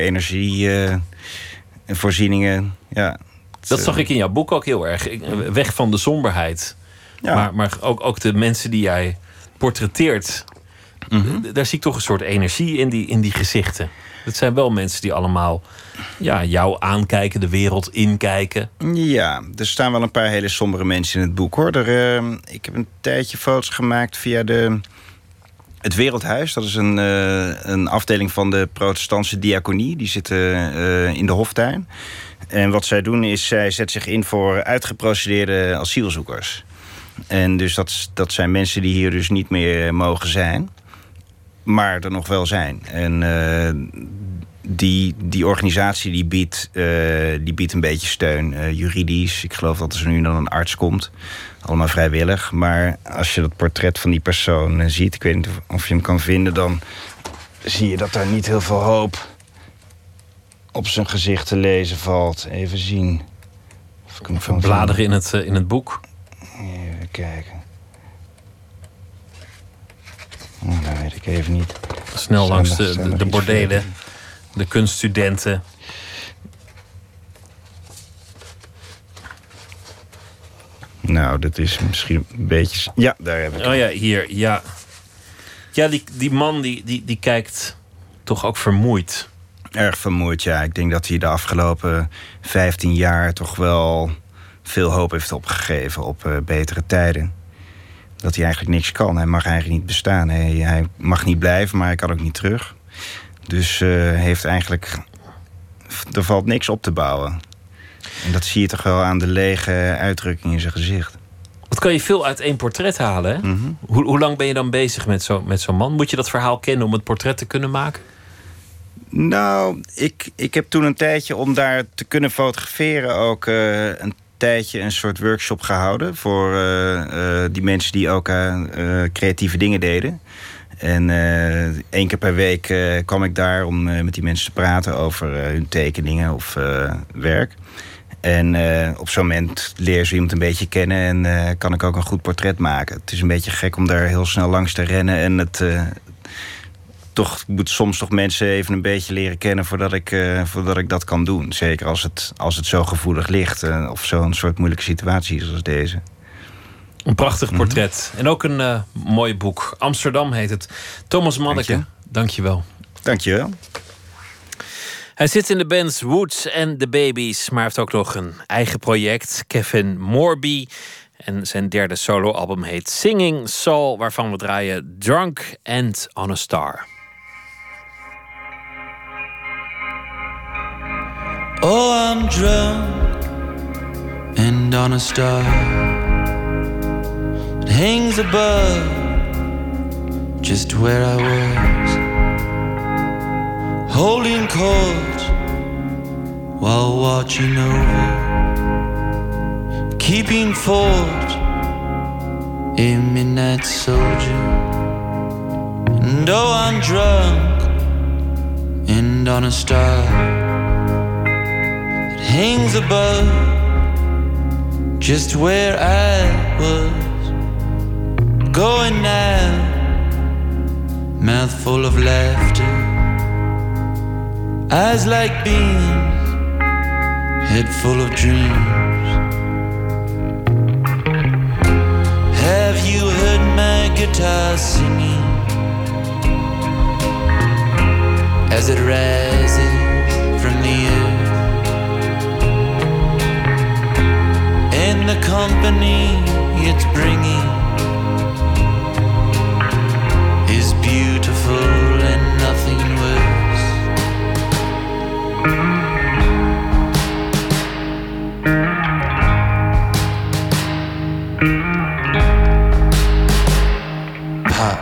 energievoorzieningen. Uh, ja. Dat zag ik in jouw boek ook heel erg. Weg van de somberheid. Ja. Maar, maar ook, ook de mensen die jij portretteert, mm-hmm. daar zie ik toch een soort energie in die, in die gezichten. Het zijn wel mensen die allemaal ja, jou aankijken, de wereld inkijken. Ja, er staan wel een paar hele sombere mensen in het boek, hoor. Er, uh, ik heb een tijdje foto's gemaakt via de, het Wereldhuis. Dat is een, uh, een afdeling van de protestantse diaconie. Die zitten uh, in de Hoftuin. En wat zij doen is, zij zetten zich in voor uitgeprocedeerde asielzoekers. En dus dat, dat zijn mensen die hier dus niet meer mogen zijn, maar er nog wel zijn. En uh, die, die organisatie die biedt, uh, die biedt een beetje steun, uh, juridisch. Ik geloof dat er zo nu dan een arts komt. Allemaal vrijwillig. Maar als je dat portret van die persoon uh, ziet, ik weet niet of, of je hem kan vinden, dan zie je dat daar niet heel veel hoop op zijn gezicht te lezen valt. Even zien. Of ik hem bladeren in het, uh, in het boek. Even kijken. Oh, dat weet ik even niet. Snel langs de, de, de bordelen, de kunststudenten. Nou, dat is misschien een beetje... Ja, daar heb ik Oh ja, hier, ja. Ja, die, die man die, die, die kijkt toch ook vermoeid. Erg vermoeid, ja. Ik denk dat hij de afgelopen vijftien jaar toch wel veel hoop heeft opgegeven op uh, betere tijden. Dat hij eigenlijk niks kan. Hij mag eigenlijk niet bestaan. Hij, hij mag niet blijven, maar hij kan ook niet terug. Dus uh, heeft eigenlijk... Er valt niks op te bouwen. En dat zie je toch wel aan de lege uitdrukking in zijn gezicht. Wat kan je veel uit één portret halen, hè? Mm-hmm. Hoe, hoe lang ben je dan bezig met, zo, met zo'n man? Moet je dat verhaal kennen om het portret te kunnen maken? Nou, ik, ik heb toen een tijdje om daar te kunnen fotograferen ook uh, een tijdje een soort workshop gehouden voor uh, uh, die mensen die ook uh, uh, creatieve dingen deden. En uh, één keer per week uh, kwam ik daar om uh, met die mensen te praten over uh, hun tekeningen of uh, werk. En uh, op zo'n moment leer ze iemand een beetje kennen en uh, kan ik ook een goed portret maken. Het is een beetje gek om daar heel snel langs te rennen en het... Uh, Toch moet soms toch mensen even een beetje leren kennen voordat ik, uh, voordat ik dat kan doen. Zeker als het, als het zo gevoelig ligt. Uh, of zo'n soort moeilijke situatie is als deze. Een prachtig portret. Mm-hmm. En ook een uh, mooi boek. Amsterdam heet het. Thomas Manneke, dank je, dank je wel. Dank je wel. Hij zit in de bands Woods and the Babies. Maar heeft ook nog een eigen project. Kevin Morby. En zijn derde soloalbum heet Singing Soul. Waarvan we draaien Drunk and on a Star. Oh, I'm drunk and on a star. It hangs above just where I was, holding court while watching over, keeping fort, a midnight soldier. And oh, I'm drunk and on a star hangs above just where I was going now, mouth full of laughter, eyes like beams, head full of dreams. Have you heard my guitar singing as it rises from the earth? company it's bringing is beautiful and nothing worse. Pop.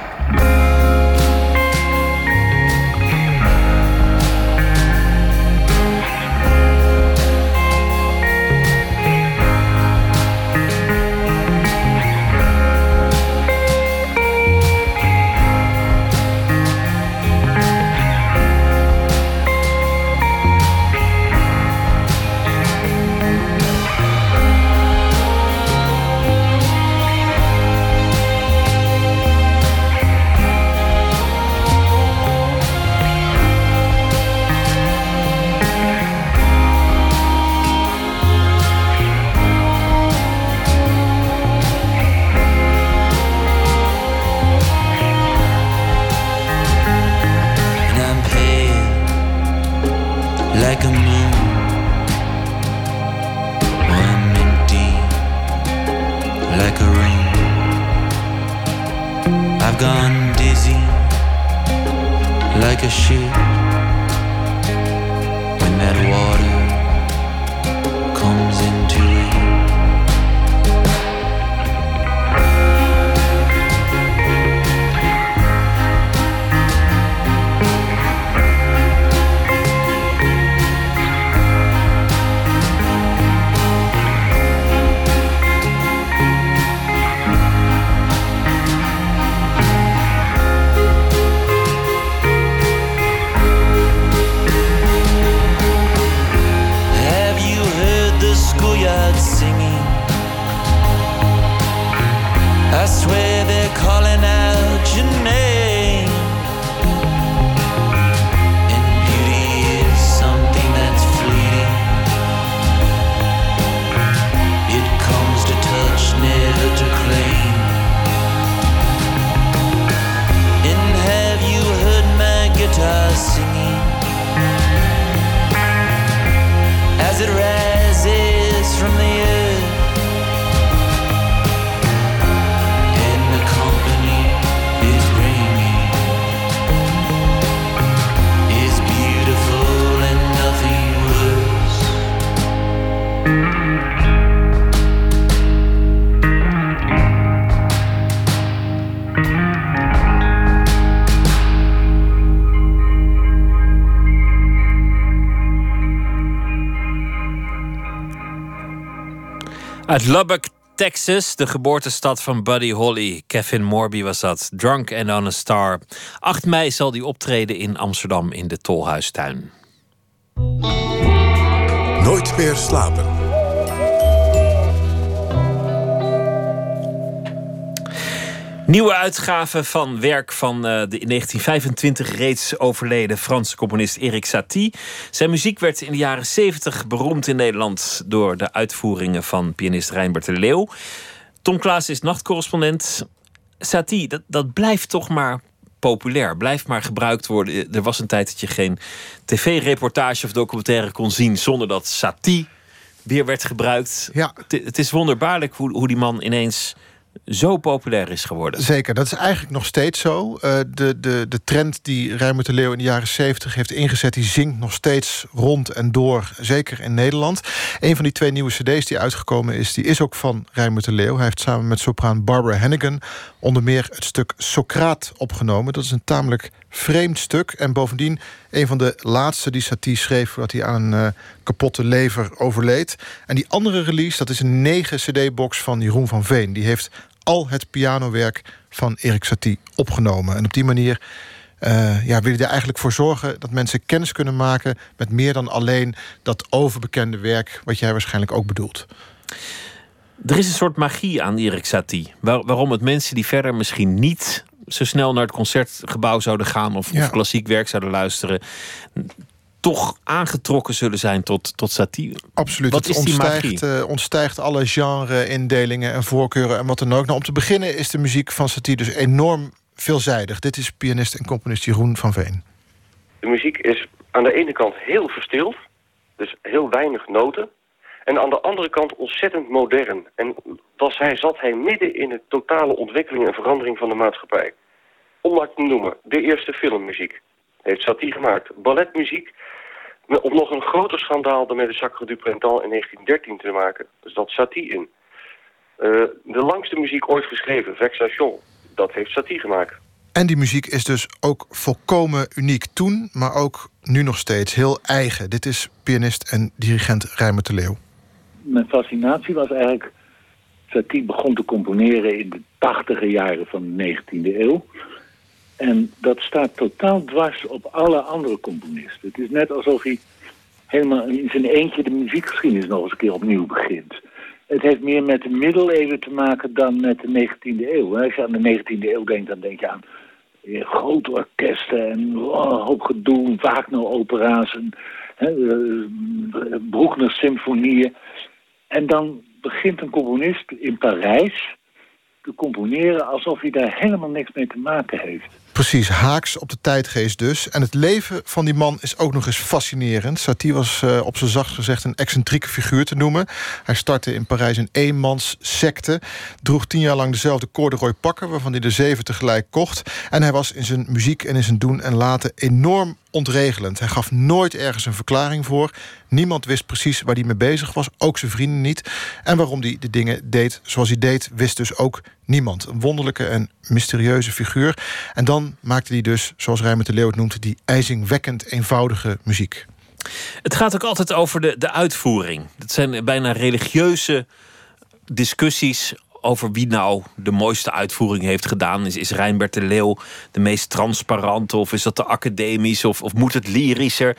Like a moon, I'm empty, like a room. I've gone dizzy, like a ship. When that water comes into it. I swear they're calling out your name. And beauty is something that's fleeting. It comes to touch, never to claim. And have you heard my guitar singing as it rises from the earth? Uit Lubbock, Texas, de geboortestad van Buddy Holly. Kevin Morby was dat. Drunk and on a Star. acht mei zal hij optreden in Amsterdam in de Tolhuistuin. Nooit meer slapen. Nieuwe uitgave van werk van uh, de in negentien vijfentwintig reeds overleden Franse componist Erik Satie. Zijn muziek werd in de jaren zeventig beroemd in Nederland door de uitvoeringen van pianist Reinbert de Leeuw. Tom Klaas is nachtcorrespondent. Satie, dat, dat blijft toch maar populair, blijft maar gebruikt worden. Er was een tijd dat je geen tv-reportage of documentaire kon zien zonder dat Satie weer werd gebruikt. Ja. Het, het is wonderbaarlijk hoe, hoe die man ineens zo populair is geworden. Zeker, dat is eigenlijk nog steeds zo. Uh, de, de, de trend die Reinbert de Leeuw in de jaren zeventig heeft ingezet, die zingt nog steeds rond en door, zeker in Nederland. Een van die twee nieuwe cd's die uitgekomen is, die is ook van Reinbert de Leeuw. Hij heeft samen met sopraan Barbara Hannigan onder meer het stuk Socraat opgenomen. Dat is een tamelijk vreemd stuk en bovendien een van de laatste die Satie schreef voordat hij aan een uh, kapotte lever overleed. En die andere release, dat is een negen cd-box van Jeroen van Veen. Die heeft al het pianowerk van Erik Satie opgenomen. En op die manier uh, ja, wil je er eigenlijk voor zorgen dat mensen kennis kunnen maken met meer dan alleen dat overbekende werk wat jij waarschijnlijk ook bedoelt. Er is een soort magie aan Erik Satie. Waar, waarom het mensen die verder misschien niet zo snel naar het concertgebouw zouden gaan of, ja. of klassiek werk zouden luisteren, toch aangetrokken zullen zijn tot, tot Satie. Absoluut. Wat het is die ontstijgt, magie? Uh, ontstijgt alle genre-indelingen en voorkeuren en wat dan ook. Nou, om te beginnen is de muziek van Satie dus enorm veelzijdig. Dit is pianist en componist Jeroen van Veen. De muziek is aan de ene kant heel verstild, dus heel weinig noten. En aan de andere kant ontzettend modern. En was hij, zat hij midden in de totale ontwikkeling en verandering van de maatschappij. Om maar te noemen, de eerste filmmuziek heeft Satie gemaakt. Balletmuziek, om nog een groter schandaal dan met de Sacre du Printemps in negentien dertien te maken, zat Satie in. Uh, de langste muziek ooit geschreven, Vexation, dat heeft Satie gemaakt. En die muziek is dus ook volkomen uniek toen, maar ook nu nog steeds heel eigen. Dit is pianist en dirigent Reimert de Leeuw. Mijn fascinatie was eigenlijk... Satie begon te componeren in de tachtige jaren van de negentiende eeuw. En dat staat totaal dwars op alle andere componisten. Het is net alsof hij helemaal in zijn eentje de muziekgeschiedenis nog eens een keer opnieuw begint. Het heeft meer met de middeleeuwen te maken dan met de negentiende eeuw. Als je aan de negentiende eeuw denkt, dan denk je aan eh, grote orkesten en oh, hoop gedoe, Wagner-opera's en uh, Bruckner-symfonieën. En dan begint een componist in Parijs te componeren alsof hij daar helemaal niks mee te maken heeft. Precies, haaks op de tijdgeest dus. En het leven van die man is ook nog eens fascinerend. Satie was uh, op zijn zachtst gezegd een excentrieke figuur te noemen. Hij startte in Parijs een eenmans secte, droeg tien jaar lang dezelfde corduroy pakken, waarvan hij er zeven tegelijk kocht. En hij was in zijn muziek en in zijn doen en laten enorm ontregelend. Hij gaf nooit ergens een verklaring voor. Niemand wist precies waar hij mee bezig was, ook zijn vrienden niet. En waarom hij de dingen deed zoals hij deed, wist dus ook niemand. Een wonderlijke en mysterieuze figuur. En dan maakte hij dus, zoals Reimert de Leeuw het noemt, die ijzingwekkend eenvoudige muziek. Het gaat ook altijd over de, de uitvoering. Het zijn bijna religieuze discussies over wie nou de mooiste uitvoering heeft gedaan. Is, is Reimert de Leeuw de meest transparante, of is dat de academische, of, of moet het lyrischer?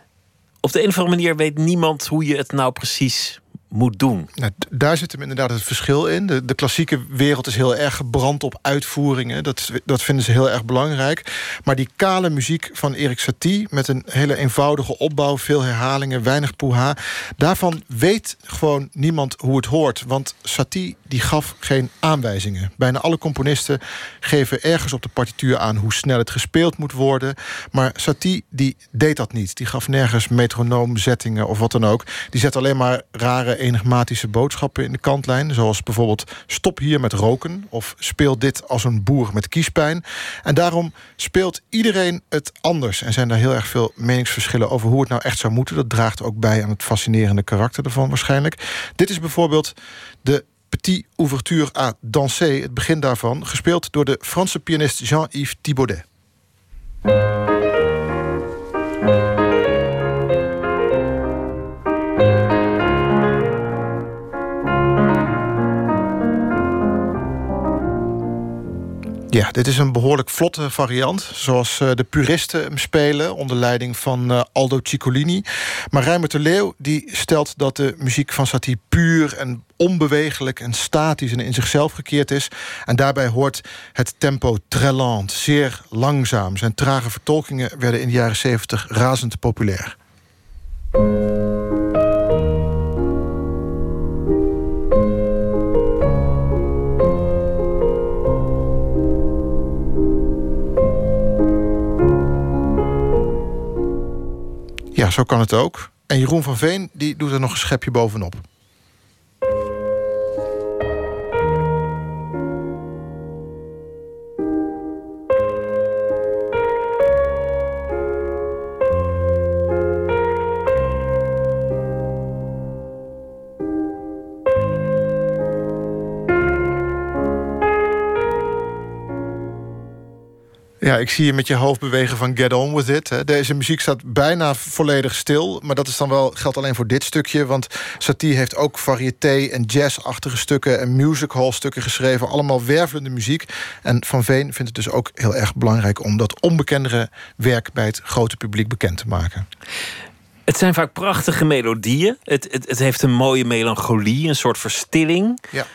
Op de een of andere manier weet niemand hoe je het nou precies moet doen. Nou, d- daar zit hem inderdaad het verschil in. De, de klassieke wereld is heel erg gebrand op uitvoeringen. Dat, dat vinden ze heel erg belangrijk. Maar die kale muziek van Erik Satie, met een hele eenvoudige opbouw, veel herhalingen, weinig poeha, daarvan weet gewoon niemand hoe het hoort. Want Satie die gaf geen aanwijzingen. Bijna alle componisten geven ergens op de partituur aan hoe snel het gespeeld moet worden. Maar Satie die deed dat niet. Die gaf nergens metronoomzettingen of wat dan ook. Die zet alleen maar rare enigmatische boodschappen in de kantlijn, zoals bijvoorbeeld stop hier met roken of speel dit als een boer met kiespijn. En daarom speelt iedereen het anders en zijn daar heel erg veel meningsverschillen over hoe het nou echt zou moeten. Dat draagt ook bij aan het fascinerende karakter ervan waarschijnlijk. Dit is bijvoorbeeld de Petit Ouverture à Danser, het begin daarvan, gespeeld door de Franse pianist Jean-Yves Thibaudet. Ja, dit is een behoorlijk vlotte variant, zoals uh, de puristen hem spelen onder leiding van uh, Aldo Ciccolini. Maar Reimert de Leeuw die stelt dat de muziek van Satie puur en onbewegelijk en statisch en in zichzelf gekeerd is. En daarbij hoort het tempo très lent, zeer langzaam. Zijn trage vertolkingen werden in de jaren zeventig razend populair. Ja, zo kan het ook. En Jeroen van Veen die doet er nog een schepje bovenop. Ja, ik zie je met je hoofd bewegen van Get On With It. Hè. Deze muziek staat bijna volledig stil. Maar dat is dan wel, geldt alleen voor dit stukje. Want Satie heeft ook variété en jazzachtige stukken en music-hall stukken geschreven. Allemaal wervelende muziek. En Van Veen vindt het dus ook heel erg belangrijk om dat onbekendere werk bij het grote publiek bekend te maken. Het zijn vaak prachtige melodieën. Het, het, het heeft een mooie melancholie, een soort verstilling. Ja.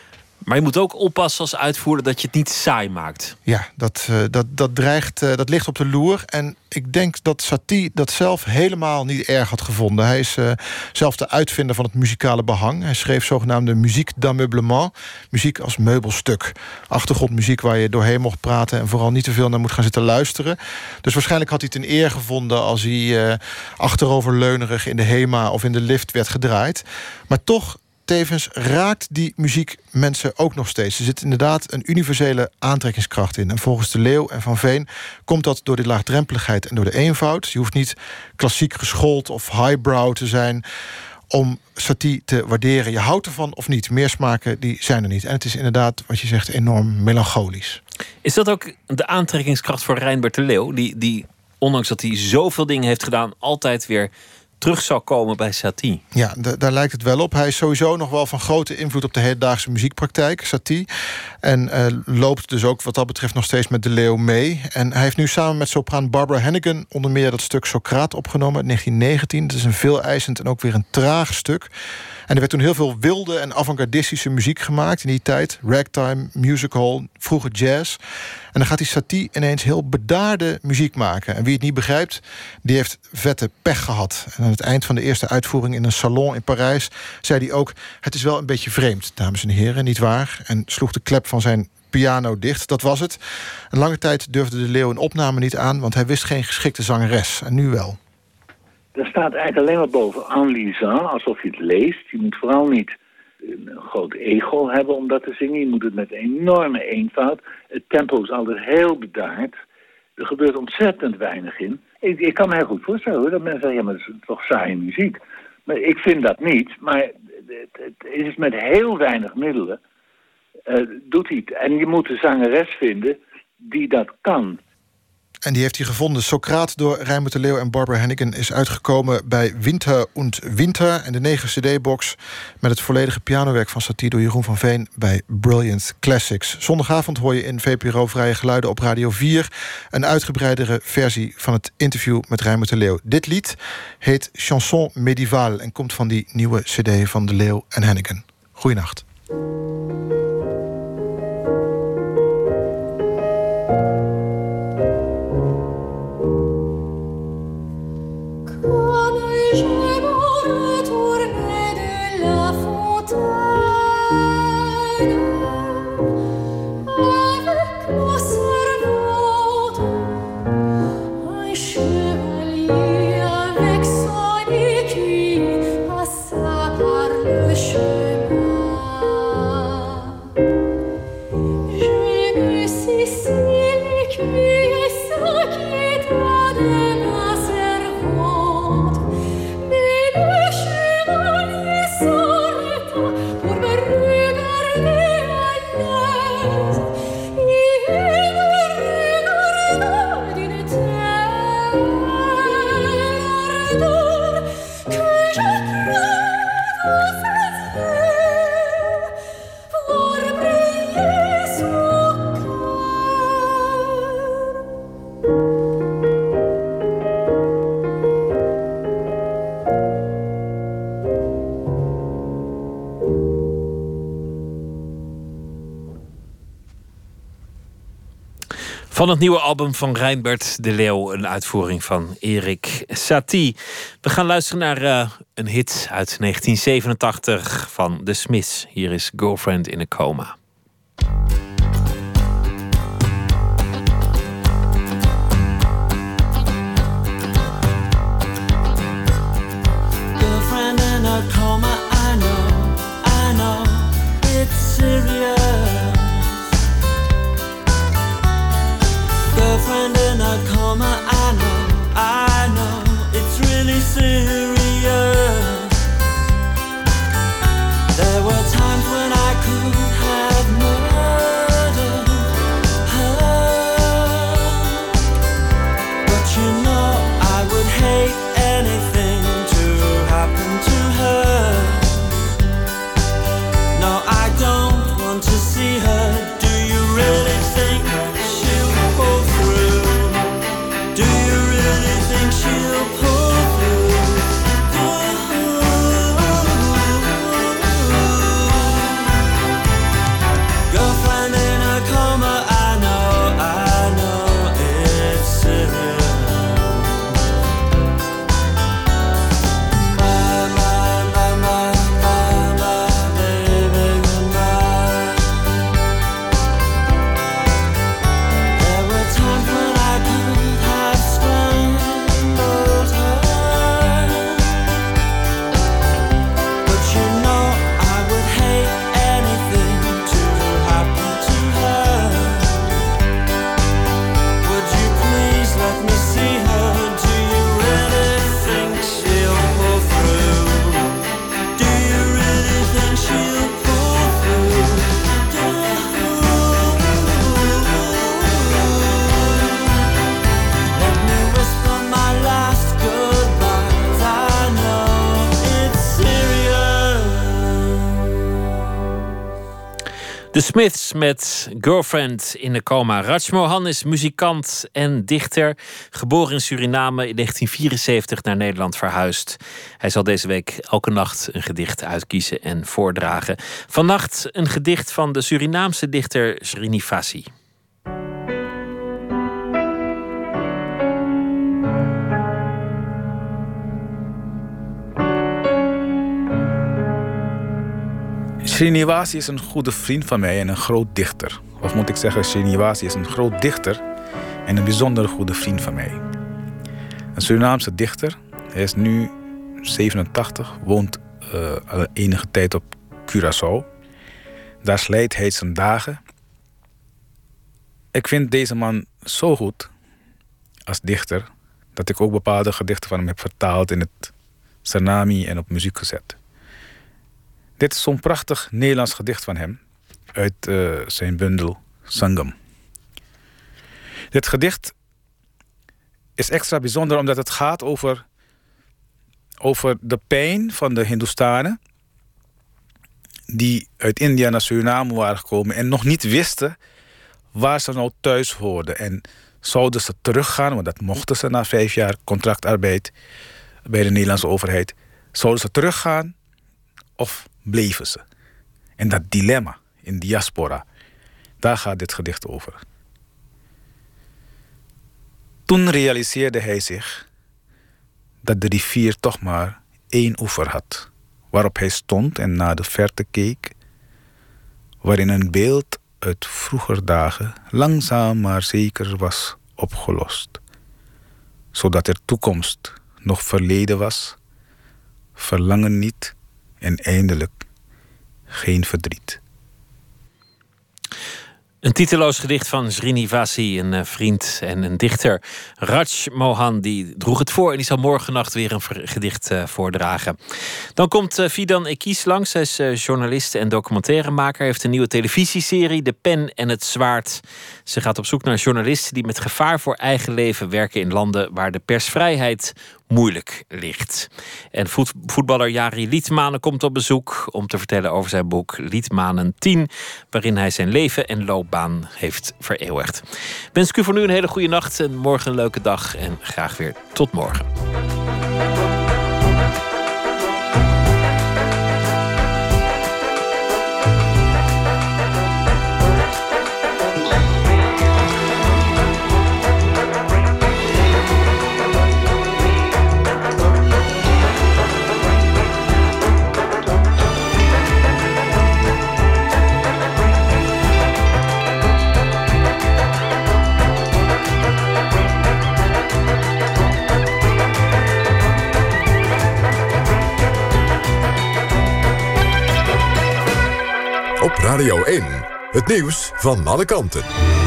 Maar je moet ook oppassen als uitvoerder dat je het niet saai maakt. Ja, dat, uh, dat, dat dreigt, uh, dat ligt op de loer. En ik denk dat Satie dat zelf helemaal niet erg had gevonden. Hij is uh, zelf de uitvinder van het muzikale behang. Hij schreef zogenaamde muziek d'ameublement. Muziek als meubelstuk. Achtergrondmuziek waar je doorheen mocht praten en vooral niet te veel naar moet gaan zitten luisteren. Dus waarschijnlijk had hij het een eer gevonden als hij uh, achteroverleunerig in de HEMA of in de lift werd gedraaid. Maar toch, tevens raakt die muziek mensen ook nog steeds. Er zit inderdaad een universele aantrekkingskracht in. En volgens de Leeuw en Van Veen komt dat door de laagdrempeligheid en door de eenvoud. Je hoeft niet klassiek geschoold of highbrow te zijn om Satie te waarderen. Je houdt ervan of niet. Meer smaken die zijn er niet. En het is inderdaad, wat je zegt, enorm melancholisch. Is dat ook de aantrekkingskracht voor Reinbert de Leeuw? Die, die ondanks dat hij zoveel dingen heeft gedaan, altijd weer terug zal komen bij Satie. Ja, d- daar lijkt het wel op. Hij is sowieso nog wel van grote invloed op de hedendaagse muziekpraktijk, Satie. En uh, loopt dus ook wat dat betreft nog steeds met de Leeuw mee. En hij heeft nu samen met sopraan Barbara Hannigan onder meer dat stuk Socraat opgenomen uit negentien negentien. Het is een veeleisend en ook weer een traag stuk. En er werd toen heel veel wilde en avant-gardistische muziek gemaakt in die tijd. Ragtime, musical, vroege jazz. En dan gaat die Satie ineens heel bedaarde muziek maken. En wie het niet begrijpt, die heeft vette pech gehad. En aan het eind van de eerste uitvoering in een salon in Parijs zei hij ook: het is wel een beetje vreemd, dames en heren, nietwaar? En sloeg de klep van zijn piano dicht, dat was het. Een lange tijd durfde de Leeuw een opname niet aan, want hij wist geen geschikte zangeres. En nu wel. Er staat eigenlijk alleen maar boven en lisant, alsof je het leest. Je moet vooral niet een groot ego hebben om dat te zingen. Je moet het met enorme eenvoud. Het tempo is altijd heel bedaard. Er gebeurt ontzettend weinig in. Ik, ik kan me heel goed voorstellen hoor, dat mensen zeggen, ja, maar dat is toch saaie muziek. Maar ik vind dat niet. Maar het, het is met heel weinig middelen uh, doet hij het. En je moet een zangeres vinden die dat kan. En die heeft hij gevonden. Socraat door Reinbert de Leeuw en Barbara Hannigan is uitgekomen bij Winter und Winter. En de negen cd-box met het volledige pianowerk van Satie door Jeroen van Veen bij Brilliant Classics. Zondagavond hoor je in V P R O Vrije Geluiden op Radio vier een uitgebreidere versie van het interview met Reinbert de Leeuw. Dit lied heet Chanson Médiévale en komt van die nieuwe cd van de Leeuw en Hannigan. Goeienacht. Van het nieuwe album van Reinbert de Leeuw, een uitvoering van Erik Satie. We gaan luisteren naar uh, een hit uit negentien zevenentachtig van The Smiths. Hier is Girlfriend in a Coma. Girlfriend in a coma, I know, I know, it's serious. Girlfriend in a coma, I know, I know, it's really serious. There were times when I could have murdered her, but you know I would hate anything to happen to her. No, I don't want to see her. Do you really think she'll pull through? Do The Smiths met Girlfriend in de Coma. Raj Mohan is muzikant en dichter. Geboren in Suriname, in negentien vierenzeventig naar Nederland verhuisd. Hij zal deze week elke nacht een gedicht uitkiezen en voordragen. Vannacht een gedicht van de Surinaamse dichter Srinivasi. Srinivasi is een goede vriend van mij en een groot dichter. Of moet ik zeggen, Srinivasi is een groot dichter en een bijzonder goede vriend van mij. Een Surinaamse dichter. Hij is nu zevenentachtig, woont uh, al enige tijd op Curaçao. Daar slijt hij zijn dagen. Ik vind deze man zo goed als dichter dat ik ook bepaalde gedichten van hem heb vertaald in het Suriname en op muziek gezet. Dit is zo'n prachtig Nederlands gedicht van hem uit uh, zijn bundel Sangam. Dit gedicht is extra bijzonder omdat het gaat over, over de pijn van de Hindoestanen die uit India naar Suriname waren gekomen en nog niet wisten waar ze nou thuis hoorden. En zouden ze teruggaan, want dat mochten ze na vijf jaar contractarbeid bij de Nederlandse overheid. Zouden ze teruggaan of bleven ze? En dat dilemma in diaspora, daar gaat dit gedicht over. Toen realiseerde hij zich dat de rivier toch maar één oever had, waarop hij stond en naar de verte keek, waarin een beeld uit vroeger dagen langzaam maar zeker was opgelost, zodat er toekomst nog verleden was, verlangen niet en eindelijk geen verdriet. Een titeloos gedicht van Srinivasi, een vriend en een dichter. Raj Mohan die droeg het voor en die zal morgennacht weer een gedicht uh, voordragen. Dan komt uh, Fidan Ekies langs. Hij is uh, journalist en documentairemaker. Hij heeft een nieuwe televisieserie, De Pen en het Zwaard. Ze gaat op zoek naar journalisten die met gevaar voor eigen leven werken in landen waar de persvrijheid moeilijk ligt. En voet, voetballer Jari Liedmanen komt op bezoek om te vertellen over zijn boek Liedmanen tien, waarin hij zijn leven en loopbaan heeft vereeuwigd. Wens ik u voor nu een hele goede nacht en morgen een leuke dag en graag weer tot morgen. Op Radio één, het nieuws van alle kanten.